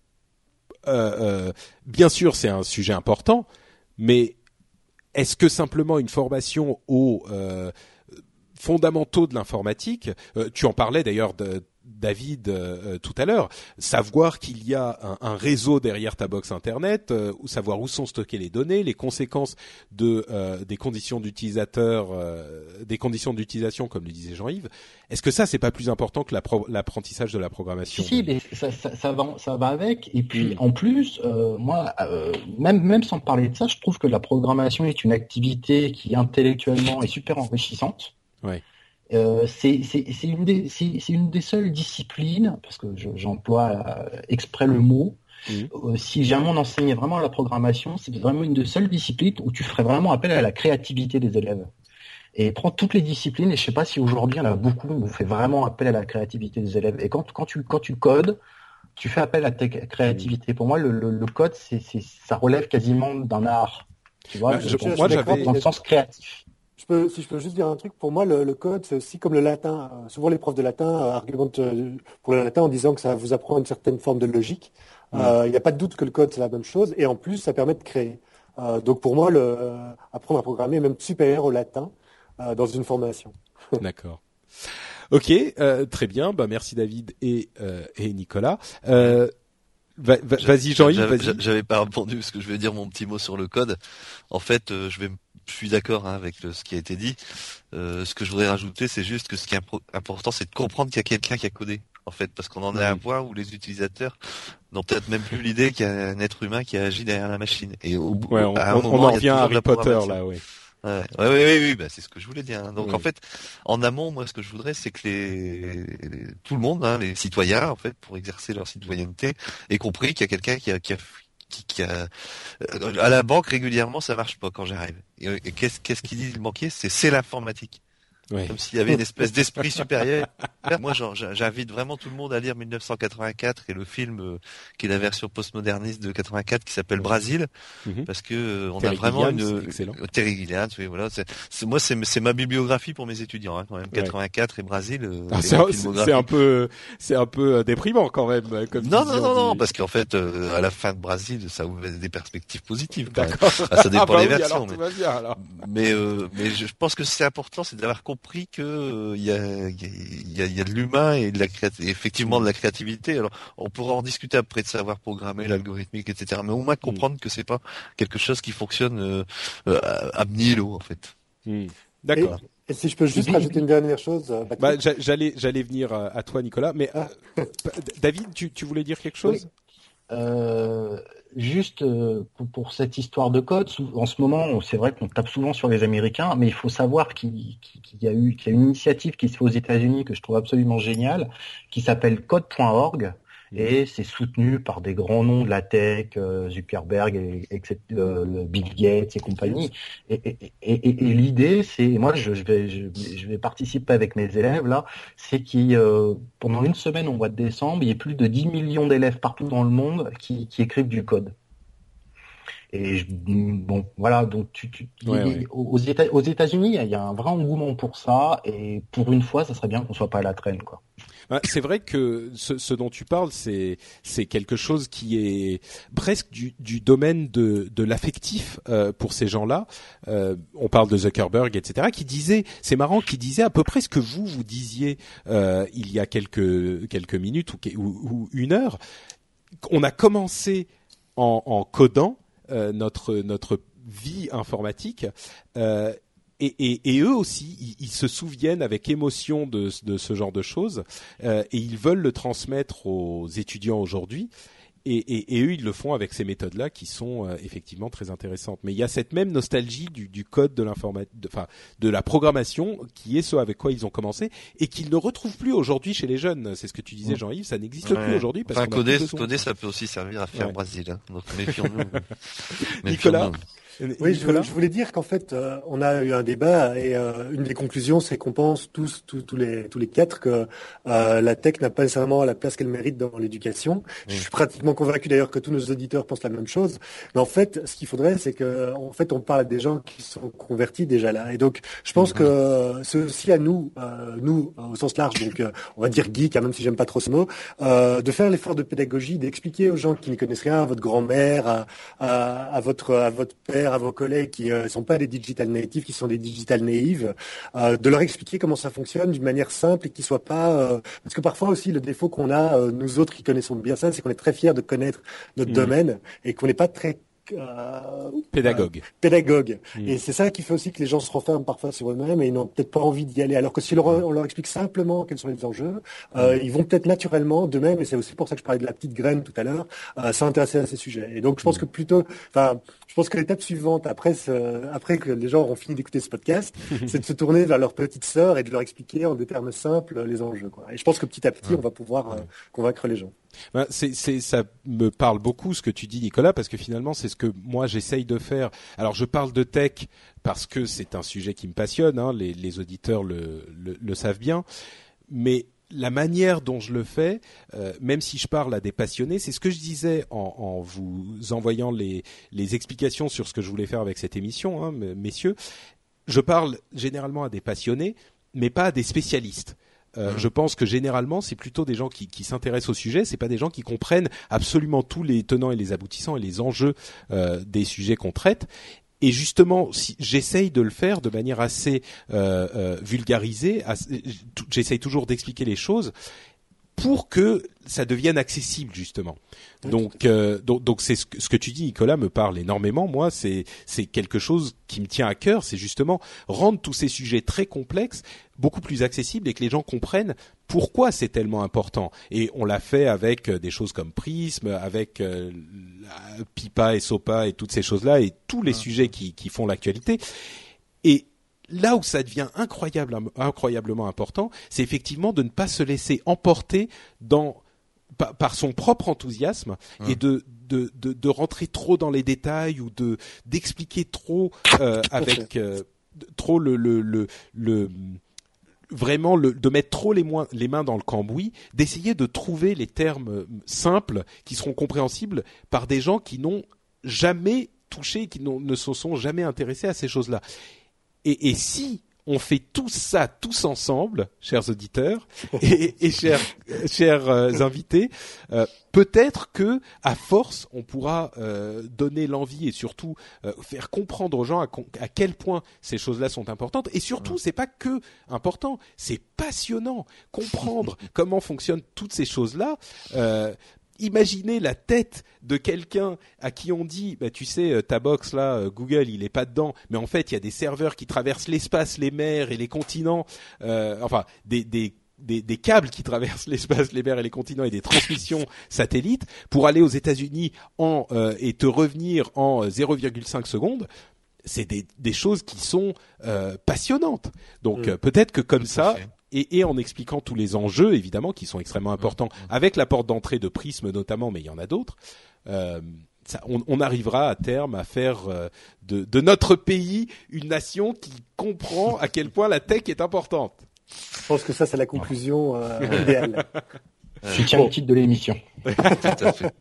euh, euh, bien sûr, c'est un sujet important. Mais est-ce que simplement une formation aux euh, fondamentaux de l'informatique, euh, tu en parlais d'ailleurs de David euh, tout à l'heure, savoir qu'il y a un, un réseau derrière ta box internet, euh, ou savoir où sont stockées les données, les conséquences de euh, des conditions d'utilisateur, euh, des conditions d'utilisation, comme le disait Jean-Yves. Est-ce que ça c'est pas plus important que la pro- l'apprentissage de la programmation? Si, mais ça, ça, ça va, ça va avec. Et puis mmh. en plus, euh, moi, euh, même même sans parler de ça, je trouve que la programmation est une activité qui intellectuellement est super enrichissante. Ouais. Euh, c'est, c'est, c'est, une des, c'est, c'est une des seules disciplines, parce que je, j'emploie euh, exprès le mot, mmh. euh, si jamais on enseignait vraiment la programmation, c'est vraiment une des seules disciplines où tu ferais vraiment appel à la créativité des élèves. Et prends toutes les disciplines, et je sais pas si aujourd'hui il y en a beaucoup où on fait vraiment appel à la créativité des élèves. Et quand, quand, tu, quand tu codes, tu fais appel à ta créativité. Pour moi, le, le, le code, c'est, c'est, ça relève quasiment d'un art. Tu vois, bah, je, je, moi, je j'avais dans le sens créatif. Je peux, si je peux juste dire un truc, pour moi, le, le code, c'est aussi comme le latin. Euh, souvent, les profs de latin euh, argumentent euh, pour le latin en disant que ça vous apprend une certaine forme de logique. Il n'y euh, a pas de doute que le code, c'est la même chose. Et en plus, ça permet de créer. Euh, donc, pour moi, le, euh, apprendre à programmer est même supérieur au latin euh, dans une formation. D'accord. Ok, euh, très bien. Bah, merci David et, euh, et Nicolas. Euh, va, va, vas-y Jean-Yves, j'avais, vas-y. J'avais pas répondu parce que je vais dire mon petit mot sur le code. En fait, euh, je vais Je suis d'accord hein, avec le, ce qui a été dit. Euh, ce que je voudrais rajouter, c'est juste que ce qui est impo- important, c'est de comprendre qu'il y a quelqu'un qui a codé, en fait, parce qu'on en est à un point où les utilisateurs n'ont peut-être même plus l'idée qu'il y a un être humain qui agit derrière la machine. Et au bout, ouais, on, à un on, moment, on en il y a revient à Harry Potter là, oui. Ouais, ouais, ouais, ouais, oui, bah, c'est ce que je voulais dire. Hein. Donc oui. en fait, en amont, moi, ce que je voudrais, c'est que les, les tout le monde, hein, les citoyens, en fait, pour exercer leur citoyenneté, aient compris qu'il y a quelqu'un qui a, qui a Qui, qui a, à la banque régulièrement ça marche pas quand j'arrive et, et qu'est-ce qu'est-ce qu'il dit le banquier c'est c'est l'informatique ouais. Comme s'il y avait une espèce d'esprit supérieur. Moi genre, j'invite vraiment tout le monde à lire mille neuf cent quatre-vingt-quatre et le film euh, qui est la version postmoderniste de quatre-vingt-quatre qui s'appelle Brasil mm-hmm. parce que euh, on Terry a vraiment Gilliam, une Terry Gilliam oui, voilà c'est, c'est moi c'est c'est ma bibliographie pour mes étudiants hein, quand même quatre-vingt-quatre ouais. Et Brasil euh, ah, c'est, c'est un peu c'est un peu déprimant quand même comme non non non non parce qu'en fait euh, à la fin de Brasil ça ouvre des perspectives positives d'accord ah, ça dépend ah, bah des oui, versions alors, mais tout va bien, alors. mais, euh, mais je pense que c'est important c'est d'avoir compris compris que il euh, y, a, y, a, y a de l'humain et de la créativité, effectivement de la créativité. Alors, on pourra en discuter après de savoir programmer l'algorithmique, et cetera. Mais au moins comprendre mmh. que c'est pas quelque chose qui fonctionne euh, euh, ab nihilo en fait. Mmh. D'accord. Et, et si je peux juste rajouter une dernière chose, bah, j'allais j'allais venir à toi, Nicolas. Mais ah. euh, David, tu, tu voulais dire quelque chose? Oui. Euh, juste euh, pour, pour cette histoire de code, en ce moment, c'est vrai qu'on tape souvent sur les Américains, mais il faut savoir qu'il, qu'il y a eu qu'il y a une initiative qui se fait aux États-Unis que je trouve absolument géniale, qui s'appelle code point org. Et c'est soutenu par des grands noms de la tech, euh, Zuckerberg, et, et, euh, Bill Gates et compagnie. Et, et, et, et, et l'idée, c'est, moi, je, je vais, je, je vais participer avec mes élèves là, c'est qu'il, euh, pendant une semaine au mois de décembre, il y ait plus de dix millions d'élèves partout dans le monde qui, qui écrivent du code. Et je, bon, voilà, donc tu, tu, ouais, les, ouais. aux, États, aux États-Unis, il y a un vrai engouement pour ça, et pour une fois, ça serait bien qu'on soit pas à la traîne, quoi. C'est vrai que ce, ce dont tu parles, c'est c'est quelque chose qui est presque du, du domaine de, de l'affectif euh, pour ces gens-là. Euh, on parle de Zuckerberg, et cetera, qui disait, c'est marrant, qui disait à peu près ce que vous vous disiez euh, il y a quelques quelques minutes ou, ou, ou une heure. On a commencé en, en codant euh, notre notre vie informatique. Euh, Et, et, et eux aussi, ils, ils se souviennent avec émotion de, de ce genre de choses euh, et ils veulent le transmettre aux étudiants aujourd'hui. Et, et, et eux, ils le font avec ces méthodes-là qui sont euh, effectivement très intéressantes. Mais il y a cette même nostalgie du, du code de l'informatique, enfin de, de la programmation, qui est ce avec quoi ils ont commencé et qu'ils ne retrouvent plus aujourd'hui chez les jeunes. C'est ce que tu disais, Jean-Yves, ça n'existe ouais. plus aujourd'hui. Parce enfin, qu'on coder, a plus coder, ça peut aussi servir à faire ouais. Brésil. Hein. Donc méfions-nous. Nicolas. Oui, je voulais, je voulais dire qu'en fait, euh, on a eu un débat et euh, une des conclusions, c'est qu'on pense tous, tous, tous les, tous les quatre que euh, la tech n'a pas nécessairement la place qu'elle mérite dans l'éducation. Oui. Je suis pratiquement convaincu d'ailleurs que tous nos auditeurs pensent la même chose. Mais en fait, ce qu'il faudrait, c'est que, en fait, on parle à des gens qui sont convertis déjà là. Et donc, je pense mmh. que c'est aussi à nous, euh, nous au sens large, donc euh, on va dire geek, hein, même si j'aime pas trop ce mot, euh, de faire l'effort de pédagogie, d'expliquer aux gens qui ne connaissent rien, à votre grand-mère, à, à, à votre, à votre père, à vos collègues qui ne euh, sont pas des digital natives, qui sont des digital naives, euh, de leur expliquer comment ça fonctionne d'une manière simple et qui soit pas... Euh, parce que parfois aussi, le défaut qu'on a, euh, nous autres qui connaissons bien ça, c'est qu'on est très fiers de connaître notre mmh. domaine et qu'on n'est pas très... Euh, pédagogue. Euh, pédagogue. Mmh. Et c'est ça qui fait aussi que les gens se renferment parfois sur eux-mêmes et ils n'ont peut-être pas envie d'y aller. Alors que si leur, on leur explique simplement quels sont les enjeux, euh, mmh. ils vont peut-être naturellement d'eux-mêmes, et c'est aussi pour ça que je parlais de la petite graine tout à l'heure, euh, s'intéresser à ces sujets. Et donc je pense mmh. que plutôt, enfin, je pense que l'étape suivante après, ce, après que les gens auront fini d'écouter ce podcast, c'est de se tourner vers leur petite sœur et de leur expliquer en des termes simples les enjeux, quoi. Et je pense que petit à petit, mmh. on va pouvoir euh, convaincre les gens. Ben, c'est, c'est, ça me parle beaucoup ce que tu dis, Nicolas, parce que finalement, c'est ce que moi j'essaye de faire. Alors, je parle de tech parce que c'est un sujet qui me passionne, hein, les, les auditeurs le, le, le savent bien, mais la manière dont je le fais, euh, même si je parle à des passionnés, c'est ce que je disais en, en vous envoyant les, les explications sur ce que je voulais faire avec cette émission, hein, messieurs. Je parle généralement à des passionnés, mais pas à des spécialistes. Euh, mmh. Je pense que généralement, c'est plutôt des gens qui, qui s'intéressent au sujet. C'est pas des gens qui comprennent absolument tous les tenants et les aboutissants et les enjeux euh, des sujets qu'on traite. Et justement, si, j'essaye de le faire de manière assez euh, euh, vulgarisée. Assez, j'essaye toujours d'expliquer les choses pour que ça devienne accessible, justement. Donc, euh, donc, donc c'est ce que, ce que tu dis, Nicolas, me parle énormément. Moi, c'est, c'est quelque chose qui me tient à cœur. C'est justement rendre tous ces sujets très complexes beaucoup plus accessibles et que les gens comprennent pourquoi c'est tellement important. Et on l'a fait avec des choses comme Prism, avec euh, Pipa et Sopa et toutes ces choses-là et tous les ah. sujets qui, qui font l'actualité. Et là où ça devient incroyable, incroyablement important, c'est effectivement de ne pas se laisser emporter dans par, par son propre enthousiasme mmh. et de, de de de rentrer trop dans les détails ou de d'expliquer trop euh, avec euh, trop le le le, le vraiment le, de mettre trop les, moins, les mains dans le cambouis, d'essayer de trouver les termes simples qui seront compréhensibles par des gens qui n'ont jamais touché, qui n'ont, ne se sont jamais intéressés à ces choses-là. Et, et si on fait tout ça tous ensemble, chers auditeurs et, et chers chers euh, invités, euh, peut-être que à force on pourra euh, donner l'envie et surtout euh, faire comprendre aux gens à, à quel point ces choses-là sont importantes. Et surtout, c'est pas que important, c'est passionnant. Comprendre comment fonctionnent toutes ces choses-là. Euh, Imaginez la tête de quelqu'un à qui on dit, bah, tu sais, ta box là, Google, il est pas dedans, mais en fait, il y a des serveurs qui traversent l'espace, les mers et les continents, euh, enfin, des, des, des, des câbles qui traversent l'espace, les mers et les continents et des transmissions satellites pour aller aux États-Unis en euh, et te revenir en zéro virgule cinq secondes. C'est des, des choses qui sont euh, passionnantes. Donc, mmh. euh, peut-être que comme ça. Et, et en expliquant tous les enjeux, évidemment, qui sont extrêmement importants, avec la porte d'entrée de Prism notamment, mais il y en a d'autres, euh, ça, on, on arrivera à terme à faire euh, de, de notre pays une nation qui comprend à quel point la tech est importante. Je pense que ça, c'est la conclusion euh, idéale. Je tiens bon. le titre de l'émission. Tout à fait.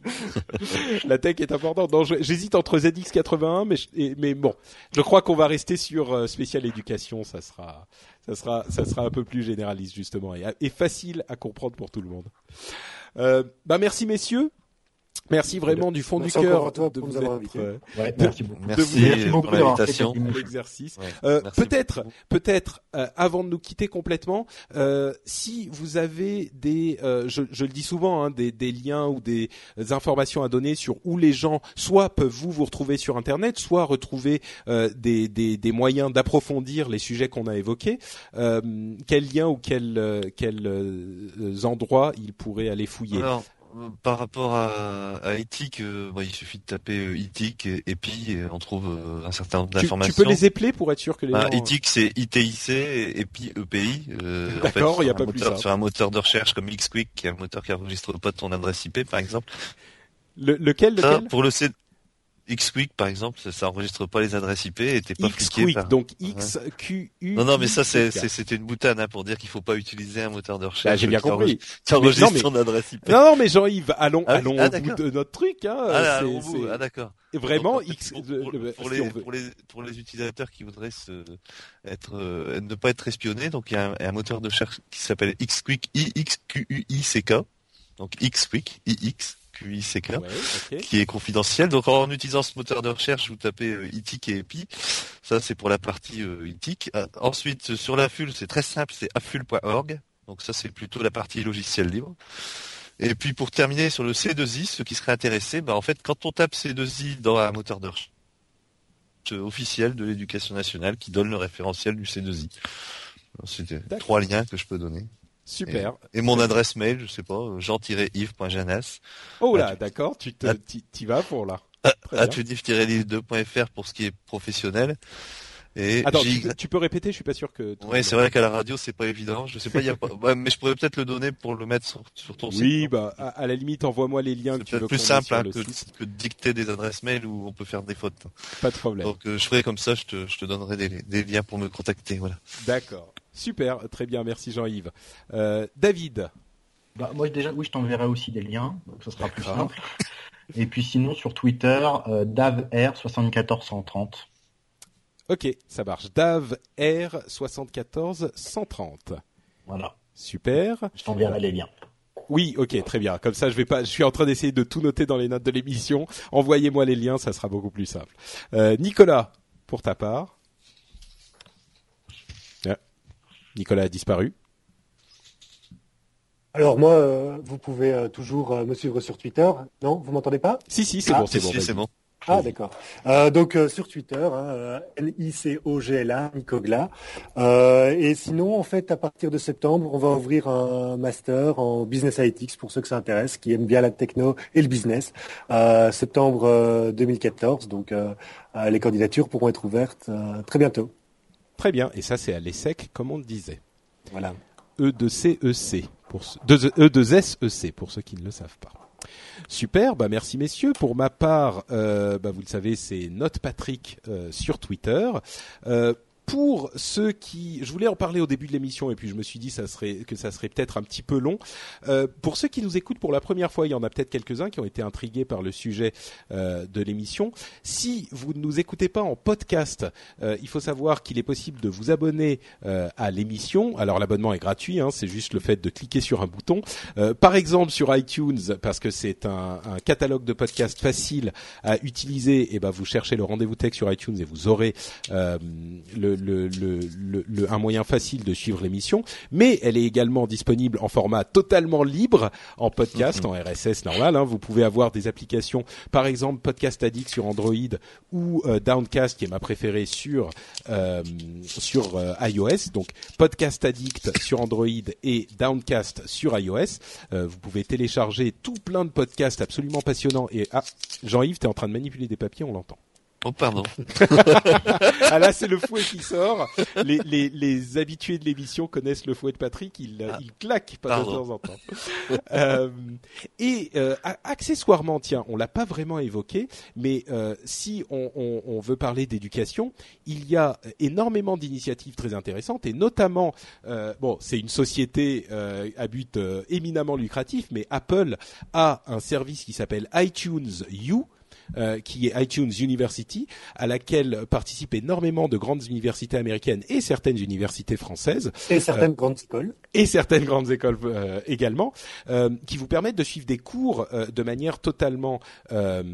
La tech est importante. Non, j'hésite entre Z X quatre-vingt-un, mais, et, mais bon, je crois qu'on va rester sur euh, spécial éducation. Ça sera, ça sera, ça sera un peu plus généraliste justement et, et facile à comprendre pour tout le monde. Euh, bah merci messieurs. Merci vraiment du fond merci du cœur de, de vous être, invité. euh, ouais, de, merci beaucoup. De merci, vous, merci beaucoup pour l'invitation. L'exercice. Ouais, euh, peut-être, beaucoup. peut-être, euh, avant de nous quitter complètement, euh, si vous avez des, euh, je, je le dis souvent, hein, des, des liens ou des informations à donner sur où les gens, soit peuvent vous vous retrouver sur Internet, soit retrouver euh, des, des, des moyens d'approfondir les sujets qu'on a évoqués. Euh, quel lien ou quel, euh, quels euh, endroits ils pourraient aller fouiller? Alors, par rapport à, à Ethic, euh, bah, il suffit de taper euh, Ethic et, et puis et on trouve euh, un certain nombre d'informations. Tu, tu peux les épeler pour être sûr que les bah, gens... Ethic c'est I T I C et puis E P I. Euh, D'accord, il n'y a pas moteur, plus ça. Sur un moteur de recherche comme Xquick, qui est un moteur qui enregistre pas ton adresse I P par exemple. Le, lequel, lequel ça, pour le C... Xquick par exemple, ça, ça enregistre pas les adresses I P et t'es pas fliqué par... donc X Q U. Non non mais ça c'est, c'est c'était une boutade hein, pour dire qu'il faut pas utiliser un moteur de recherche. Bah, j'ai bien qui compris. Qui enregistre ton adresse I P. Non non mais Jean-Yves, allons ah, allons ah, au bout de notre truc hein. Ah, là, c'est, allons au bout. c'est... Ah d'accord. Vraiment donc, X pour, de, pour, le, pour, si les, pour les pour les utilisateurs qui voudraient se être euh, ne pas être espionnés, donc il y a un, un moteur de recherche qui s'appelle Xquick I X Q U I C K. Donc Xquick I X Q U I C K, ouais, okay. Qui est confidentiel. Donc en utilisant ce moteur de recherche, vous tapez euh, Ethic et E P I. Ça c'est pour la partie euh, Ethic. Euh, ensuite sur la F U L, c'est très simple, c'est afful point org. Donc ça c'est plutôt la partie logiciel libre. Et puis pour terminer sur le C deux I, ceux qui seraient intéressés, bah en fait quand on tape C deux I dans un moteur de recherche officiel de l'éducation nationale qui donne le référentiel du C deux I. Alors, c'était D'accord. trois liens que je peux donner. Super. Et, et mon adresse mail, je sais pas, jean tiret yves point janas. Oh là, d'accord, tu te, t'y vas pour là. atudif tiret livre deux point f r pour ce qui est professionnel. Et Attends, tu, tu peux répéter, je suis pas sûr que... Oui, c'est vrai qu'à la radio, c'est pas évident. Je sais pas, il y a pas... ouais, mais je pourrais peut-être le donner pour le mettre sur, sur ton oui, site. Oui, bah, à, à la limite, envoie-moi les liens c'est que tu veux. C'est plus simple hein, que, site. que de dicter des adresses mail où on peut faire des fautes. Pas de problème. Donc, euh, je ferai comme ça, je te, je te donnerai des, des liens pour me contacter, voilà. D'accord. Super, très bien, merci Jean-Yves. Euh, David. Bah, moi, déjà, oui, je t'enverrai aussi des liens, donc ça sera plus simple. Et puis sinon, sur Twitter, euh, DavR soixante-quatorze cent trente. Ok, ça marche. DavR soixante-quatorze cent trente. Voilà. Super. Je t'enverrai les liens. Oui, ok, très bien. Comme ça, je vais pas. Je suis en train d'essayer de tout noter dans les notes de l'émission. Envoyez-moi les liens, ça sera beaucoup plus simple. Euh, Nicolas, pour ta part. Ah. Nicolas a disparu. Alors moi, euh, vous pouvez euh, toujours euh, me suivre sur Twitter. Non, vous m'entendez pas ? Si, si, c'est ah, bon, c'est si, bon. Si, c'est bon. Ah d'accord. Euh, donc euh, sur Twitter, hein, N I C O G L A, Nicogla. Euh, et sinon, en fait, à partir de septembre, on va ouvrir un master en Business Analytics pour ceux que ça intéresse, qui aiment bien la techno et le business. Euh, septembre euh, deux mille quatorze, donc euh, euh, les candidatures pourront être ouvertes euh, très bientôt. Très bien. Et ça, c'est à l'ESSEC, comme on le disait. Voilà. E deux C E C, pour E deux S E C, pour ceux qui ne le savent pas. Super, bah merci messieurs. Pour ma part, euh, bah vous le savez, c'est Note Patrick euh, sur Twitter. Euh, pour ceux qui, je voulais en parler au début de l'émission et puis je me suis dit ça serait que ça serait peut-être un petit peu long. Euh, pour ceux qui nous écoutent pour la première fois, il y en a peut-être quelques-uns qui ont été intrigués par le sujet euh, de l'émission. Si vous ne nous écoutez pas en podcast, euh, il faut savoir qu'il est possible de vous abonner euh, à l'émission. Alors l'abonnement est gratuit, hein, c'est juste le fait de cliquer sur un bouton. Euh, par exemple sur iTunes, parce que c'est un, un catalogue de podcasts facile à utiliser. Et ben vous cherchez le Rendez-vous Tech sur iTunes et vous aurez euh, le, le, le, le, le, un moyen facile de suivre l'émission. Mais elle est également disponible en format totalement libre, en podcast, mmh. en R S S normal. Hein. Vous pouvez avoir des applications, par exemple Podcast Addict sur Android ou euh, Downcast, qui est ma préférée sur euh, sur euh, iOS. Donc Podcast Addict sur Android et Downcast sur iOS. Euh, vous pouvez télécharger tout plein de podcasts absolument passionnants. Et ah, Jean-Yves, t'es en train de manipuler des papiers, on l'entend. Oh pardon. Ah là c'est le fouet qui sort. Les, les, les habitués de l'émission connaissent le fouet de Patrick. Il, ah, il claque pas de temps en temps. euh, et euh, accessoirement, tiens, on l'a pas vraiment évoqué, mais euh, si on, on, on veut parler d'éducation, il y a énormément d'initiatives très intéressantes et notamment, euh, bon, c'est une société euh, à but euh, éminemment lucratif, mais Apple a un service qui s'appelle iTunes U. Euh, qui est iTunes University, à laquelle participent énormément de grandes universités américaines et certaines universités françaises. Et certaines euh, grandes écoles. Et certaines grandes écoles euh, également, euh, qui vous permettent de suivre des cours euh, de manière totalement... Euh,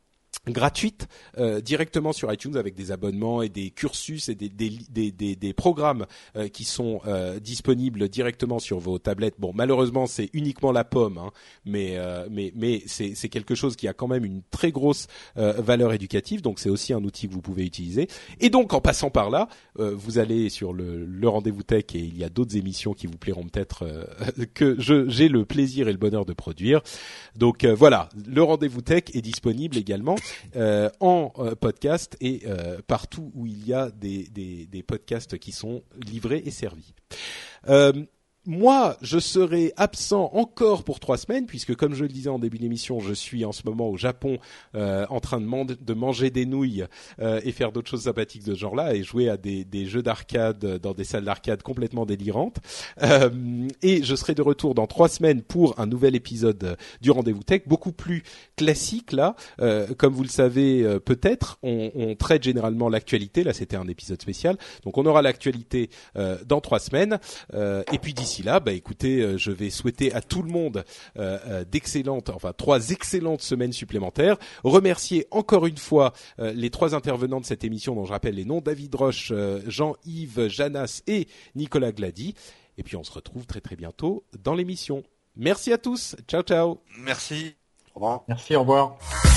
gratuite euh, directement sur iTunes avec des abonnements et des cursus et des des des des, des programmes euh, qui sont euh, disponibles directement sur vos tablettes. Bon, malheureusement, c'est uniquement la pomme, hein, mais euh, mais mais c'est c'est quelque chose qui a quand même une très grosse euh, valeur éducative. Donc c'est aussi un outil que vous pouvez utiliser. Et donc en passant par là, euh, vous allez sur le le Rendez-vous Tech et il y a d'autres émissions qui vous plairont peut-être euh, que je j'ai le plaisir et le bonheur de produire. Donc euh, voilà, le Rendez-vous Tech est disponible également Euh, en euh, podcast et euh, partout où il y a des, des, des podcasts qui sont livrés et servis. Euh, Moi, je serai absent encore pour trois semaines puisque, comme je le disais en début d'émission, je suis en ce moment au Japon euh, en train de, man- de manger des nouilles euh, et faire d'autres choses sympathiques de ce genre-là et jouer à des, des jeux d'arcade dans des salles d'arcade complètement délirantes. Euh, et je serai de retour dans trois semaines pour un nouvel épisode du Rendez-vous Tech, beaucoup plus classique là. Euh, comme vous le savez euh, peut-être, on, on traite généralement l'actualité. Là, c'était un épisode spécial, donc on aura l'actualité euh, dans trois semaines. Euh, et puis d'ici là, bah écoutez, euh, je vais souhaiter à tout le monde euh, euh, d'excellentes, enfin trois excellentes semaines supplémentaires. Remercier encore une fois euh, les trois intervenants de cette émission, dont je rappelle les noms: David Roche, euh, Jean-Yves Janas et Nicolas Glady. Et puis on se retrouve très très bientôt dans l'émission. Merci à tous. Ciao ciao. Merci. Au revoir. Merci, au revoir.